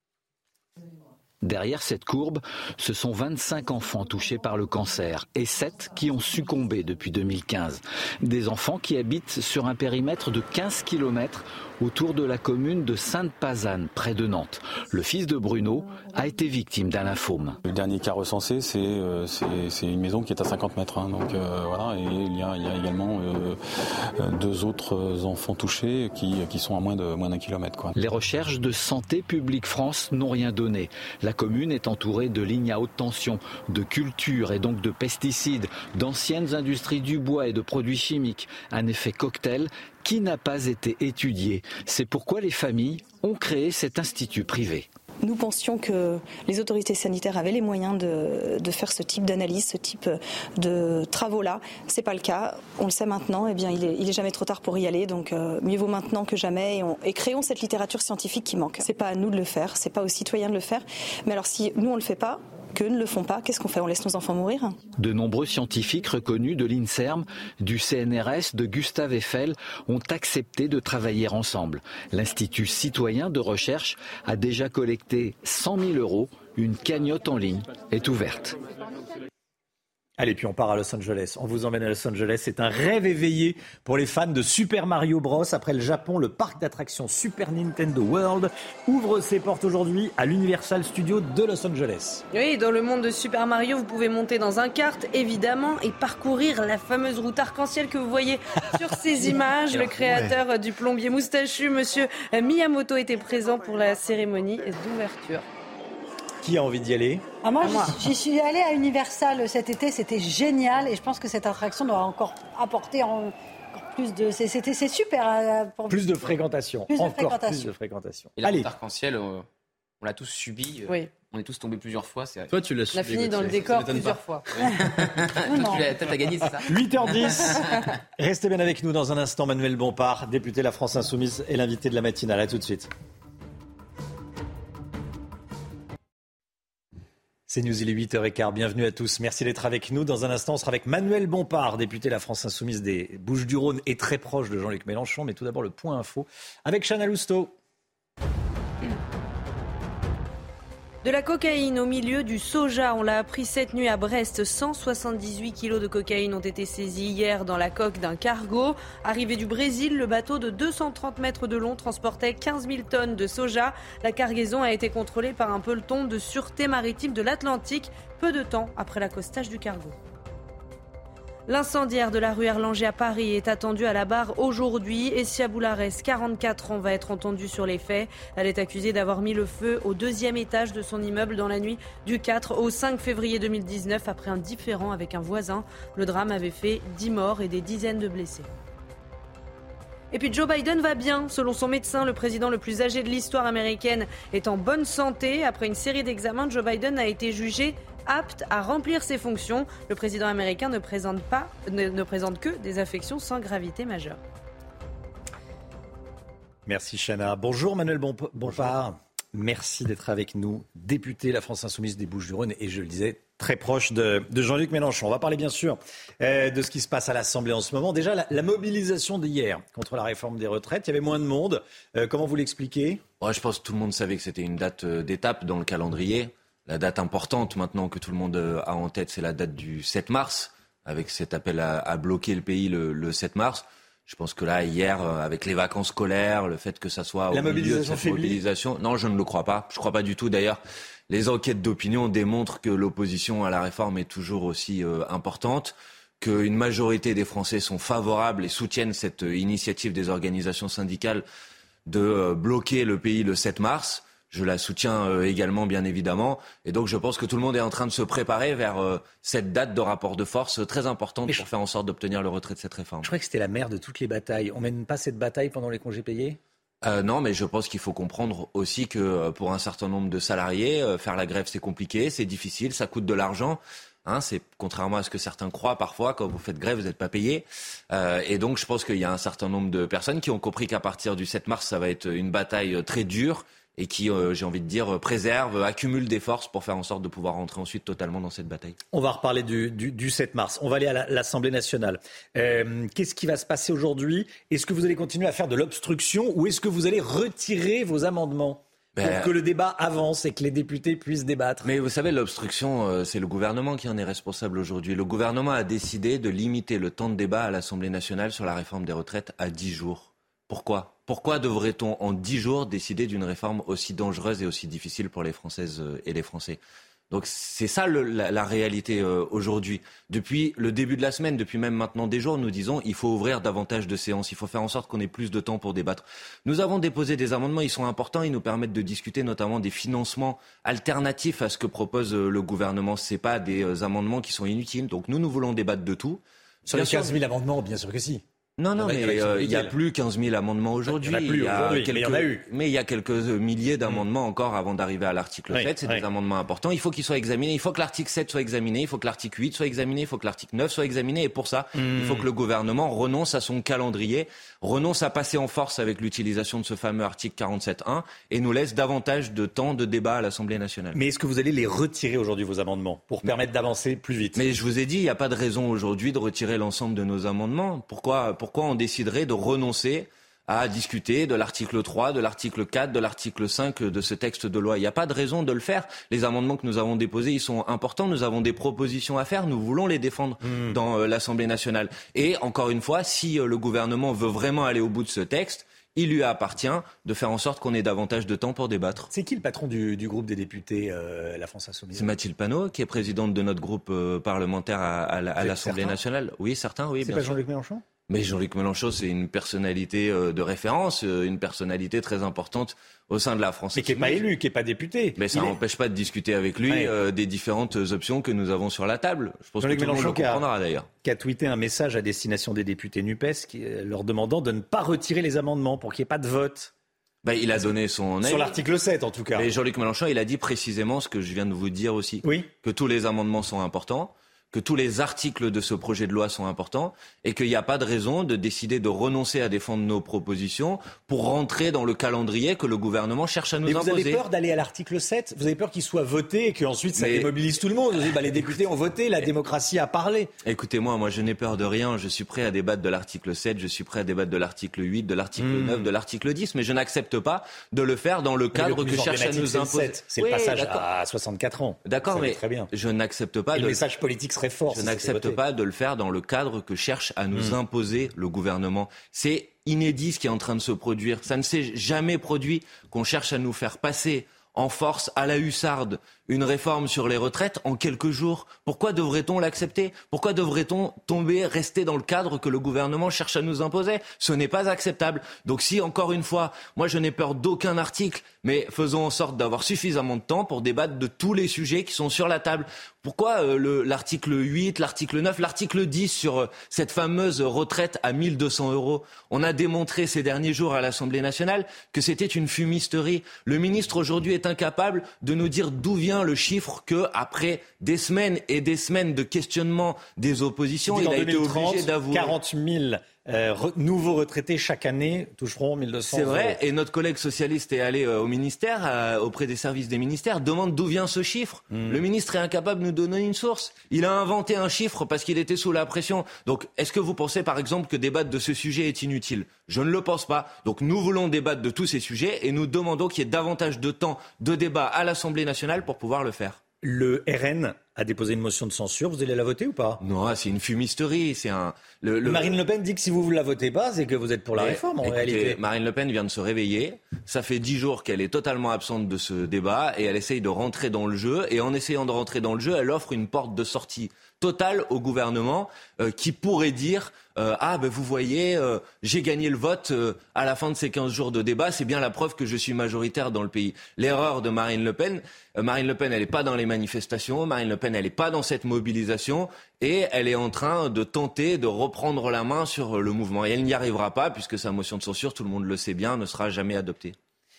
Derrière cette courbe, ce sont 25 enfants touchés par le cancer et 7 qui ont succombé depuis 2015. Des enfants qui habitent sur un périmètre de 15 km autour de la commune de Sainte-Pazanne, près de Nantes. Le fils de Bruno a été victime d'un lymphome. Le dernier cas recensé, c'est une maison qui est à 50 mètres. Donc voilà, et il y a également 2 autres enfants touchés qui sont à moins d'un kilomètre, quoi. Les recherches de Santé publique France n'ont rien donné. La commune est entourée de lignes à haute tension, de cultures et donc de pesticides, d'anciennes industries du bois et de produits chimiques. Un effet cocktail qui n'a pas été étudié. C'est pourquoi les familles ont créé cet institut privé. Nous pensions que les autorités sanitaires avaient les moyens de faire ce type d'analyse, ce type de travaux-là. C'est pas le cas. On le sait maintenant. Eh bien, il est jamais trop tard pour y aller. Donc, mieux vaut maintenant que jamais. Et créons cette littérature scientifique qui manque. C'est pas à nous de le faire. C'est pas aux citoyens de le faire. Mais alors, si nous on le fait pas, qu'eux ne le font pas, qu'est-ce qu'on fait ? On laisse nos enfants mourir ? De nombreux scientifiques reconnus de l'INSERM, du CNRS, de Gustave Eiffel ont accepté de travailler ensemble. L'Institut citoyen de recherche a déjà collecté 100 000 €. Une cagnotte en ligne est ouverte. Allez, puis on part à Los Angeles. On vous emmène à Los Angeles. C'est un rêve éveillé pour les fans de Super Mario Bros. Après le Japon, le parc d'attractions Super Nintendo World ouvre ses portes aujourd'hui à l'Universal Studios de Los Angeles. Oui, dans le monde de Super Mario, vous pouvez monter dans un kart, évidemment, et parcourir la fameuse route arc-en-ciel que vous voyez sur ces images. Le créateur du plombier moustachu, monsieur Miyamoto, était présent pour la cérémonie d'ouverture. Qui a envie d'y aller? Moi, j'y suis allée à Universal cet été, c'était génial et je pense que cette attraction doit encore apporter encore plus de... C'est super. Plus de fréquentation. Plus de fréquentation. Et l'arc-en-ciel, on l'a tous subi. Oui. On est tous tombés plusieurs fois. Toi, tu l'as subi. On a fini dans le décor plusieurs fois. T'as gagné, c'est ça? 8h10. Restez bien avec nous dans un instant. Manuel Bompard, député de la France Insoumise, est l'invité de la matinale. À tout de suite. C'est News, il est 8h15. Bienvenue à tous. Merci d'être avec nous. Dans un instant, on sera avec Manuel Bompard, député de la France Insoumise des Bouches-du-Rhône et très proche de Jean-Luc Mélenchon. Mais tout d'abord, le point info avec Chana Lousteau. De la cocaïne au milieu du soja, on l'a appris cette nuit à Brest. 178 kilos de cocaïne ont été saisis hier dans la coque d'un cargo. Arrivé du Brésil, le bateau de 230 mètres de long transportait 15 000 tonnes de soja. La cargaison a été contrôlée par un peloton de sûreté maritime de l'Atlantique, peu de temps après l'accostage du cargo. L'incendiaire de la rue Erlanger à Paris est attendu à la barre aujourd'hui. Essia Boularès, 44 ans, va être entendue sur les faits. Elle est accusée d'avoir mis le feu au 2e étage de son immeuble dans la nuit du 4 au 5 février 2019 après un différend avec un voisin. Le drame avait fait 10 morts et des dizaines de blessés. Et puis Joe Biden va bien. Selon son médecin, le président le plus âgé de l'histoire américaine est en bonne santé. Après une série d'examens, Joe Biden a été jugé apte à remplir ses fonctions. Le président américain ne présente que des affections sans gravité majeure. Merci Chana. Bonjour Manuel Bompard. Merci d'être avec nous, député de la France Insoumise des Bouches-du-Rhône et je le disais, très proche de Jean-Luc Mélenchon. On va parler bien sûr de ce qui se passe à l'Assemblée en ce moment. Déjà, la mobilisation d'hier contre la réforme des retraites, il y avait moins de monde. Comment vous l'expliquez ? Je pense que tout le monde savait que c'était une date d'étape dans le calendrier. La date importante maintenant que tout le monde a en tête, c'est la date du 7 mars, avec cet appel à bloquer le pays le 7 mars. Je pense que là, hier, avec les vacances scolaires, le fait que ça soit au milieu de cette mobilisation... Non, je ne le crois pas. Je ne crois pas du tout. D'ailleurs, les enquêtes d'opinion démontrent que l'opposition à la réforme est toujours aussi importante, qu'une majorité des Français sont favorables et soutiennent cette initiative des organisations syndicales de bloquer le pays le 7 mars. Je la soutiens également, bien évidemment. Et donc, je pense que tout le monde est en train de se préparer vers cette date de rapport de force très importante pour faire en sorte d'obtenir le retrait de cette réforme. Je crois que c'était la mère de toutes les batailles. On mène pas cette bataille pendant les congés payés ? Non, mais je pense qu'il faut comprendre aussi que pour un certain nombre de salariés, faire la grève, c'est compliqué, c'est difficile, ça coûte de l'argent. C'est contrairement à ce que certains croient parfois, quand vous faites grève, vous n'êtes pas payé. Et donc, je pense qu'il y a un certain nombre de personnes qui ont compris qu'à partir du 7 mars, ça va être une bataille très dure et qui, j'ai envie de dire, préserve, accumule des forces pour faire en sorte de pouvoir rentrer ensuite totalement dans cette bataille. On va reparler du 7 mars. On va aller à l'Assemblée nationale. Qu'est-ce qui va se passer aujourd'hui ? Est-ce que vous allez continuer à faire de l'obstruction ou est-ce que vous allez retirer vos amendements pour que le débat avance et que les députés puissent débattre ? Mais vous savez, l'obstruction, c'est le gouvernement qui en est responsable aujourd'hui. Le gouvernement a décidé de limiter le temps de débat à l'Assemblée nationale sur la réforme des retraites à 10 jours. Pourquoi devrait-on en 10 jours décider d'une réforme aussi dangereuse et aussi difficile pour les Françaises et les Français ? Donc c'est ça la réalité aujourd'hui. Depuis le début de la semaine, depuis même maintenant des jours, nous disons il faut ouvrir davantage de séances, il faut faire en sorte qu'on ait plus de temps pour débattre. Nous avons déposé des amendements, ils sont importants, ils nous permettent de discuter notamment des financements alternatifs à ce que propose le gouvernement. Ce n'est pas des amendements qui sont inutiles, donc nous voulons débattre de tout. Sur les 15 000 amendements, bien sûr que si. Non, mais il n'y a plus 15 000 amendements aujourd'hui. Il y en a eu. Mais il y a quelques milliers d'amendements encore avant d'arriver à l'article 7. C'est des amendements importants. Il faut qu'ils soient examinés. Il faut que l'article 7 soit examiné. Il faut que l'article 8 soit examiné. Il faut que l'article 9 soit examiné. Et pour ça, il faut que le gouvernement renonce à son calendrier, renonce à passer en force avec l'utilisation de ce fameux article 47.1 et nous laisse davantage de temps de débat à l'Assemblée nationale. Mais est-ce que vous allez les retirer aujourd'hui, vos amendements, pour permettre d'avancer plus vite ? Mais je vous ai dit, il n'y a pas de raison aujourd'hui de retirer l'ensemble de nos amendements. Pourquoi on déciderait de renoncer à discuter de l'article 3, de l'article 4, de l'article 5 de ce texte de loi. Il n'y a pas de raison de le faire. Les amendements que nous avons déposés, ils sont importants. Nous avons des propositions à faire. Nous voulons les défendre dans l'Assemblée nationale. Et encore une fois, si le gouvernement veut vraiment aller au bout de ce texte, il lui appartient de faire en sorte qu'on ait davantage de temps pour débattre. C'est qui le patron du groupe des députés La France Insoumise ? C'est Mathilde Panot, qui est présidente de notre groupe parlementaire à l'Assemblée nationale. Oui, certains, oui. C'est pas Jean-Luc Mélenchon ? Mais Jean-Luc Mélenchon, c'est une personnalité de référence, une personnalité très importante au sein de la France. Mais qui n'est pas élu, qui n'est pas député. Mais ça n'empêche pas de discuter avec lui des différentes options que nous avons sur la table. Je pense Jean-Luc que tout le monde le comprendra d'ailleurs. Qui a tweeté un message à destination des députés NUPES leur demandant de ne pas retirer les amendements pour qu'il n'y ait pas de vote. Il a donné son avis. Sur l'article 7 en tout cas. Mais Jean-Luc Mélenchon, il a dit précisément ce que je viens de vous dire aussi. Oui. Que tous les amendements sont importants, que tous les articles de ce projet de loi sont importants et qu'il n'y a pas de raison de décider de renoncer à défendre nos propositions pour rentrer dans le calendrier que le gouvernement cherche à nous imposer. Mais vous avez peur d'aller à l'article 7 ? Vous avez peur qu'il soit voté et qu'ensuite ça démobilise tout le monde ? Vous dites, les députés ont voté, la démocratie a parlé. Écoutez-moi, je n'ai peur de rien. Je suis prêt à débattre de l'article 7, je suis prêt à débattre de l'article 8, de l'article 9, de l'article 10, mais je n'accepte pas de le faire dans le cadre que cherche à nous imposer. C'est le passage à 64 ans. D'accord, mais très bien. Je n'accepte pas le message politique serait fort. Je n'accepte pas de le faire dans le cadre que cherche à nous imposer le gouvernement. C'est inédit ce qui est en train de se produire. Ça ne s'est jamais produit qu'on cherche à nous faire passer en force à la hussarde une réforme sur les retraites en quelques jours. Pourquoi devrait-on l'accepter ? Pourquoi devrait-on rester dans le cadre que le gouvernement cherche à nous imposer ? Ce n'est pas acceptable. Donc si, encore une fois, moi je n'ai peur d'aucun article, mais faisons en sorte d'avoir suffisamment de temps pour débattre de tous les sujets qui sont sur la table. Pourquoi l'article 8, l'article 9, l'article 10 sur cette fameuse retraite à 1 200 €? On a démontré ces derniers jours à l'Assemblée nationale que c'était une fumisterie. Le ministre aujourd'hui est incapable de nous dire d'où vient le chiffre que, après des semaines et des semaines de questionnement des oppositions, il a été obligé d'avouer. 40 000 nouveaux retraités chaque année toucheront 1 200 €. C'est vrai, et notre collègue socialiste est allé au ministère, auprès des services des ministères, demande d'où vient ce chiffre. Le ministre est incapable de nous donner une source. Il a inventé un chiffre parce qu'il était sous la pression. Donc, est-ce que vous pensez, par exemple, que débattre de ce sujet est inutile ? Je ne le pense pas. Donc, nous voulons débattre de tous ces sujets et nous demandons qu'il y ait davantage de temps de débat à l'Assemblée nationale pour pouvoir le faire. Le RN a déposé une motion de censure. Vous allez la voter ou pas ? Non, c'est une fumisterie. Marine Le Pen dit que si vous ne la votez pas, c'est que vous êtes pour la réforme en réalité. Marine Le Pen vient de se réveiller. Ça fait 10 jours qu'elle est totalement absente de ce débat et elle essaye de rentrer dans le jeu. Et en essayant de rentrer dans le jeu, elle offre une porte de sortie totale au gouvernement qui pourrait dire vous voyez, j'ai gagné le vote à la fin de ces 15 jours de débat, c'est bien la preuve que je suis majoritaire dans le pays. L'erreur de Marine Le Pen, elle n'est pas dans les manifestations, Marine Le Pen, elle n'est pas dans cette mobilisation et elle est en train de tenter de reprendre la main sur le mouvement. Et elle n'y arrivera pas puisque sa motion de censure, tout le monde le sait bien, ne sera jamais adoptée.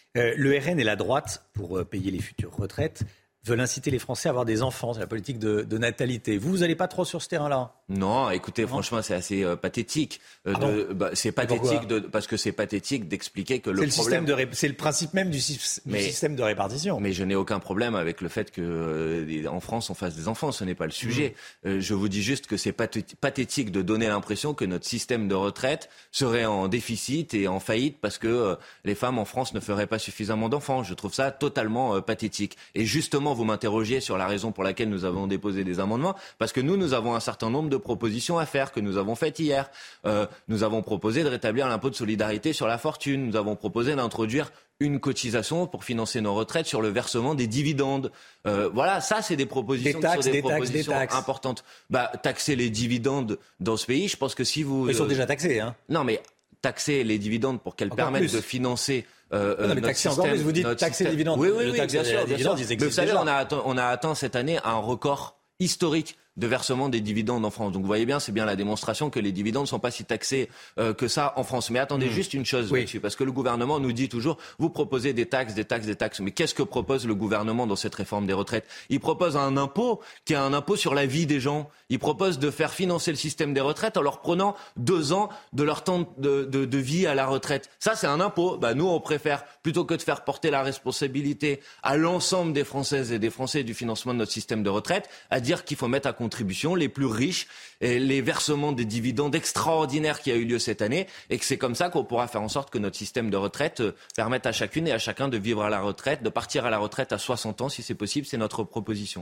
Le RN et la droite, pour payer les futures retraites, veulent inciter les Français à avoir des enfants. C'est la politique de natalité. Vous n'allez pas trop sur ce terrain-là ? Non, écoutez, franchement, c'est assez pathétique. C'est pathétique parce que c'est pathétique d'expliquer que le problème... C'est le principe même du système de répartition. Mais je n'ai aucun problème avec le fait qu'en France, on fasse des enfants. Ce n'est pas le sujet. Je vous dis juste que c'est pathétique de donner l'impression que notre système de retraite serait en déficit et en faillite parce que les femmes en France ne feraient pas suffisamment d'enfants. Je trouve ça totalement pathétique. Et justement, vous m'interrogiez sur la raison pour laquelle nous avons déposé des amendements, parce que nous avons un certain nombre de propositions à faire que nous avons faites hier. Nous avons proposé de rétablir l'impôt de solidarité sur la fortune. Nous avons proposé d'introduire une cotisation pour financer nos retraites sur le versement des dividendes. Voilà, ça c'est des propositions importantes. Taxer les dividendes dans ce pays, je pense que si vous... Ils sont déjà taxés, hein. Non, mais taxer les dividendes pour qu'elles permettent de financer... mais taxer encore plus, vous dites taxer les dividendes. Oui, bien sûr. Mais vous savez, on a atteint cette année un record historique de versement des dividendes en France. Donc vous voyez bien, c'est bien la démonstration que les dividendes ne sont pas si taxés que ça en France. Mais attendez juste une chose là-dessus, parce que le gouvernement nous dit toujours, vous proposez des taxes. Mais qu'est-ce que propose le gouvernement dans cette réforme des retraites ? Il propose un impôt qui est un impôt sur la vie des gens. Il propose de faire financer le système des retraites en leur prenant 2 ans de leur temps de vie à la retraite. Ça, c'est un impôt. Nous, on préfère, plutôt que de faire porter la responsabilité à l'ensemble des Françaises et des Français du financement de notre système de retraite, à dire qu'il faut mettre à contribution les plus riches et les versements des dividendes extraordinaires qui a eu lieu cette année et que c'est comme ça qu'on pourra faire en sorte que notre système de retraite permette à chacune et à chacun de vivre à la retraite, de partir à la retraite à 60 ans si c'est possible. C'est notre proposition.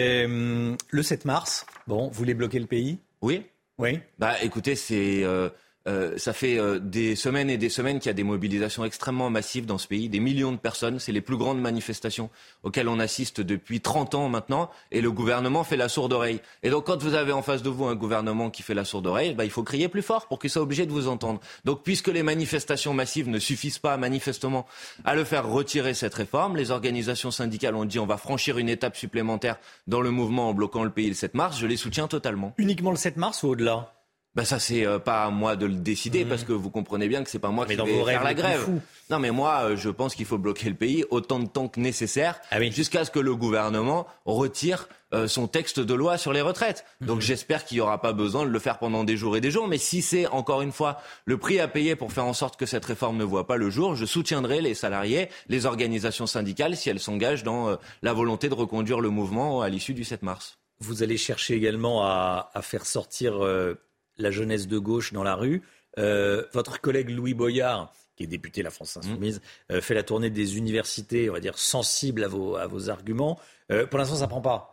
Le 7 mars, vous voulez bloquer le pays ? Oui. Oui. Écoutez, c'est Ça fait des semaines et des semaines qu'il y a des mobilisations extrêmement massives dans ce pays, des millions de personnes. C'est les plus grandes manifestations auxquelles on assiste depuis 30 ans maintenant. Et le gouvernement fait la sourde oreille. Et donc quand vous avez en face de vous un gouvernement qui fait la sourde oreille, il faut crier plus fort pour qu'il soit obligé de vous entendre. Donc puisque les manifestations massives ne suffisent pas manifestement à le faire retirer cette réforme, les organisations syndicales ont dit on va franchir une étape supplémentaire dans le mouvement en bloquant le pays le 7 mars. Je les soutiens totalement. Uniquement le 7 mars ou au-delà ? Ça c'est pas à moi de le décider parce que vous comprenez bien que c'est pas moi qui vais faire la grève. Non mais moi je pense qu'il faut bloquer le pays autant de temps que nécessaire jusqu'à ce que le gouvernement retire son texte de loi sur les retraites. Donc j'espère qu'il n'y aura pas besoin de le faire pendant des jours et des jours. Mais si c'est encore une fois le prix à payer pour faire en sorte que cette réforme ne voit pas le jour, je soutiendrai les salariés, les organisations syndicales si elles s'engagent dans la volonté de reconduire le mouvement à l'issue du 7 mars. Vous allez chercher également à faire sortir la jeunesse de gauche dans la rue. Votre collègue Louis Boyard, qui est député de la France Insoumise, fait la tournée des universités, on va dire, sensibles à vos arguments. Pour l'instant, ça ne prend pas.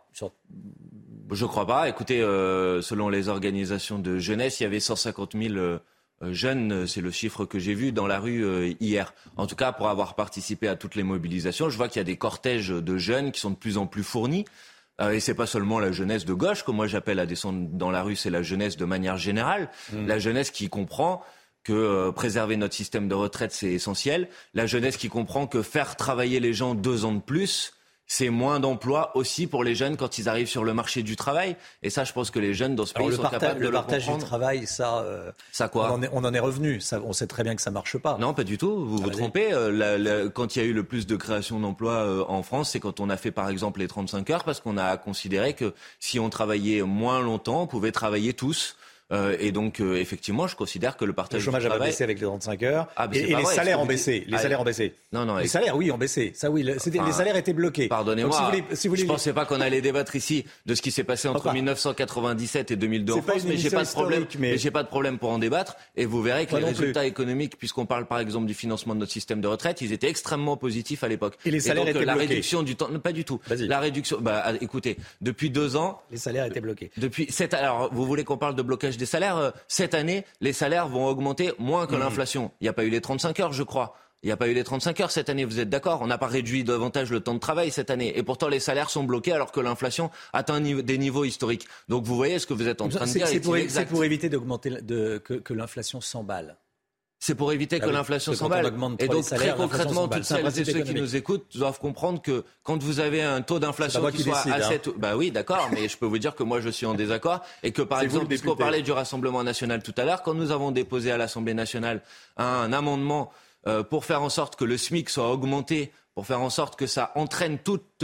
Je ne crois pas. Écoutez, selon les organisations de jeunesse, il y avait 150 000 jeunes, c'est le chiffre que j'ai vu, dans la rue hier. En tout cas, pour avoir participé à toutes les mobilisations, je vois qu'il y a des cortèges de jeunes qui sont de plus en plus fournis. Et c'est pas seulement la jeunesse de gauche que moi j'appelle à descendre dans la rue, c'est la jeunesse de manière générale. La jeunesse qui comprend que préserver notre système de retraite c'est essentiel. La jeunesse qui comprend que faire travailler les gens 2 ans de plus, c'est moins d'emplois aussi pour les jeunes quand ils arrivent sur le marché du travail. Et ça, je pense que les jeunes dans ce pays sont capables de le comprendre. Le partage du travail, ça quoi on en est revenu. On sait très bien que ça marche pas. Non, pas du tout. Vous vous trompez. Quand il y a eu le plus de création d'emplois en France, c'est quand on a fait par exemple les 35 heures, parce qu'on a considéré que si on travaillait moins longtemps, on pouvait travailler tous. Et donc, effectivement, je considère que le partage du travail... Le chômage a baissé avec les 35 heures. Et les salaires ont baissé. Les salaires ont baissé. Non, les salaires, oui, ont baissé. Ça, oui. Les salaires étaient bloqués. Pardonnez-moi. Je ne pensais pas qu'on allait débattre ici de ce qui s'est passé entre 1997 et 2002 en France, mais j'ai pas de problème. Mais j'ai pas de problème pour en débattre. Et vous verrez que les résultats économiques, puisqu'on parle par exemple du financement de notre système de retraite, ils étaient extrêmement positifs à l'époque. Et les salaires étaient bloqués. La réduction du temps, pas du tout. La réduction, écoutez, depuis 2 ans, les salaires étaient bloqués. Alors, vous voulez qu'on parle de blocage des salaires? Cette année, les salaires vont augmenter moins que l'inflation. Il n'y a pas eu les 35 heures, je crois. Il n'y a pas eu les 35 heures cette année, vous êtes d'accord? On n'a pas réduit davantage le temps de travail cette année. Et pourtant, les salaires sont bloqués alors que l'inflation atteint des niveaux historiques. Donc vous voyez ce que vous êtes en train de dire. C'est pour éviter que l'inflation s'emballe. C'est pour éviter que l'inflation s'emballe. Et donc, très concrètement, toutes celles et ceux qui nous écoutent doivent comprendre que quand vous avez un taux d'inflation qui soit à 7... oui, d'accord, mais je peux vous dire que moi, je suis en désaccord. Et que, par exemple, puisqu'on parlait du Rassemblement national tout à l'heure, quand nous avons déposé à l'Assemblée nationale un amendement pour faire en sorte que le SMIC soit augmenté, pour faire en sorte que ça entraîne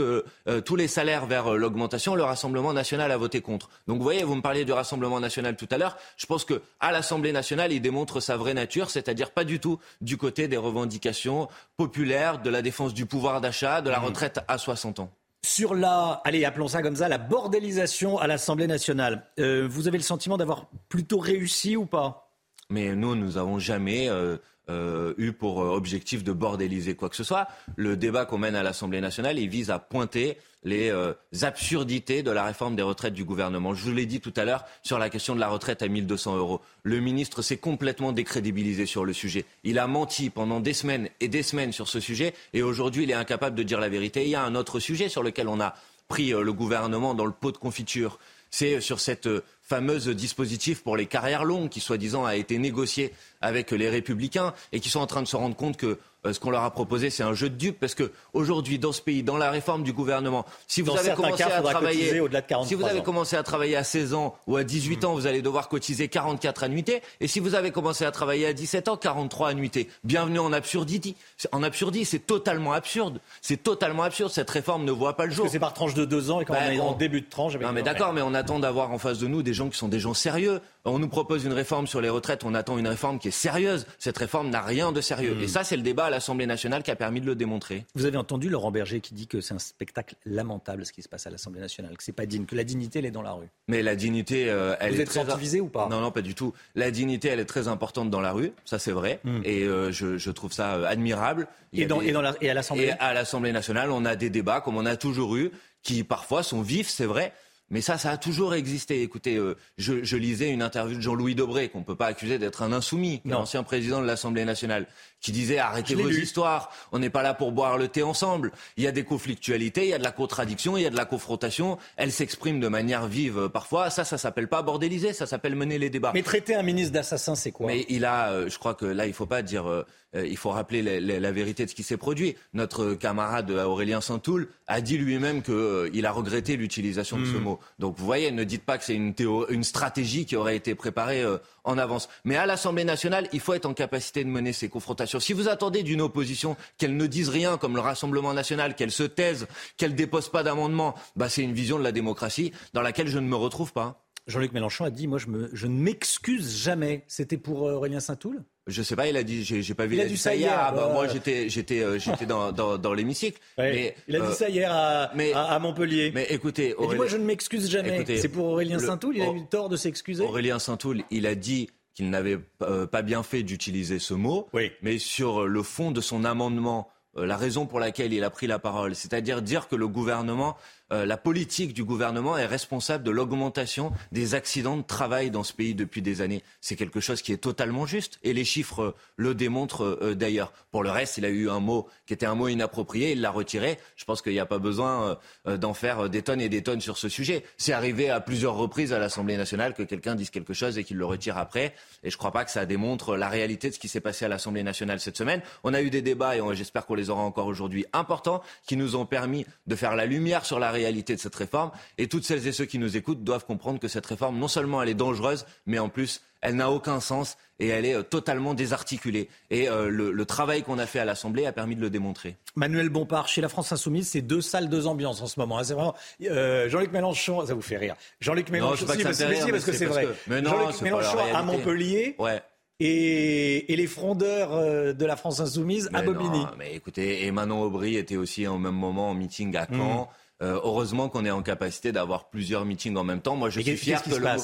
tous les salaires vers l'augmentation, le Rassemblement national a voté contre. Donc vous voyez, vous me parliez du Rassemblement national tout à l'heure, je pense qu'à l'Assemblée nationale, il démontre sa vraie nature, c'est-à-dire pas du tout du côté des revendications populaires, de la défense du pouvoir d'achat, de la retraite à 60 ans. Sur appelons ça comme ça, la bordélisation à l'Assemblée nationale, vous avez le sentiment d'avoir plutôt réussi ou pas? Mais nous n'avons jamais... eu pour objectif de bordéliser quoi que ce soit. Le débat qu'on mène à l'Assemblée nationale, il vise à pointer les absurdités de la réforme des retraites du gouvernement. Je vous l'ai dit tout à l'heure sur la question de la retraite à 1 200 €. Le ministre s'est complètement décrédibilisé sur le sujet. Il a menti pendant des semaines et des semaines sur ce sujet et aujourd'hui, il est incapable de dire la vérité. Il y a un autre sujet sur lequel on a pris le gouvernement dans le pot de confiture. C'est sur cette fameuse dispositif pour les carrières longues qui, soi-disant, a été négocié avec les Républicains et qui sont en train de se rendre compte que ce qu'on leur a proposé, c'est un jeu de dupes parce que aujourd'hui, dans ce pays, dans la réforme du gouvernement, si vous avez commencé à travailler, si vous avez commencé à travailler à 16 ans ou à 18 ans, vous allez devoir cotiser 44 annuités. Et si vous avez commencé à travailler à 17 ans, 43 annuités. Bienvenue en absurdité. C'est totalement absurde. C'est totalement absurde. Cette réforme ne voit pas le jour. Parce que c'est par tranche de 2 ans et quand on est en début de tranche. Non, mais d'accord, mais on attend d'avoir en face de nous des gens qui sont des gens sérieux. On nous propose une réforme sur les retraites, on attend une réforme qui est sérieuse. Cette réforme n'a rien de sérieux. Et ça, c'est le débat à l'Assemblée nationale qui a permis de le démontrer. Vous avez entendu Laurent Berger qui dit que c'est un spectacle lamentable ce qui se passe à l'Assemblée nationale, que c'est pas digne, que la dignité, elle est dans la rue. Mais la dignité, elle Vous est êtes senti visé ou pas? Non, pas du tout. La dignité, elle est très importante dans la rue, ça c'est vrai. Et je trouve ça admirable. Et à l'Assemblée? Et à l'Assemblée nationale, on a des débats comme on a toujours eu, qui parfois sont vifs, c'est vrai. Mais ça a toujours existé. Écoutez, je lisais une interview de Jean-Louis Debré, qu'on ne peut pas accuser d'être un insoumis, l'ancien président de l'Assemblée nationale, qui disait arrêtez vos histoires, on n'est pas là pour boire le thé ensemble. Il y a des conflictualités, il y a de la contradiction, il y a de la confrontation. Elle s'exprime de manière vive parfois. Ça s'appelle pas bordéliser, ça s'appelle mener les débats. Mais traiter un ministre d'assassin, c'est quoi? Mais il a, je crois que là, il faut pas dire, il faut rappeler la vérité de ce qui s'est produit. Notre camarade Aurélien Saint-Toul a dit lui-même qu'il a regretté l'utilisation de ce mot. Donc vous voyez, ne dites pas que c'est une stratégie qui aurait été préparée en avance. Mais à l'Assemblée nationale, il faut être en capacité de mener ces confrontations. Si vous attendez d'une opposition qu'elle ne dise rien, comme le Rassemblement national, qu'elle se taise, qu'elle dépose pas d'amendements, c'est une vision de la démocratie dans laquelle je ne me retrouve pas. Jean-Luc Mélenchon a dit, moi je ne m'excuse jamais. C'était pour Aurélien Saint-Toul? Je sais pas, il a dit, j'ai pas vu. Il a dit ça hier. Moi j'étais dans l'hémicycle. Ouais, mais il a dit ça hier à Montpellier. Mais écoutez, il dit, moi je ne m'excuse jamais. Écoutez, c'est pour Aurélien Saint-Toul, il a eu tort de s'excuser. Aurélien Saint-Toul, il a dit qu'il n'avait pas bien fait d'utiliser ce mot, mais sur le fond de son amendement, la raison pour laquelle il a pris la parole, c'est-à-dire dire que le gouvernement, la politique du gouvernement est responsable de l'augmentation des accidents de travail dans ce pays depuis des années. C'est quelque chose qui est totalement juste et les chiffres le démontrent d'ailleurs. Pour le reste, il a eu un mot qui était un mot inapproprié, il l'a retiré. Je pense qu'il n'y a pas besoin d'en faire des tonnes et des tonnes sur ce sujet. C'est arrivé à plusieurs reprises à l'Assemblée nationale que quelqu'un dise quelque chose et qu'il le retire après. Et je ne crois pas que ça démontre la réalité de ce qui s'est passé à l'Assemblée nationale cette semaine. On a eu des débats, et j'espère qu'on les aura encore aujourd'hui, importants, qui nous ont permis de faire la lumière sur la réalité de cette réforme. Et toutes celles et ceux qui nous écoutent doivent comprendre que cette réforme, non seulement elle est dangereuse, mais en plus, elle n'a aucun sens et elle est totalement désarticulée. Et le travail qu'on a fait à l'Assemblée a permis de le démontrer. Manuel Bompard, chez la France Insoumise, c'est 2 salles, 2 ambiances en ce moment. C'est vraiment Jean-Luc Mélenchon, ça vous fait rire. Jean-Luc Mélenchon, parce que c'est vrai. Jean-Luc Mélenchon à Montpellier. Ouais. Et les frondeurs de la France Insoumise à Bobigny. Non, mais écoutez, et Manon Aubry était aussi au même moment en meeting à Caen. Heureusement qu'on est en capacité d'avoir plusieurs meetings en même temps. Moi, je suis fier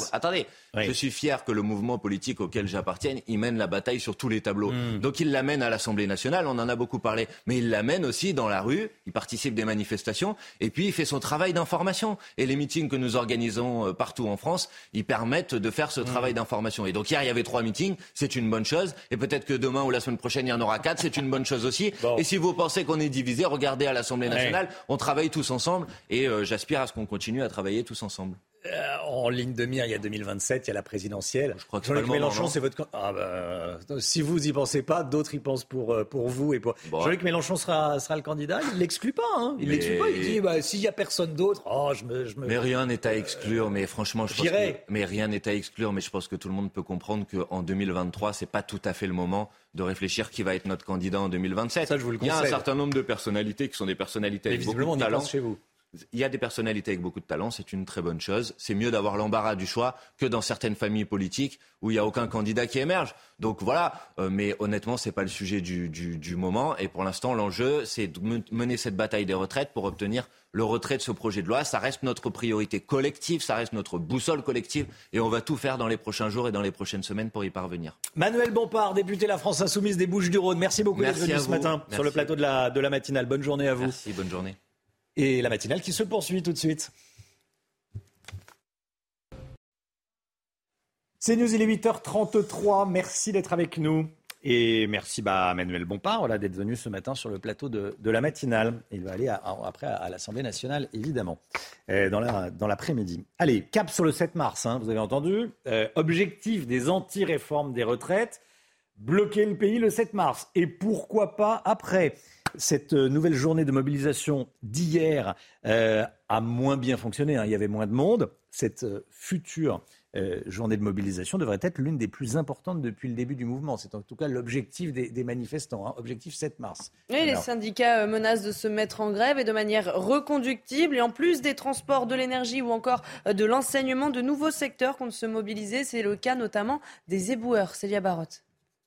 que le mouvement politique auquel j'appartienne, il mène la bataille sur tous les tableaux. Donc, il l'amène à l'Assemblée nationale, on en a beaucoup parlé, mais il l'amène aussi dans la rue, il participe des manifestations, et puis il fait son travail d'information. Et les meetings que nous organisons partout en France, ils permettent de faire ce travail d'information. Et donc, hier, il y avait 3 meetings, c'est une bonne chose, et peut-être que demain ou la semaine prochaine, il y en aura 4, c'est une bonne chose aussi. Bon. Et si vous pensez qu'on est divisé, regardez à l'Assemblée nationale, on travaille tous ensemble. Et j'aspire à ce qu'on continue à travailler tous ensemble. En ligne de mire, il y a 2027, il y a la présidentielle. Je crois que Jean-Luc Mélenchon, c'est votre... si vous y pensez pas, d'autres y pensent pour vous. Et pour... Jean-Luc Mélenchon sera le candidat. Il l'exclut pas. Il l'exclut pas. Il dit s'il y a personne d'autre, Mais rien n'est à exclure. Mais franchement, rien n'est à exclure. Mais je pense que tout le monde peut comprendre qu'en 2023, c'est pas tout à fait le moment de réfléchir qui va être notre candidat en 2027. Ça, je vous le conseille. Il y a un certain nombre de personnalités qui sont des personnalités avec beaucoup de talent. Chez vous. Il y a des personnalités avec beaucoup de talent, c'est une très bonne chose. C'est mieux d'avoir l'embarras du choix que dans certaines familles politiques où il n'y a aucun candidat qui émerge. Donc voilà, mais honnêtement, c'est pas le sujet du moment. Et pour l'instant, l'enjeu, c'est de mener cette bataille des retraites pour obtenir le retrait de ce projet de loi. Ça reste notre priorité collective, ça reste notre boussole collective. Et on va tout faire dans les prochains jours et dans les prochaines semaines pour y parvenir. Manuel Bompard, député La France Insoumise des Bouches-du-Rhône. Merci beaucoup d'être venu ce matin sur le plateau de la matinale. Bonne journée à vous. Merci, bonne journée. Et la matinale qui se poursuit tout de suite. C'est News, il est 8h33. Merci d'être avec nous. Et merci Manuel Bompard d'être venu ce matin sur le plateau de la matinale. Il va aller après à l'Assemblée nationale, évidemment, dans l'après-midi. Allez, cap sur le 7 mars, vous avez entendu. Objectif des anti-réformes des retraites, bloquer le pays le 7 mars. Et pourquoi pas après ? Cette nouvelle journée de mobilisation d'hier a moins bien fonctionné, il y avait moins de monde. Cette future journée de mobilisation devrait être l'une des plus importantes depuis le début du mouvement. C'est en tout cas l'objectif des manifestants, objectif 7 mars. Et les syndicats menacent de se mettre en grève et de manière reconductible. Et en plus des transports, de l'énergie ou encore de l'enseignement, de nouveaux secteurs comptent se mobiliser. C'est le cas notamment des éboueurs. Célia Barotte.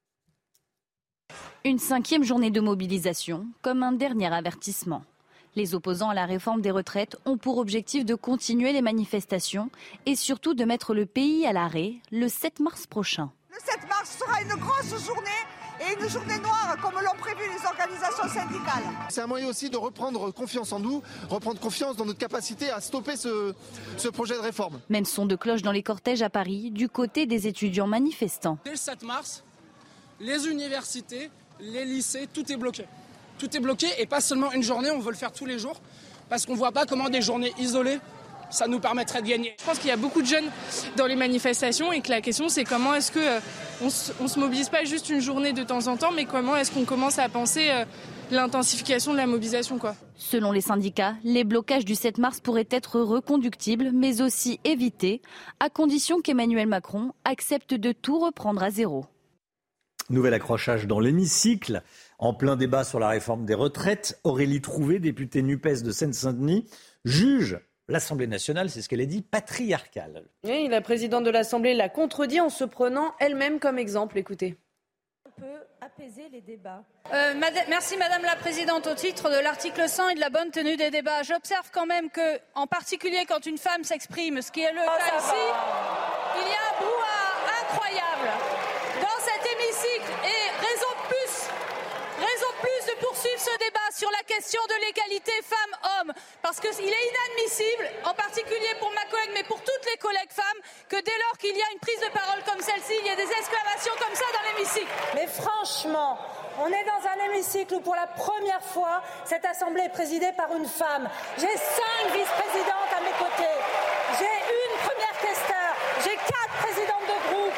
Une 5e journée de mobilisation, comme un dernier avertissement. Les opposants à la réforme des retraites ont pour objectif de continuer les manifestations et surtout de mettre le pays à l'arrêt le 7 mars prochain. Le 7 mars sera une grosse journée et une journée noire comme l'ont prévu les organisations syndicales. C'est un moyen aussi de reprendre confiance en nous, reprendre confiance dans notre capacité à stopper ce projet de réforme. Même son de cloche dans les cortèges à Paris, du côté des étudiants manifestants. Dès le 7 mars, les universités, les lycées, tout est bloqué. Tout est bloqué et pas seulement une journée, on veut le faire tous les jours parce qu'on ne voit pas comment des journées isolées, ça nous permettrait de gagner. Je pense qu'il y a beaucoup de jeunes dans les manifestations et que la question c'est comment est-ce qu'on se mobilise pas juste une journée de temps en temps, mais comment est-ce qu'on commence à penser l'intensification de la mobilisation, quoi. Selon les syndicats, les blocages du 7 mars pourraient être reconductibles, mais aussi évités, à condition qu'Emmanuel Macron accepte de tout reprendre à zéro. Nouvel accrochage dans l'hémicycle, en plein débat sur la réforme des retraites. Aurélie Trouvé, députée NUPES de Seine-Saint-Denis, juge l'Assemblée nationale, c'est ce qu'elle a dit, patriarcale. Oui, la présidente de l'Assemblée l'a contredit en se prenant elle-même comme exemple. Écoutez. On peut apaiser les débats. Merci Madame la Présidente. Au titre de l'article 100 et de la bonne tenue des débats, j'observe quand même que, en particulier quand une femme s'exprime, ce qui est le cas ici, il y a un brouhaha incroyable dans cet hémicycle et raison de plus de poursuivre ce débat sur la question de l'égalité femmes-hommes, parce qu'il est inadmissible, en particulier pour ma collègue, mais pour toutes les collègues femmes, que dès lors qu'il y a une prise de parole comme celle-ci, il y a des exclamations comme ça dans l'hémicycle. Mais franchement, on est dans un hémicycle où pour la première fois, cette assemblée est présidée par une femme. J'ai 5 vice-présidentes à mes côtés. J'ai une première questeur. J'ai 4 présidentes de groupe.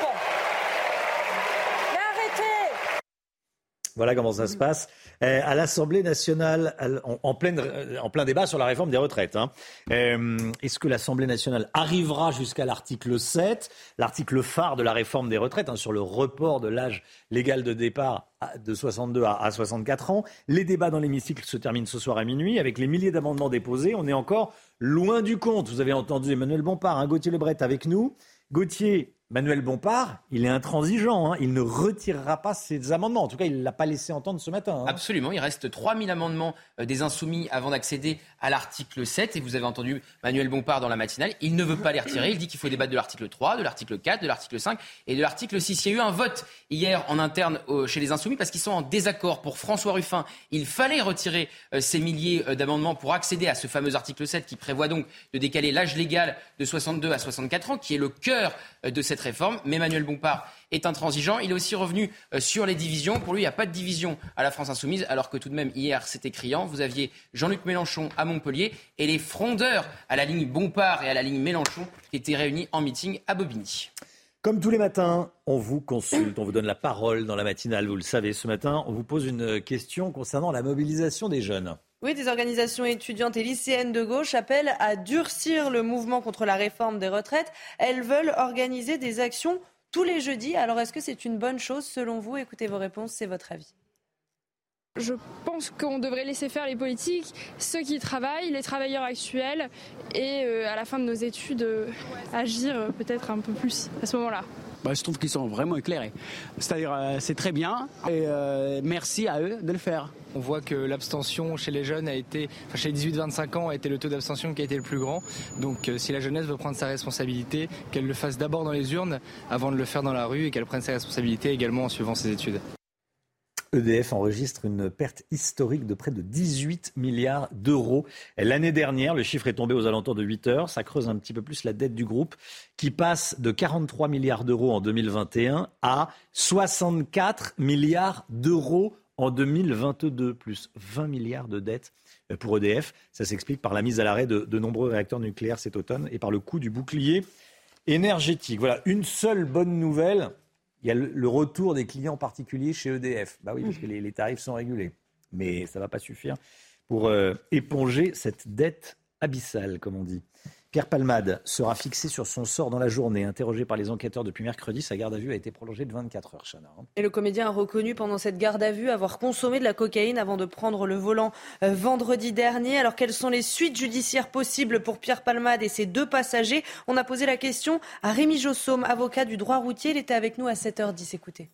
Mais arrêtez. Voilà comment ça se passe à l'Assemblée nationale, en plein débat sur la réforme des retraites. Est-ce que l'Assemblée nationale arrivera jusqu'à l'article 7, l'article phare de la réforme des retraites, sur le report de l'âge légal de départ de 62 à 64 ans. Les débats dans l'hémicycle se terminent ce soir à minuit. Avec les milliers d'amendements déposés, on est encore loin du compte. Vous avez entendu Emmanuel Bompard, Gauthier Lebret avec nous. Gauthier, Manuel Bompard, il est intransigeant, il ne retirera pas ses amendements. En tout cas, il ne l'a pas laissé entendre ce matin. Absolument, il reste 3000 amendements des Insoumis avant d'accéder à l'article 7. Et vous avez entendu Manuel Bompard dans la matinale, il ne veut pas les retirer. Il dit qu'il faut débattre de l'article 3, de l'article 4, de l'article 5 et de l'article 6. Il y a eu un vote hier en interne chez les Insoumis parce qu'ils sont en désaccord. Pour François Ruffin, il fallait retirer ces milliers d'amendements pour accéder à ce fameux article 7 qui prévoit donc de décaler l'âge légal de 62 à 64 ans, qui est le cœur de cette réforme. Mais Manuel Bompard est intransigeant. Il est aussi revenu sur les divisions. Pour lui, il n'y a pas de division à la France insoumise, alors que tout de même, hier, c'était criant. Vous aviez Jean-Luc Mélenchon à Montpellier et les frondeurs à la ligne Bompard et à la ligne Mélenchon qui étaient réunis en meeting à Bobigny. Comme tous les matins, on vous consulte, on vous donne la parole dans la matinale. Vous le savez, ce matin, on vous pose une question concernant la mobilisation des jeunes. Oui, des organisations étudiantes et lycéennes de gauche appellent à durcir le mouvement contre la réforme des retraites. Elles veulent organiser des actions tous les jeudis. Alors, est-ce que c'est une bonne chose selon vous ? Écoutez vos réponses, c'est votre avis. Je pense qu'on devrait laisser faire les politiques, ceux qui travaillent, les travailleurs actuels, et à la fin de nos études, agir peut-être un peu plus à ce moment-là. Je trouve qu'ils sont vraiment éclairés. C'est-à-dire, c'est très bien et merci à eux de le faire. On voit que l'abstention chez les jeunes chez les 18-25 ans a été le taux d'abstention qui a été le plus grand. Donc si la jeunesse veut prendre sa responsabilité, qu'elle le fasse d'abord dans les urnes avant de le faire dans la rue et qu'elle prenne ses responsabilités également en suivant ses études. EDF enregistre une perte historique de près de 18 milliards d'euros. L'année dernière, le chiffre est tombé aux alentours de 8 heures. Ça creuse un petit peu plus la dette du groupe qui passe de 43 milliards d'euros en 2021 à 64 milliards d'euros en 2022, plus 20 milliards de dettes pour EDF. Ça s'explique par la mise à l'arrêt de nombreux réacteurs nucléaires cet automne et par le coût du bouclier énergétique. Voilà, une seule bonne nouvelle. Il y a le retour des clients particuliers chez EDF. Bah oui, parce que les tarifs sont régulés. Mais ça ne va pas suffire pour éponger cette dette abyssale, comme on dit. Pierre Palmade sera fixé sur son sort dans la journée. Interrogé par les enquêteurs depuis mercredi, sa garde à vue a été prolongée de 24 heures, Chana. Et le comédien a reconnu pendant cette garde à vue avoir consommé de la cocaïne avant de prendre le volant vendredi dernier. Alors quelles sont les suites judiciaires possibles pour Pierre Palmade et ses 2 passagers ? On a posé la question à Rémi Jossaume, avocat du droit routier. Il était avec nous à 7h10. Écoutez.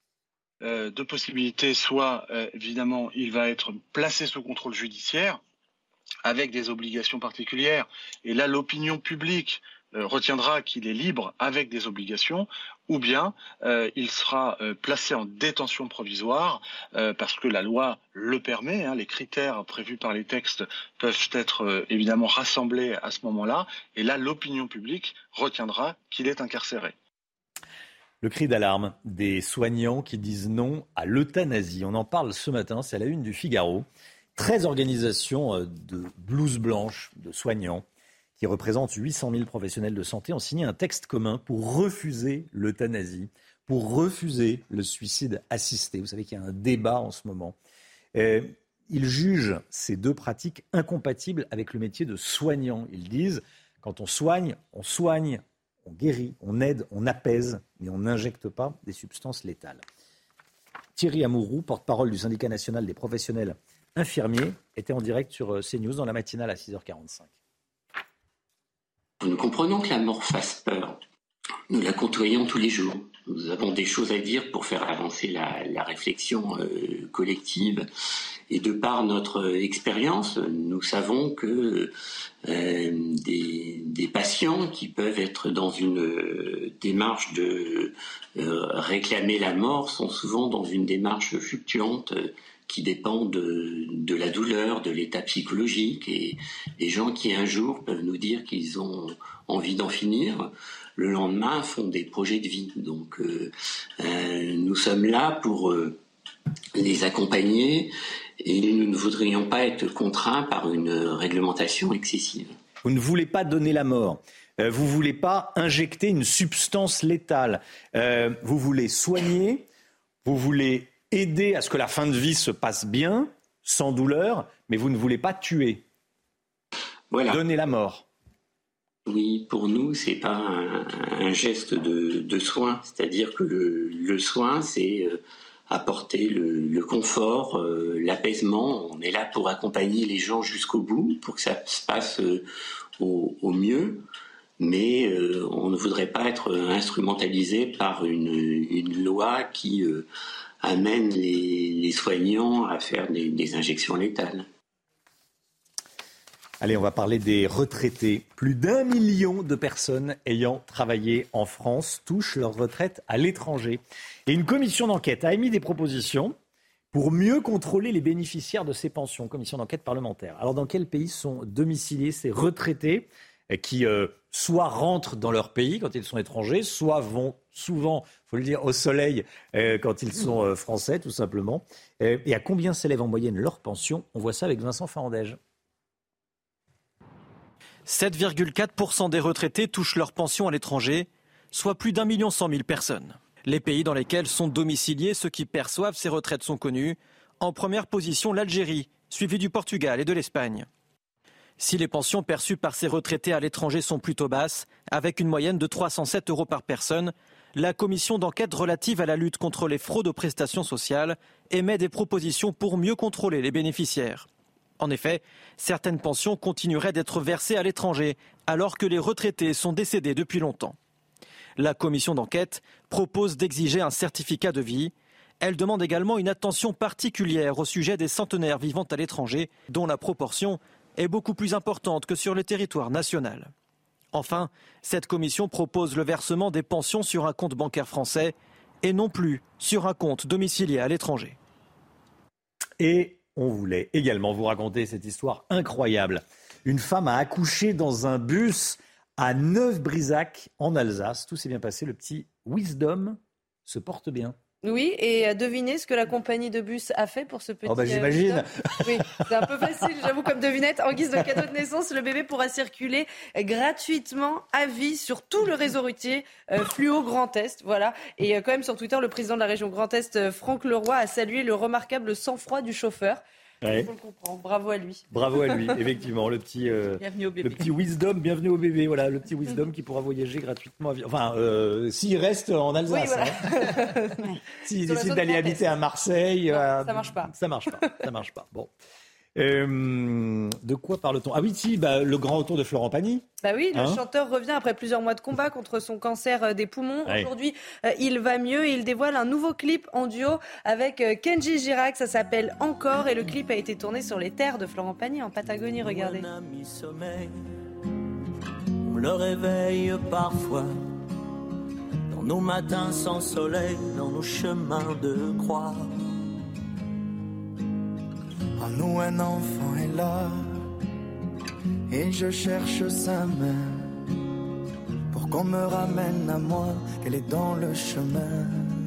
2 possibilités. Soit, évidemment, il va être placé sous contrôle judiciaire, avec des obligations particulières. Et là, l'opinion publique retiendra qu'il est libre avec des obligations, ou bien il sera placé en détention provisoire parce que la loi le permet. Les critères prévus par les textes peuvent être évidemment rassemblés à ce moment-là. Et là, l'opinion publique retiendra qu'il est incarcéré. Le cri d'alarme des soignants qui disent non à l'euthanasie. On en parle ce matin, c'est à la une du Figaro. 13 organisations de blouses blanches, de soignants, qui représentent 800 000 professionnels de santé, ont signé un texte commun pour refuser l'euthanasie, pour refuser le suicide assisté. Vous savez qu'il y a un débat en ce moment. Ils jugent ces deux pratiques incompatibles avec le métier de soignant. Ils disent, quand on soigne, on guérit, on aide, on apaise, mais on n'injecte pas des substances létales. Thierry Amouroux, porte-parole du syndicat national des professionnels infirmiers, était en direct sur CNews dans la matinale à 6h45. Nous comprenons que la mort fasse peur. Nous la côtoyons tous les jours. Nous avons des choses à dire pour faire avancer la réflexion collective. Et de par notre expérience, nous savons que des patients qui peuvent être dans une démarche de réclamer la mort sont souvent dans une démarche fluctuante qui dépend de la douleur, de l'état psychologique, et les gens qui un jour peuvent nous dire qu'ils ont envie d'en finir, le lendemain font des projets de vie. Donc nous sommes là pour les accompagner et nous ne voudrions pas être contraints par une réglementation excessive. Vous ne voulez pas donner la mort. Vous ne voulez pas injecter une substance létale. Vous voulez soigner, vous voulez aider à ce que la fin de vie se passe bien, sans douleur, mais vous ne voulez pas tuer. Voilà. Donner la mort. Oui, pour nous, c'est pas un geste de soin. C'est-à-dire que le soin, c'est apporter le confort, l'apaisement. On est là pour accompagner les gens jusqu'au bout, pour que ça se passe au mieux. Mais on ne voudrait pas être instrumentalisé par une loi qui amène les soignants à faire des injections létales. Allez, on va parler des retraités. Plus d'1 million de personnes ayant travaillé en France touchent leur retraite à l'étranger. Et une commission d'enquête a émis des propositions pour mieux contrôler les bénéficiaires de ces pensions. Commission d'enquête parlementaire. Alors, dans quel pays sont domiciliés ces retraités qui soit rentrent dans leur pays quand ils sont étrangers, soit vont souvent, il faut le dire, au soleil quand ils sont français, tout simplement. Et à combien s'élève en moyenne leur pension ? On voit ça avec Vincent Farandège. 7,4% des retraités touchent leur pension à l'étranger, soit plus d'1 100 000 personnes. Les pays dans lesquels sont domiciliés ceux qui perçoivent ces retraites sont connus. En première position, l'Algérie, suivie du Portugal et de l'Espagne. Si les pensions perçues par ces retraités à l'étranger sont plutôt basses, avec une moyenne de 307 € par personne, la commission d'enquête relative à la lutte contre les fraudes aux prestations sociales émet des propositions pour mieux contrôler les bénéficiaires. En effet, certaines pensions continueraient d'être versées à l'étranger, alors que les retraités sont décédés depuis longtemps. La commission d'enquête propose d'exiger un certificat de vie. Elle demande également une attention particulière au sujet des centenaires vivant à l'étranger, dont la proportion est beaucoup plus importante que sur le territoire national. Enfin, cette commission propose le versement des pensions sur un compte bancaire français et non plus sur un compte domicilié à l'étranger. Et on voulait également vous raconter cette histoire incroyable. Une femme a accouché dans un bus à Neuf-Brisac, en Alsace. Tout s'est bien passé. Le petit Wisdom se porte bien. Oui, et devinez ce que la compagnie de bus a fait pour ce petit... j'imagine. Oui, c'est un peu facile, j'avoue, comme devinette. En guise de cadeau de naissance, le bébé pourra circuler gratuitement à vie sur tout le réseau routier Fluo Grand Est. Voilà. Et quand même, sur Twitter, le président de la région Grand Est, Franck Leroy, a salué le remarquable sang-froid du chauffeur. Ouais. On le comprend. Bravo à lui. Bravo à lui, effectivement. Le petit Wisdom, bienvenue au bébé. Voilà, le petit Wisdom qui pourra voyager gratuitement. Enfin, s'il reste en Alsace. Oui, voilà. S'il décide d'aller habiter à Marseille. Non, ça marche pas. Ça marche pas. Bon. De quoi parle-t-on ? Ah oui, le grand retour de Florent Pagny. Bah oui, le chanteur revient après plusieurs mois de combat contre son cancer des poumons. Ouais. Aujourd'hui, il va mieux et il dévoile un nouveau clip en duo avec Kenji Girac. Ça s'appelle Encore et le clip a été tourné sur les terres de Florent Pagny en Patagonie. Regardez. comme le réveil parfois, dans nos matins sans soleil, dans nos chemins de croix. En nous un enfant est là, et je cherche sa main, pour qu'on me ramène à moi, qu'elle est dans le chemin.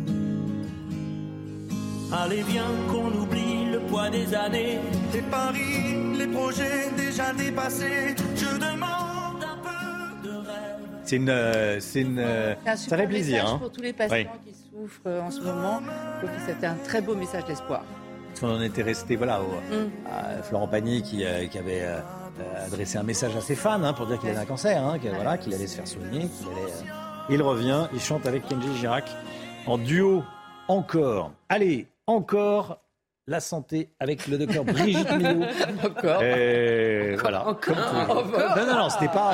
Allez viens qu'on oublie le poids des années, les paris, les projets déjà dépassés, je demande un peu de rêve. Ça fait plaisir. Hein. Pour tous les patients qui souffrent en ce moment, je trouve que c'était un très beau message d'espoir. On en était resté à Florent Pagny qui avait adressé un message à ses fans pour dire qu'il avait un cancer, qu'il allait se faire soigner, il revient, il chante avec Kenji Girac en duo encore. Allez, encore la santé avec le docteur Brigitte Millot. Encore. Voilà. Encore. Non, c'était pas.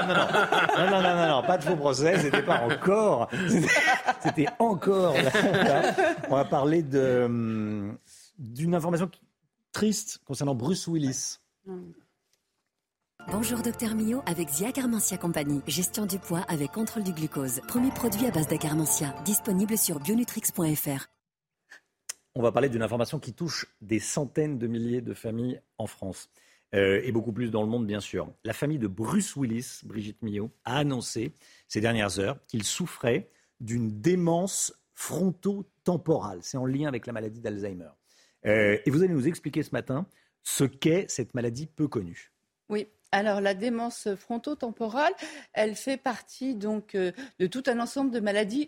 Non, pas de faux procès. C'était pas encore. C'était encore. Là. On va parler d'une information triste concernant Bruce Willis. Bonjour Dr Millot avec Ziacarmentia Compagnie. Gestion du poids avec contrôle du glucose. Premier produit à base d'acarmentia. Disponible sur bionutrix.fr. On va parler d'une information qui touche des centaines de milliers de familles en France. Et beaucoup plus dans le monde, bien sûr. La famille de Bruce Willis, Brigitte Millot, a annoncé ces dernières heures qu'il souffrait d'une démence frontotemporale. C'est en lien avec la maladie d'Alzheimer. Et vous allez nous expliquer ce matin ce qu'est cette maladie peu connue. Oui. Alors la démence frontotemporale, elle fait partie donc de tout un ensemble de maladies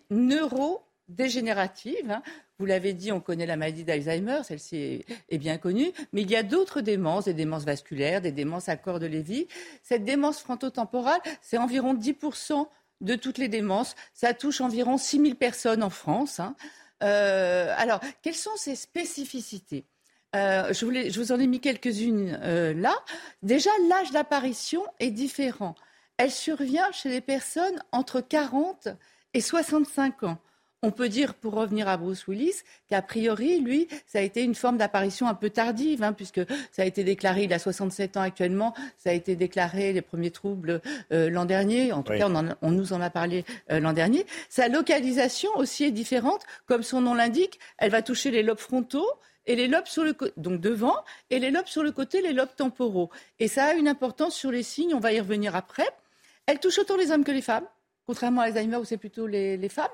neurodégénératives. Vous l'avez dit, on connaît la maladie d'Alzheimer, celle-ci est bien connue, mais il y a d'autres démences, des démences vasculaires, des démences à corps de Lévy. Cette démence frontotemporale, c'est environ 10% de toutes les démences. Ça touche environ 6000 personnes en France. Alors, quelles sont ces spécificités ? Je vous en ai mis quelques-unes là. Déjà, l'âge d'apparition est différent. Elle survient chez les personnes entre 40 et 65 ans. On peut dire, pour revenir à Bruce Willis, qu'a priori, lui, ça a été une forme d'apparition un peu tardive, puisque ça a été déclaré, il a 67 ans actuellement, ça a été déclaré les premiers troubles l'an dernier. En tout cas, on nous en a parlé l'an dernier. Sa localisation aussi est différente. Comme son nom l'indique, elle va toucher les lobes frontaux, et les lobes sur le côté, donc devant, et les lobes sur le côté, les lobes temporaux. Et ça a une importance sur les signes, on va y revenir après. Elle touche autant les hommes que les femmes, contrairement à Alzheimer où c'est plutôt les femmes.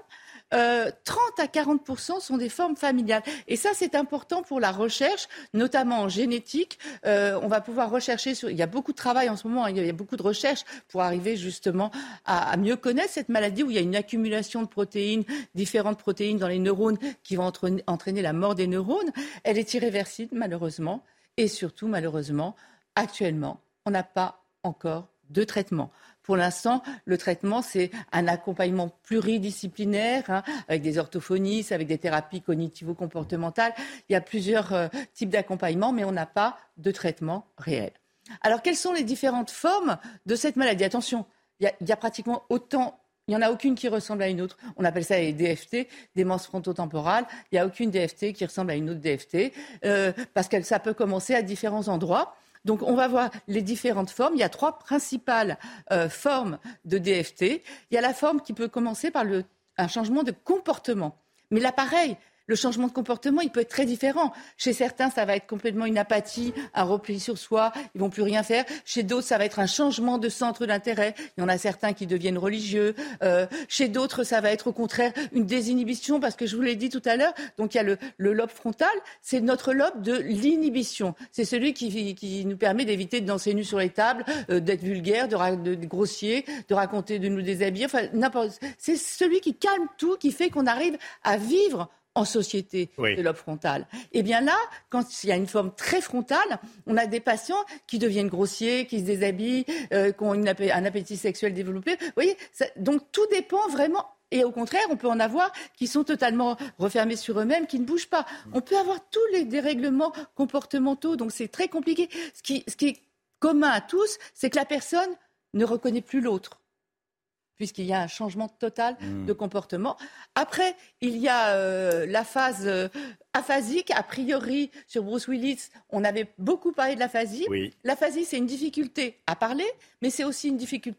30 à 40% sont des formes familiales. Et ça, c'est important pour la recherche, notamment en génétique. On va pouvoir rechercher il y a beaucoup de travail en ce moment, il y a beaucoup de recherches pour arriver justement à mieux connaître cette maladie où il y a une accumulation de protéines, différentes protéines dans les neurones qui vont entraîner la mort des neurones. Elle est irréversible, malheureusement. Et surtout, malheureusement, actuellement, on n'a pas encore de traitement. Pour l'instant, le traitement, c'est un accompagnement pluridisciplinaire, avec des orthophonistes, avec des thérapies cognitivo-comportementales. Il y a plusieurs types d'accompagnement, mais on n'a pas de traitement réel. Alors, quelles sont les différentes formes de cette maladie ? Attention, il y a pratiquement autant... Il n'y en a aucune qui ressemble à une autre. On appelle ça les DFT, démence frontotemporale. Il n'y a aucune DFT qui ressemble à une autre DFT, parce que ça peut commencer à différents endroits. Donc, on va voir les différentes formes. Il y a 3 principales formes de DFT. Il y a la forme qui peut commencer par un changement de comportement. Mais là, pareil, le changement de comportement, il peut être très différent. Chez certains, ça va être complètement une apathie, un repli sur soi, ils vont plus rien faire. Chez d'autres, ça va être un changement de centre d'intérêt. Il y en a certains qui deviennent religieux. Chez d'autres, ça va être au contraire une désinhibition, parce que je vous l'ai dit tout à l'heure, donc il y a le lobe frontal, c'est notre lobe de l'inhibition. C'est celui qui nous permet d'éviter de danser nus sur les tables, d'être vulgaire, de grossier, de raconter, de nous déshabiller. Enfin, c'est celui qui calme tout, qui fait qu'on arrive à vivre en société, le lobe frontal. Et bien là, quand il y a une forme très frontale, on a des patients qui deviennent grossiers, qui se déshabillent, qui ont un appétit sexuel développé. Vous voyez, donc tout dépend vraiment. Et au contraire, on peut en avoir qui sont totalement refermés sur eux-mêmes, qui ne bougent pas. On peut avoir tous les dérèglements comportementaux, donc c'est très compliqué. Ce qui est commun à tous, c'est que la personne ne reconnaît plus l'autre, puisqu'il y a un changement total de comportement. Après, il y a la phase aphasique. A priori, sur Bruce Willis, on avait beaucoup parlé de l'aphasie. Oui. L'aphasie, c'est une difficulté à parler, mais c'est aussi une difficulté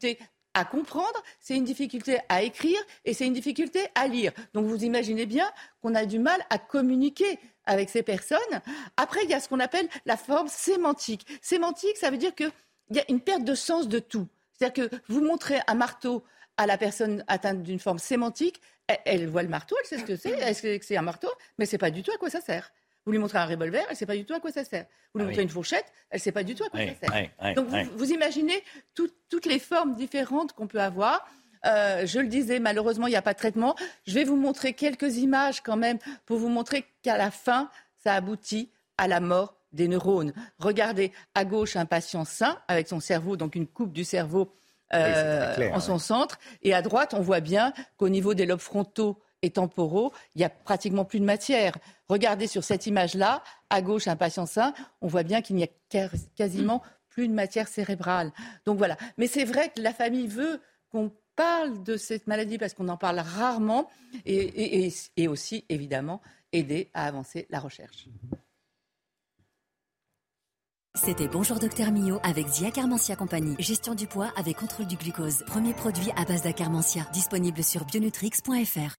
à comprendre, c'est une difficulté à écrire et c'est une difficulté à lire. Donc vous imaginez bien qu'on a du mal à communiquer avec ces personnes. Après, il y a ce qu'on appelle la forme sémantique. Sémantique, ça veut dire qu'il y a une perte de sens de tout. C'est-à-dire que vous montrez un marteau à la personne atteinte d'une forme sémantique, elle voit le marteau, elle sait ce que c'est, elle sait que c'est un marteau, mais elle ne sait pas du tout à quoi ça sert. Vous lui montrez un revolver, elle ne sait pas du tout à quoi ça sert. Vous lui montrez une fourchette, elle ne sait pas du tout à quoi ça sert. Donc vous imaginez toutes les formes différentes qu'on peut avoir. Je le disais, malheureusement, il n'y a pas de traitement. Je vais vous montrer quelques images quand même pour vous montrer qu'à la fin, ça aboutit à la mort des neurones. Regardez, à gauche, un patient sain avec son cerveau, donc une coupe du cerveau en son centre. Et à droite, on voit bien qu'au niveau des lobes frontaux et temporaux, il n'y a pratiquement plus de matière. Regardez sur cette image-là, à gauche, un patient sain, on voit bien qu'il n'y a quasiment plus de matière cérébrale. Donc voilà. Mais c'est vrai que la famille veut qu'on parle de cette maladie parce qu'on en parle rarement et aussi, évidemment, aider à avancer la recherche. C'était Bonjour Docteur Millot avec The Acarmentia Company. Gestion du poids avec contrôle du glucose. Premier produit à base d'Acarmentia. Disponible sur bionutrix.fr.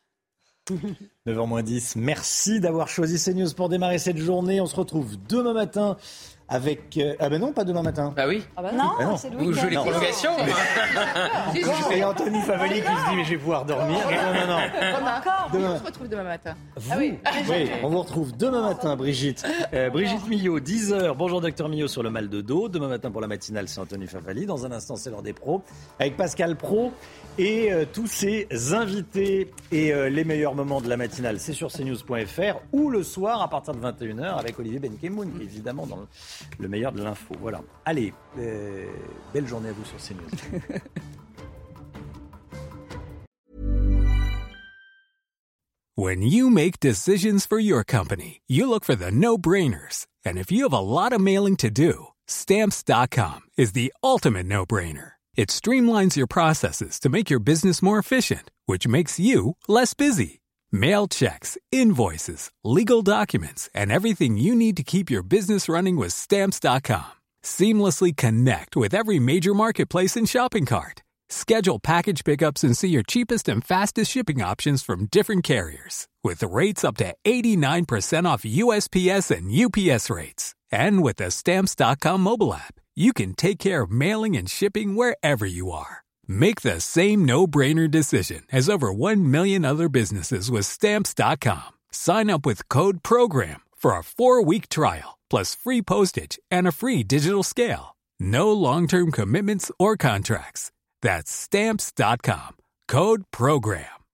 9h-10, merci d'avoir choisi CNews pour démarrer cette journée. On se retrouve demain matin avec... Ah ben non, pas demain matin. Bah oui. Ah ben non, c'est le week-end. Vous jouez les prolongations. Et Anthony Favali qui se dit mais je vais pouvoir dormir. Non. On se retrouve demain matin. Oui, on vous retrouve demain matin, Brigitte. Brigitte Millot, 10h. Bonjour Docteur Millot sur le mal de dos. Demain matin pour la matinale, c'est Anthony Favali. Dans un instant, c'est l'heure des pros avec Pascal Praud et tous ses invités. Et les meilleurs moments de la matinale, c'est sur cnews.fr ou le soir à partir de 21h avec Olivier Benkemoun, qui est évidemment dans le meilleur de l'info. Voilà. Allez, belle journée à vous sur CNews. When you make decisions for your company, you look for the no-brainers. And if you have a lot of mailing to do, Stamps.com is the ultimate no-brainer. It streamlines your processes to make your business more efficient, which makes you less busy. Mail checks, invoices, legal documents, and everything you need to keep your business running with Stamps.com. Seamlessly connect with every major marketplace and shopping cart. Schedule package pickups and see your cheapest and fastest shipping options from different carriers. With rates up to 89% off USPS and UPS rates. And with the Stamps.com mobile app, you can take care of mailing and shipping wherever you are. Make the same no-brainer decision as over 1 million other businesses with Stamps.com. Sign up with code PROGRAM for a 4-week trial, plus free postage and a free digital scale. No long-term commitments or contracts. That's Stamps.com. Code PROGRAM.